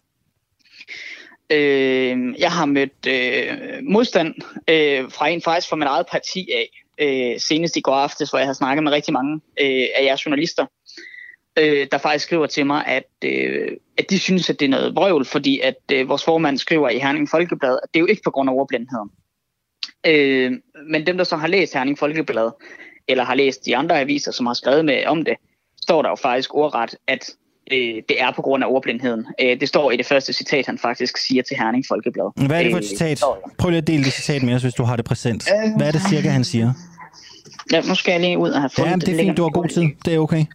Øh, jeg har mødt øh, modstand øh, fra en faktisk fra mit eget parti af, øh, senest i går aftes, hvor jeg har snakket med rigtig mange øh, af jeres journalister, øh, der faktisk skriver til mig, at, øh, at de synes, at det er noget vrøvl, fordi at øh, vores formand skriver i Herning Folkeblad, at det er jo ikke på grund af ordblindheden. Øh, men dem, der så har læst Herning Folkeblad, eller har læst de andre aviser, som har skrevet med om det, står der jo faktisk ordret, at øh, det er på grund af ordblindheden. Øh, det står i det første citat, han faktisk siger til Herning Folkeblad. Hvad er det for et citat? Prøv lige at dele det citat med os, hvis du har det præsent. Hvad er det cirka, han siger? Ja, nu skal jeg lige ud og have fundet ja, det. Ja, det er fint, du har god tid. Det er okay.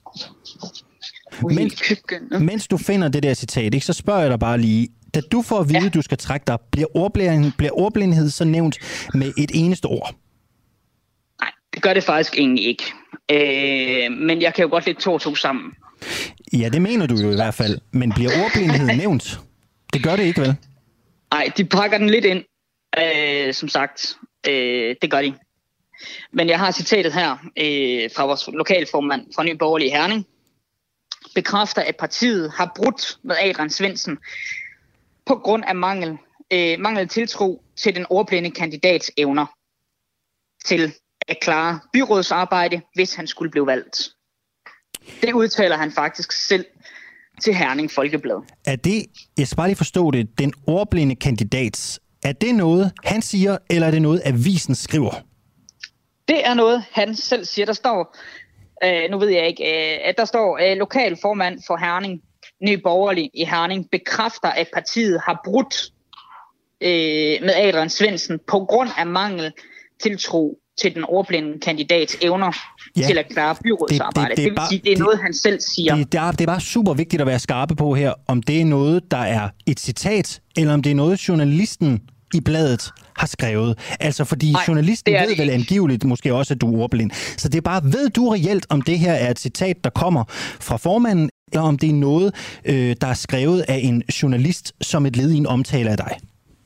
Mens, mens du finder det der citat, ikke, så spørger jeg dig bare lige, da du får at vide, ja. at du skal trække dig, bliver, ordblind, bliver ordblindhed så nævnt med et eneste ord? Nej, det gør det faktisk egentlig ikke. Øh, men jeg kan jo godt lidt to og to sammen. Ja, det mener du jo i hvert fald. Men bliver ordblindhed nævnt? Det gør det ikke, vel? Nej, de pakker den lidt ind, øh, som sagt. Øh, det gør de. Men jeg har citatet her øh, fra vores lokalformand fra Nye Borgerlige i Herning. Bekræfter, at partiet har brudt med Adrian Svendsen på grund af mangel, øh, mangel tiltro til den ordblinde kandidats evner til at klare byrådsarbejde, hvis han skulle blive valgt. Det udtaler han faktisk selv til Herning Folkeblad. Er det, jeg skal bare lige forstå det, den ordblinde kandidats, er det noget, han siger, eller er det noget, avisen skriver? Det er noget, han selv siger. Der står, øh, nu ved jeg ikke, øh, at der står øh, lokal formand for Herning, Nye Borgerlige i Herning, bekræfter, at partiet har brudt øh, med Adrian Svendsen på grund af mangel tiltro til den ordblinde kandidats evner ja, til at klare byrådsarbejde. Det, det, det, det vil bare, sige, det er det, noget, han selv siger. Det, det, er, det er bare super vigtigt at være skarpe på her, om det er noget, der er et citat, eller om det er noget, journalisten i bladet har skrevet. Altså, fordi Nej, journalisten ved vel angiveligt måske også, at du er ordblind. Så det er bare, ved du reelt, om det her er et citat, der kommer fra formanden, eller om det er noget, øh, der er skrevet af en journalist som et led i en omtale af dig?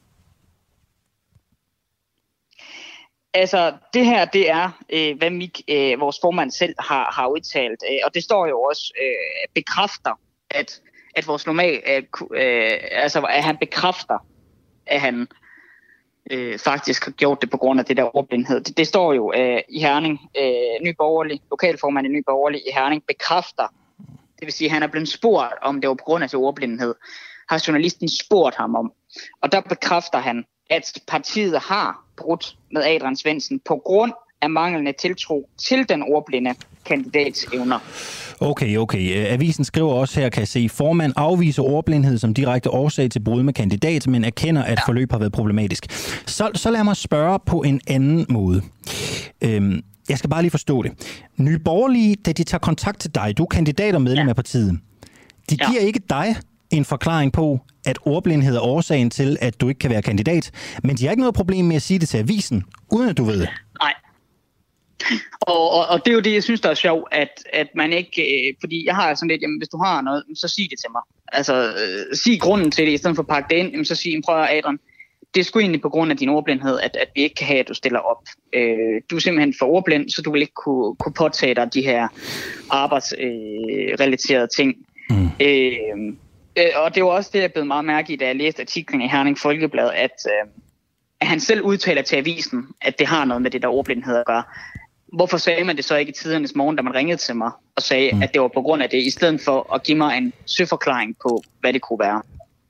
Altså, det her, det er, øh, hvad Mik, øh, vores formand selv har, har udtalt. Øh, og det står jo også, øh, bekræfter, at, at vores normal, øh, øh, altså, at han bekræfter, at han øh, faktisk har gjort det på grund af det der ordblindhed. Det, det står jo øh, i Herning, øh, Ny Borgerlig, lokalformand i Ny Borgerlig i Herning, bekræfter. Det vil sige, at han er blevet spurgt, om det var på grund af det ordblindhed. Har journalisten spurgt ham om. Og der bekræfter han, at partiet har brudt med Adrian Svendsen på grund af manglende tiltro til den ordblinde kandidats evner. Okay, okay. Avisen skriver også her, kan jeg se, formand afviser ordblindhed som direkte årsag til brud med kandidat, men erkender, at ja. forløb har været problematisk. Så, så lad mig spørge på en anden måde. Øhm, jeg skal bare lige forstå det. Nye Borgerlige, da de tager kontakt til dig, du er kandidat og medlem ja. af partiet, de giver ja. ikke dig en forklaring på, at ordblindhed er årsagen til, at du ikke kan være kandidat, men de har ikke noget problem med at sige det til avisen, uden at du ved det. Nej. Og, og, og det er jo det, jeg synes, der er sjovt, at, at man ikke, øh, fordi jeg har sådan lidt, jamen hvis du har noget, så sig det til mig. Altså, øh, sig grunden til det, i stedet for at pakke det ind, jamen, så sig, prøv at Adrian, det er sgu egentlig på grund af din ordblindhed, at, at vi ikke kan have, at du stiller op. Øh, du er simpelthen for ordblind, så du vil ikke kunne, kunne påtage dig de her arbejdsrelaterede øh, ting. Mm. Øh, øh, og det var også det, jeg blev meget mærke i, da jeg læste artiklen i Herning Folkeblad, at, øh, at han selv udtaler til avisen, at det har noget med det der ordblindhed at gøre. Hvorfor sagde man det så ikke i tidernes morgen, da man ringede til mig og sagde, mm. at det var på grund af det, i stedet for at give mig en søforklaring på, hvad det kunne være?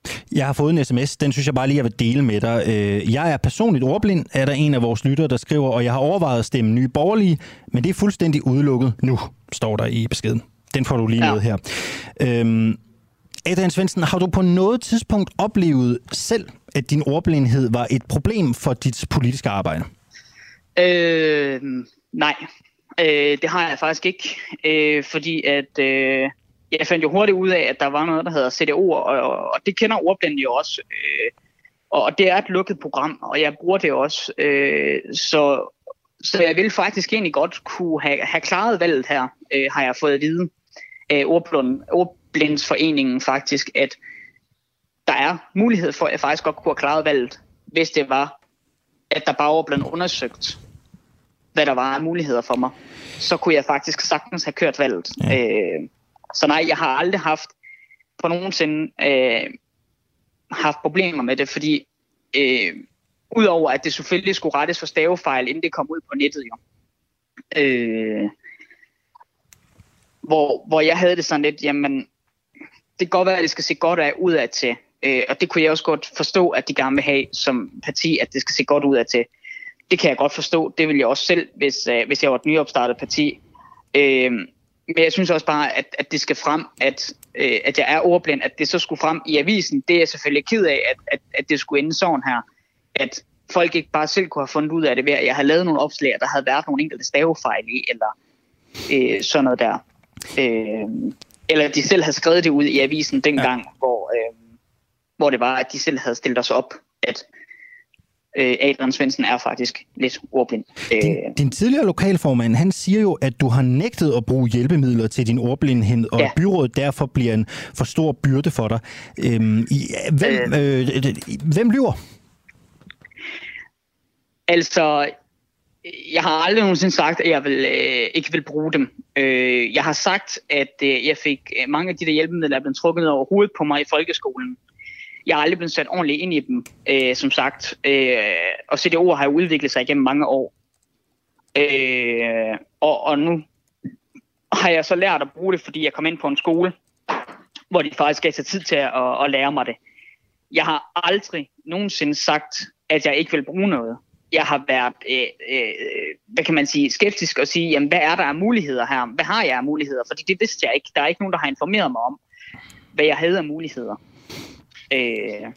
Jeg har fået en sms, den synes jeg bare lige, jeg vil dele med dig. Jeg er personligt ordblind, er der en af vores lyttere, der skriver, og jeg har overvejet at stemme Nye Borgerlige, men det er fuldstændig udelukket nu, står der i beskeden. Den får du lige ja. med her. Øhm, Adrian Svendsen, har du på noget tidspunkt oplevet selv, at din ordblindhed var et problem for dit politiske arbejde? Øh, nej, øh, det har jeg faktisk ikke, øh, fordi at øh, jeg fandt jo hurtigt ud af, at der var noget, der hedder C D O'er, og, og det kender ordblinde jo også, øh, og det er et lukket program, og jeg bruger det også, øh, så, så jeg vil faktisk egentlig godt kunne have, have klaret valget her, øh, har jeg fået at vide af Ordblind, Ordblindsforeningen faktisk, at der er mulighed for, at jeg faktisk godt kunne have klaret valget, hvis det var, at der bare var blevet undersøgt, hvad der var af muligheder for mig, så kunne jeg faktisk sagtens have kørt valget. Ja. Øh, så nej, jeg har aldrig haft på nogensinde øh, haft problemer med det, fordi øh, udover at det selvfølgelig skulle rettes for stavefejl, inden det kom ud på nettet jo. Øh, hvor, hvor jeg havde det sådan lidt, jamen, det kan godt være, at det skal se godt af udad til. Øh, og det kunne jeg også godt forstå, at de gerne vil have som parti, at det skal se godt ud af til. Det kan jeg godt forstå. Det vil jeg også selv, hvis, øh, hvis jeg var et nyopstartet parti. Øh, men jeg synes også bare, at, at det skal frem, at, øh, at jeg er ordblind, at det så skulle frem i avisen. Det er jeg selvfølgelig ked af, at, at, at det skulle ende sådan her. At folk ikke bare selv kunne have fundet ud af det ved, at jeg havde lavet nogle opslag, der havde været nogle enkelte stavefejl i, eller øh, sådan noget der. Øh, eller de selv havde skrevet det ud i avisen dengang, ja. hvor, øh, hvor det var, at de selv havde stillet os op, at øh, Adrian Svendsen er faktisk lidt ordblind. Din, din tidligere lokalformand, han siger jo, at du har nægtet at bruge hjælpemidler til din ordblindhed, og ja. byrådet derfor bliver en for stor byrde for dig. Øhm, i, hvem, øh, øh, hvem lyver? Altså, jeg har aldrig nogensinde sagt, at jeg vil, øh, ikke vil bruge dem. Øh, jeg har sagt, at øh, jeg fik mange af de der hjælpemidler, der er blevet trukket over hovedet på mig i folkeskolen. Jeg har aldrig blevet sat ordentligt ind i dem, øh, som sagt. Øh, og C D O'er har jo udviklet sig igennem mange år. Øh, og, og nu har jeg så lært at bruge det, fordi jeg kom ind på en skole, hvor de faktisk gav sig tid til at, at, at lære mig det. Jeg har aldrig nogensinde sagt, at jeg ikke vil bruge noget. Jeg har været, øh, øh, hvad kan man sige, skeptisk og sige, jamen, hvad er der af muligheder her? Hvad har jeg af muligheder? Fordi det vidste jeg ikke. Der er ikke nogen, der har informeret mig om, hvad jeg havde af muligheder. Øh,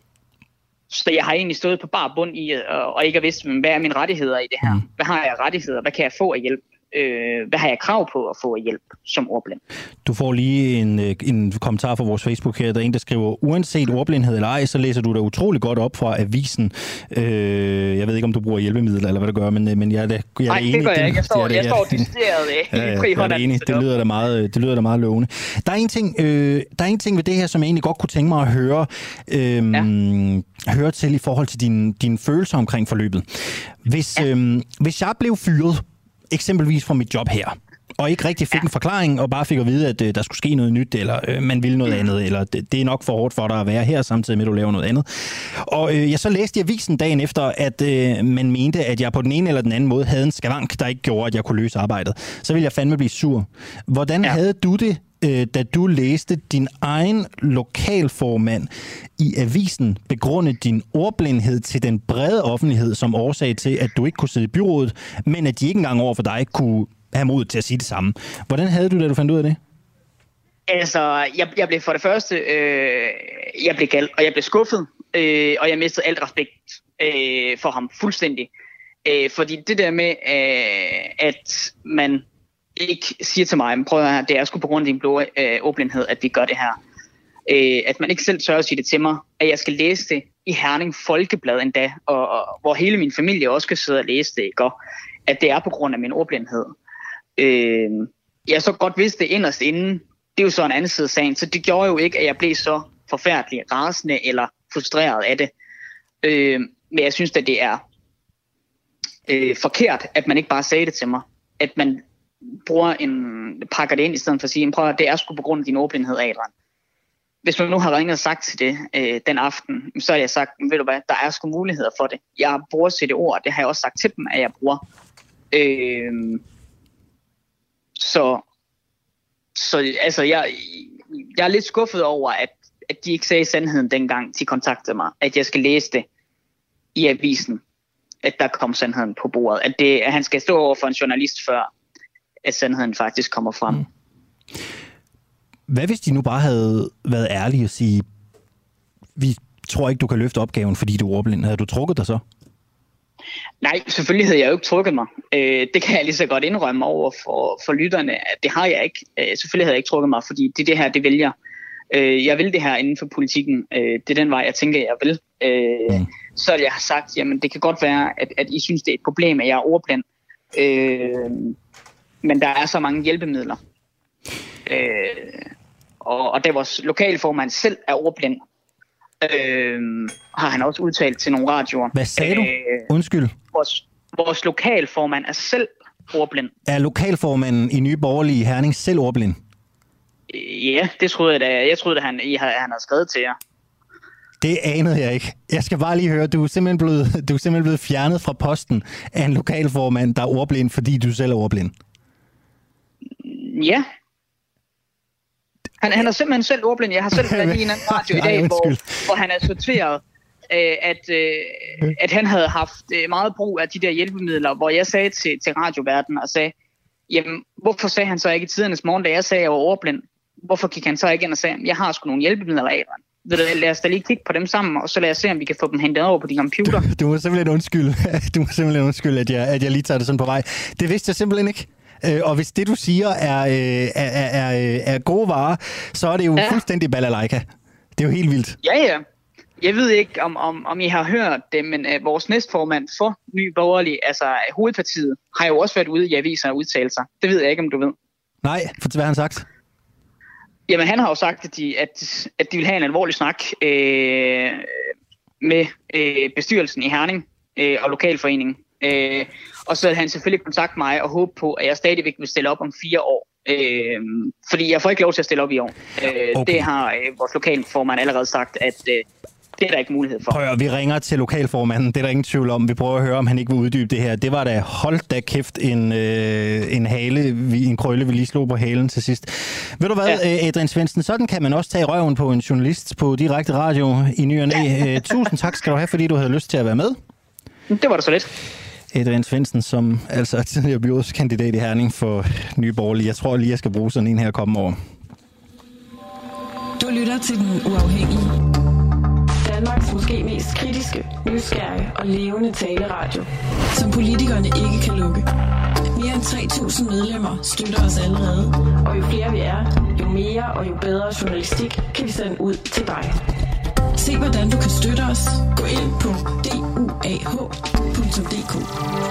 så jeg har egentlig stået på bar bund i, og, og ikke har vidst, hvad er mine rettigheder i det her? Hvad har jeg af rettigheder? Hvad kan jeg få af hjælp? Øh, hvad har jeg krav på at få hjælp som ordblind? Du får lige en, en kommentar fra vores Facebook her. Der er en, der skriver, uanset ordblindhed eller ej, så læser du da utrolig godt op fra avisen. Øh, jeg ved ikke, om du bruger hjælpemidler, eller hvad du gør, men, men jeg er da jeg er Nej, enig. det gør jeg ikke. Jeg står, jeg står decideret ja, ja, jeg er enig. Det lyder da meget, det lyder da meget lovende. Der er en ting, øh, der er en ting ved det her, som jeg egentlig godt kunne tænke mig at høre, øh, ja. høre til i forhold til dine din følelser omkring forløbet. Hvis, ja. øh, hvis jeg blev fyret, eksempelvis fra mit job her, og ikke rigtig fik ja. en forklaring, og bare fik at vide, at øh, der skulle ske noget nyt, eller øh, man ville noget mm. andet, eller det, det er nok for hårdt for dig at være her, samtidig med, at du laver noget andet. Og øh, jeg så læste i avisen dagen efter, at øh, man mente, at jeg på den ene eller den anden måde havde en skavank, der ikke gjorde, at jeg kunne løse arbejdet. Så ville jeg fandme blive sur. Hvordan ja. havde du det, øh, da du læste din egen lokalformand i avisen begrunde din ordblindhed til den brede offentlighed som årsag til, at du ikke kunne sidde i byrådet, men at de ikke engang over for dig kunne have mod til at sige det samme. Hvordan havde du det, da du fandt ud af det? Altså, jeg, jeg blev for det første, øh, jeg blev gal, og jeg blev skuffet, øh, og jeg mistede alt respekt øh, for ham fuldstændig. Øh, fordi det der med, øh, at man ikke siger til mig, prøv at høre, det er sgu på grund af din blå øh, ordblindhed, at vi gør det her. Øh, at man ikke selv tør at sige det til mig, at jeg skal læse det i Herning Folkeblad endda, og, og hvor hele min familie også skal sidde og læse det, ikke? Og at det er på grund af min ordblindhed. Øh, jeg så godt vidste det inderst inden, det er jo så en anden side af sagen, så det gjorde jo ikke, at jeg blev så forfærdelig rasende eller frustreret af det. Øh, men jeg synes, at det er øh, forkert, at man ikke bare sagde det til mig. At man bruger en, pakker det ind i stedet for at sige, prøv at det er sgu på grund af din ordblindhed, Adrian. Hvis man nu har ringet og sagt til det øh, den aften, så har jeg sagt, ved du hvad, der er sgu muligheder for det. Jeg bruger C D O'er, det har jeg også sagt til dem, at jeg bruger. Øh, så, så altså, jeg, jeg er lidt skuffet over, at, at de ikke sagde sandheden dengang, de kontaktede mig. At jeg skal læse det i avisen, at der kom sandheden på bordet. At, det, at han skal stå over for en journalist, før at sandheden faktisk kommer frem. Mm. Hvad hvis de nu bare havde været ærlige og sige, vi tror ikke, du kan løfte opgaven, fordi du er ordblind? Havde du trukket dig så? Nej, selvfølgelig havde jeg jo ikke trukket mig. Øh, det kan jeg lige så godt indrømme over for, for lytterne, at det har jeg ikke. Øh, selvfølgelig havde jeg ikke trukket mig, fordi det er det her, det vælger. Øh, jeg vil det her inden for politikken. Øh, det er den vej, jeg tænker, jeg vil. Øh, mm. Så jeg har sagt, jamen det kan godt være, at, at I synes, det er et problem, at jeg er ordblind. Øh, men der er så mange hjælpemidler. Øh, og, og da vores lokalformand selv er ordblind, øh, har han også udtalt til nogle radioer. Hvad sagde du? Undskyld. Vores, vores lokalformand er selv ordblind. Er lokalformanden i Nye Borgerlige Herning selv ordblind? Ja, det troede jeg da. Jeg troede, at han, han har skrevet til jer. Det anede jeg ikke. Jeg skal bare lige høre, du er simpelthen blevet, du er simpelthen blevet fjernet fra posten af en lokalformand, der er ordblind, fordi du selv er ordblind. Ja. Han, han er simpelthen selv ordblind. Jeg har selv været i en anden radio i dag, hvor, hvor han er sorteret, øh, at, øh, at han havde haft øh, meget brug af de der hjælpemidler, hvor jeg sagde til, til radioverdenen og sagde, jamen, hvorfor sagde han så ikke i tidernes morgen, da jeg sagde, at jeg var ordblind? Hvorfor gik han så ikke ind og sagde, jeg har sgu nogle hjælpemidler af, lad os da lige kigge på dem sammen, og så lad os se, om vi kan få dem hentet over på din computer. Du, du må simpelthen undskylde, du må simpelthen undskylde at, jeg, at jeg lige tager det sådan på vej. Det vidste jeg simpelthen ikke. Og hvis det, du siger, er, er, er, er, er gode varer, så er det jo ja. fuldstændig balalajka. Det er jo helt vildt. Ja, ja. Jeg ved ikke, om, om, om I har hørt det, men uh, vores næstformand for Nye Borgerlige, altså uh, hovedpartiet, har jo også været ude i aviser og udtalt sig. Det ved jeg ikke, om du ved. Nej, for hvad har han sagt? Jamen, han har jo sagt, at de, at, at de vil have en alvorlig snak øh, med øh, bestyrelsen i Herning øh, og lokalforeningen. Øh, og så vil han selvfølgelig kontakte mig og håbe på, at jeg stadigvæk vil stille op om fire år. Øh, fordi jeg får ikke lov til at stille op i år. Øh, okay. Det har øh, vores lokalformand allerede sagt, at øh, det er der ikke mulighed for. Prøv, vi ringer til lokalformanden, det er der ingen tvivl om. Vi prøver at høre, om han ikke vil uddybe det her. Det var da, hold da kæft, en, øh, en hale, en krølle, vi lige slog på halen til sidst. Ved du hvad, ja. Adrian Svendsen, sådan kan man også tage røven på en journalist på direkte radio i ny og næ. Ja. Tusind tak skal du have, fordi du havde lyst til at være med. Det var da så lidt. Adrian Svendsen, som altså er tidligere byrådskandidat i Herning for Nye Borgerlige. Jeg tror lige, jeg skal bruge sådan en her at komme over. Du lytter til Den Uafhængige. Danmarks måske mest kritiske, nysgerrige og levende taleradio, som politikerne ikke kan lukke. Mere end tre tusind medlemmer støtter os allerede, og jo flere vi er, jo mere og jo bedre journalistik kan vi sende ud til dig. Se hvordan du kan støtte os. Gå ind på d u a h punktum d k.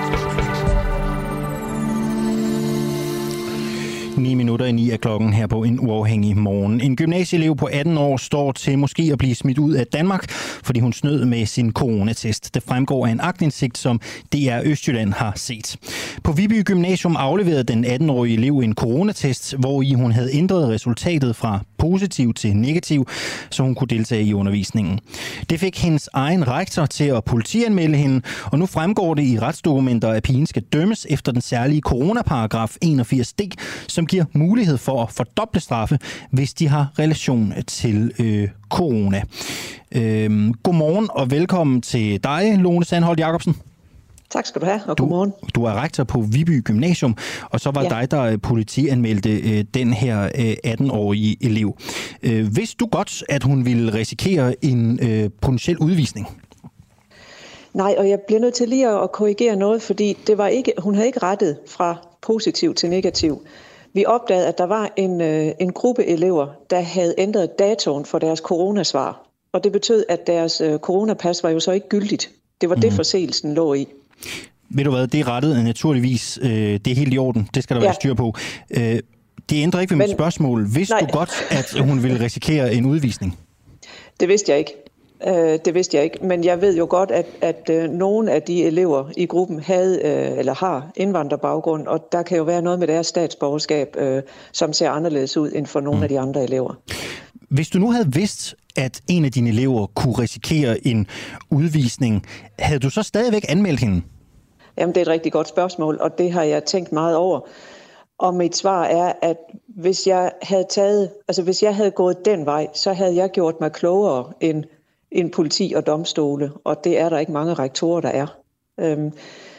ni minutter i ni er klokken her på En Uafhængig Morgen. En gymnasieelev på atten år står til måske at blive smidt ud af Danmark, fordi hun snød med sin coronatest. Det fremgår af en aktindsigt, som D R Østjylland har set. På Viby Gymnasium afleverede den atten-årige elev en coronatest, hvor i hun havde ændret resultatet fra positiv til negativ, så hun kunne deltage i undervisningen. Det fik hendes egen rektor til at politianmelde hende, og nu fremgår det i retsdokumenter, at pigen skal dømmes efter den særlige coronaparagraf enogfirs D, som giver mulighed for at fordoble straffe, hvis de har relation til øh, corona. Øh, godmorgen og velkommen til dig, Lone Sandholt Jacobsen. Tak skal du have, og godmorgen. Du, du er rektor på Viby Gymnasium, og så var ja. dig, der politianmeldte øh, den her øh, atten-årige elev. Øh, vidste du godt, at hun ville risikere en øh, potentiel udvisning? Nej, og jeg bliver nødt til lige at korrigere noget, fordi det var ikke, hun havde ikke rettet fra positiv til negativ. Vi opdagede, at der var en, øh, en gruppe elever, der havde ændret datoen for deres coronasvar. Og det betød, at deres øh, coronapas var jo så ikke gyldigt. Det var mm. det, forseelsen lå i. Ved du hvad, det er rettet naturligvis. Øh, det er helt i orden. Det skal der ja. være styr på. Øh, det ændrer ikke ved mit Men, spørgsmål. Vidste nej. du godt, at hun ville risikere en udvisning? Det vidste jeg ikke. Øh, det vidste jeg ikke. Men jeg ved jo godt, at, at øh, nogle af de elever i gruppen havde øh, eller har indvandrerbaggrund, og der kan jo være noget med deres statsborgerskab, øh, som ser anderledes ud end for nogle mm. af de andre elever. Hvis du nu havde vidst, at en af dine elever kunne risikere en udvisning, havde du så stadigvæk anmeldt hende? Jamen, det er et rigtig godt spørgsmål, og det har jeg tænkt meget over. Og mit svar er, at hvis jeg havde taget, altså hvis jeg havde gået den vej, så havde jeg gjort mig klogere end, end politi og domstole, og det er der ikke mange rektorer, der er. Øhm,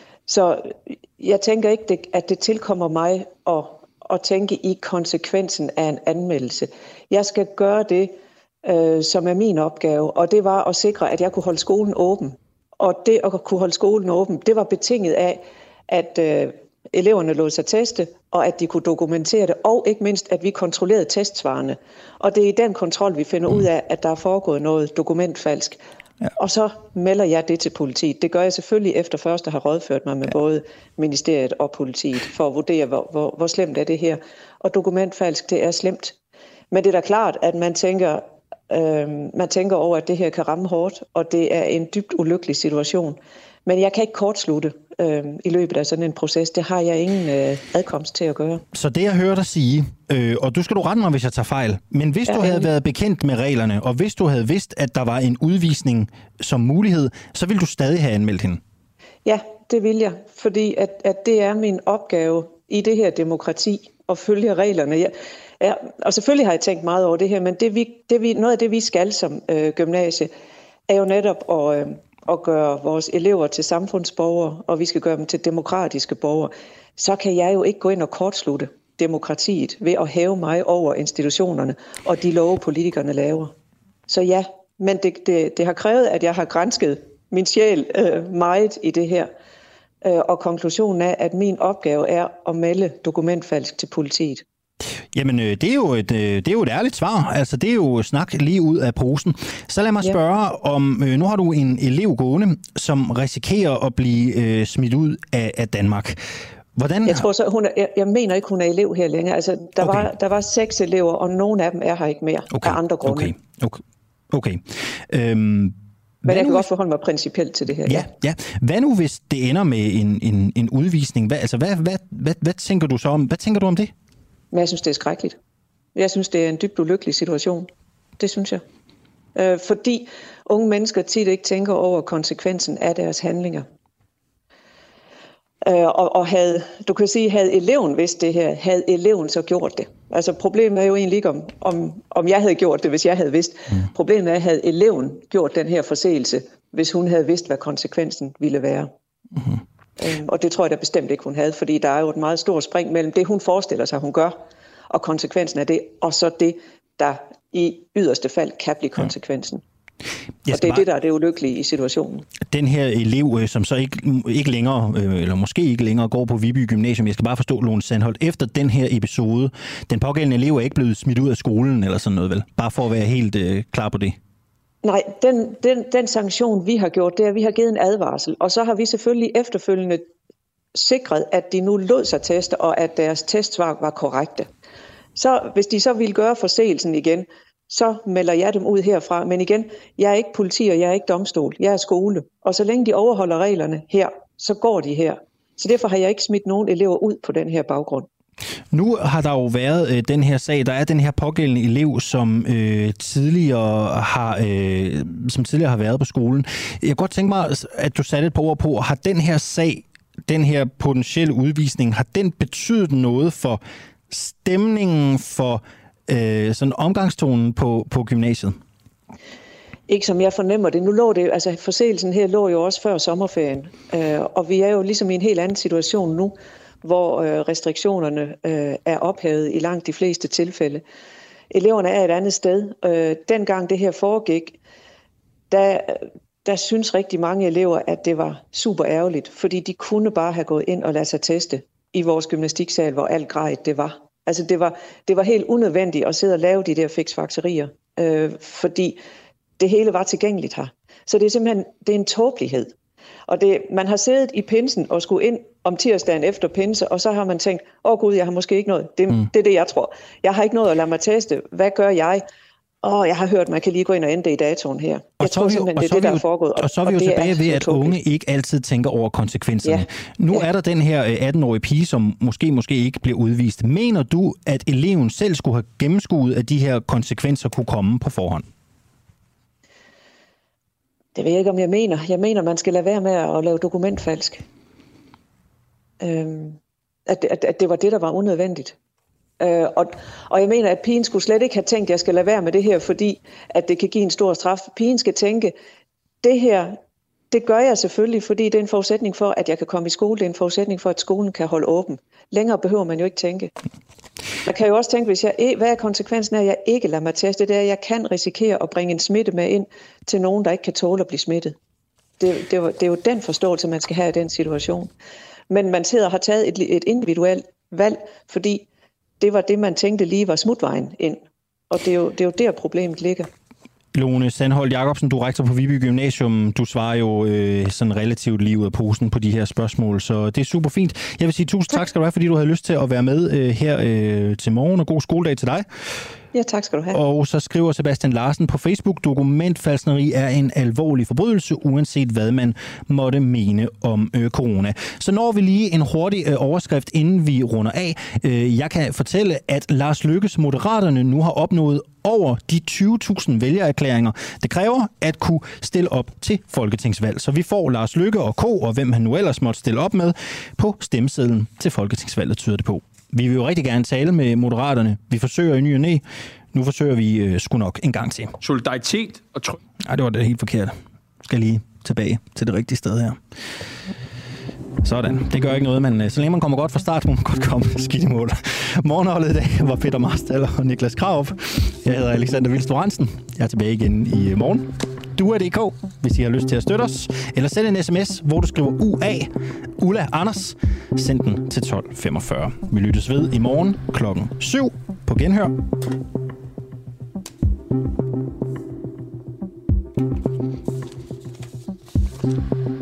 så jeg tænker ikke, det, at det tilkommer mig at, at tænke i konsekvensen af en anmeldelse. Jeg skal gøre det, øh, som er min opgave, og det var at sikre, at jeg kunne holde skolen åben. Og det at kunne holde skolen åben, det var betinget af, at øh, eleverne lod sig teste, og at de kunne dokumentere det, og ikke mindst, at vi kontrollerede testsvarene. Og det er i den kontrol, vi finder ud af, at der er foregået noget dokumentfalsk. Ja. Og så melder jeg det til politiet. Det gør jeg selvfølgelig efter først at have rådført mig med ja. både ministeriet og politiet, for at vurdere, hvor, hvor, hvor slemt er det her. Og dokumentfalsk, det er slemt. Men det er da klart, at man tænker, øh, man tænker over, at det her kan ramme hårdt, og det er en dybt ulykkelig situation. Men jeg kan ikke kortslutte øh, i løbet af sådan en proces. Det har jeg ingen øh, adkomst til at gøre. Så det, jeg hører dig sige, øh, og du skal du rette mig, hvis jeg tager fejl, men hvis ja, du havde egentlig. været bekendt med reglerne, og hvis du havde vidst, at der var en udvisning som mulighed, så ville du stadig have anmeldt hende? Ja, det vil jeg, fordi at, at det er min opgave i det her demokrati at følge reglerne. Jeg, ja, og selvfølgelig har jeg tænkt meget over det her, men det, vi, det, vi, noget af det, vi skal som øh, gymnasie, er jo netop at... Øh, og gøre vores elever til samfundsborgere, og vi skal gøre dem til demokratiske borgere, så kan jeg jo ikke gå ind og kortslutte demokratiet ved at hæve mig over institutionerne og de love, politikerne laver. Så ja, men det, det, det har krævet, at jeg har gransket min sjæl øh, meget i det her, øh, og konklusionen er, at min opgave er at melde dokumentfalsk til politiet. Jamen, det er, jo et, det er jo et ærligt svar. Altså, det er jo snak lige ud af posen. Så lad mig spørge ja. om, nu har du en elev gående, som risikerer at blive øh, smidt ud af, af Danmark. Hvordan... Jeg tror så, hun er, jeg, jeg mener ikke, hun er elev her længere. Altså, der, okay. var, der var seks elever, og nogle af dem er her ikke mere okay. af andre grunde. Okay, okay. okay. Øhm... Men jeg kan nu, godt forholde mig principielt til det her. Ja, ja. Hvad nu, hvis det ender med en, en, en udvisning? Hvad, altså, hvad, hvad, hvad, hvad tænker du så om? Hvad tænker du om det? Men jeg synes, det er skrækkeligt. Jeg synes, det er en dybt ulykkelig situation. Det synes jeg. Øh, fordi unge mennesker tit ikke tænker over konsekvensen af deres handlinger. Øh, og, og havde, du kan sige, havde eleven vidst det her, havde eleven så gjort det. Altså problemet er jo egentlig ikke, om, om, om jeg havde gjort det, hvis jeg havde vidst. Mm. Problemet er, havde eleven gjort den her forseelse, hvis hun havde vidst, hvad konsekvensen ville være. Mm. Øhm, og det tror jeg da bestemt ikke, hun havde, fordi der er jo et meget stort spring mellem det, hun forestiller sig, hun gør, og konsekvensen af det, og så det, der i yderste fald kan blive konsekvensen. Ja. Og det er bare... det, der er det ulykkelige i situationen. Den her elev, som så ikke, ikke længere, eller måske ikke længere går på Viby Gymnasium, jeg skal bare forstå, Lone Sandholt, efter den her episode, den pågældende elev er ikke blevet smidt ud af skolen eller sådan noget, vel? Bare for at være helt øh, klar på det. Nej, den, den, den sanktion, vi har gjort, det er, at vi har givet en advarsel, og så har vi selvfølgelig efterfølgende sikret, at de nu lod sig teste, og at deres testsvar var korrekte. Så hvis de så ville gøre forseelsen igen, så melder jeg dem ud herfra. Men igen, jeg er ikke politi, og jeg er ikke domstol. Jeg er skole. Og så længe de overholder reglerne her, så går de her. Så derfor har jeg ikke smidt nogen elever ud på den her baggrund. Nu har der jo været øh, den her sag, der er den her pågældende elev, som øh, tidligere har øh, som tidligere har været på skolen. Jeg kunne godt tænke mig, at du satte et par ord på, har den her sag, den her potentielle udvisning, har den betydet noget for stemningen, for øh, sådan omgangstonen på, på gymnasiet? Ikke som jeg fornemmer det. Nu lå det, altså forseelsen her lå jo også før sommerferien, øh, og vi er jo ligesom i en helt anden situation nu, hvor øh, restriktionerne øh, er ophævet i langt de fleste tilfælde. Eleverne er et andet sted. Øh, dengang det her foregik, der, der synes rigtig mange elever, at det var super ærgerligt, fordi de kunne bare have gået ind og ladet sig teste i vores gymnastiksal, hvor alt grejet det var. Altså det var, det var helt unødvendigt at sidde og lave de der fiksfakserier, øh, fordi det hele var tilgængeligt her. Så det er simpelthen det er en tåbelighed. Og det, man har siddet i pinsen og skulle ind om tirsdagen efter pinse, og så har man tænkt, åh oh, gud, jeg har måske ikke noget. Det, mm. det er det, jeg tror. Jeg har ikke noget at lade mig teste. Hvad gør jeg? Åh, oh, jeg har hørt, at man kan lige gå ind og ændre i datoen her. Og jeg tror simpelthen, det er det, der er foregået. Og så er vi jo tilbage ved, at unge ikke altid tænker over konsekvenserne. Ja. Nu ja. er der den her atten-årige pige, som måske, måske ikke bliver udvist. Mener du, at eleven selv skulle have gennemskuet, at de her konsekvenser kunne komme på forhånd? Det ved jeg ikke, om jeg mener. Jeg mener, man skal lade være med at lave dokumentfalsk. Øhm, at, at, at det var det, der var unødvendigt. Øh, og, og jeg mener, at pigen skulle slet ikke have tænkt, at jeg skal lade være med det her, fordi at det kan give en stor straf. Pigen skal tænke, det her, det gør jeg selvfølgelig, fordi det er en forudsætning for, at jeg kan komme i skole. Det er en forudsætning for, at skolen kan holde åben. Længere behøver man jo ikke tænke. Man kan jo også tænke, hvis jeg, hvad er konsekvensen af, at jeg ikke lader mig teste? Det er, at jeg kan risikere at bringe en smitte med ind til nogen, der ikke kan tåle at blive smittet. Det, det, det er jo den forståelse, man skal have i den situation. Men man sidder og har taget et, et individuelt valg, fordi det var det, man tænkte lige var smutvejen ind. Og det er jo, det er jo der, problemet ligger. Lone Sandholt Jacobsen, du er rektor på Viby Gymnasium. Du svarer jo øh, sådan relativt lige ud af posen på de her spørgsmål, så det er super fint. Jeg vil sige tusind tak skal du have, fordi du havde lyst til at være med øh, her øh, til morgen, og god skoledag til dig. Ja, tak skal du have. Og så skriver Sebastian Larsen på Facebook, dokumentfalskneri er en alvorlig forbrydelse, uanset hvad man måtte mene om øh, corona. Så når vi lige en hurtig øh, overskrift, inden vi runder af. Øh, jeg kan fortælle, at Lars Løkkes Moderaterne nu har opnået over de tyve tusind vælgererklæringer. Det kræver at kunne stille op til folketingsvalg. Så vi får Lars Løkke og K, og hvem han nu ellers måtte stille op med, på stemmesedlen til folketingsvalget, tyder det på. Vi vil jo rigtig gerne tale med Moderaterne. Vi forsøger i ny og næ. Nu forsøger vi øh, sgu nok en gang til. Solidaritet og tryk. Nej, det var det helt forkert. Skal lige tilbage til det rigtige sted her. Sådan. Det gør ikke noget, men så længe man kommer godt fra start, må man godt komme skidt i mål. Morgenholdet i dag var Peter Marstal og Niklas Krarup. Jeg hedder Alexander Vilstrup Hansen. Jeg er tilbage igen i morgen. Du er D K, hvis I har lyst til at støtte os. Eller send en sms, hvor du skriver U A, Ulla Anders. Send den til tolv femogfyrre. Vi lyttes ved i morgen klokken syv på Genhør. Thank you.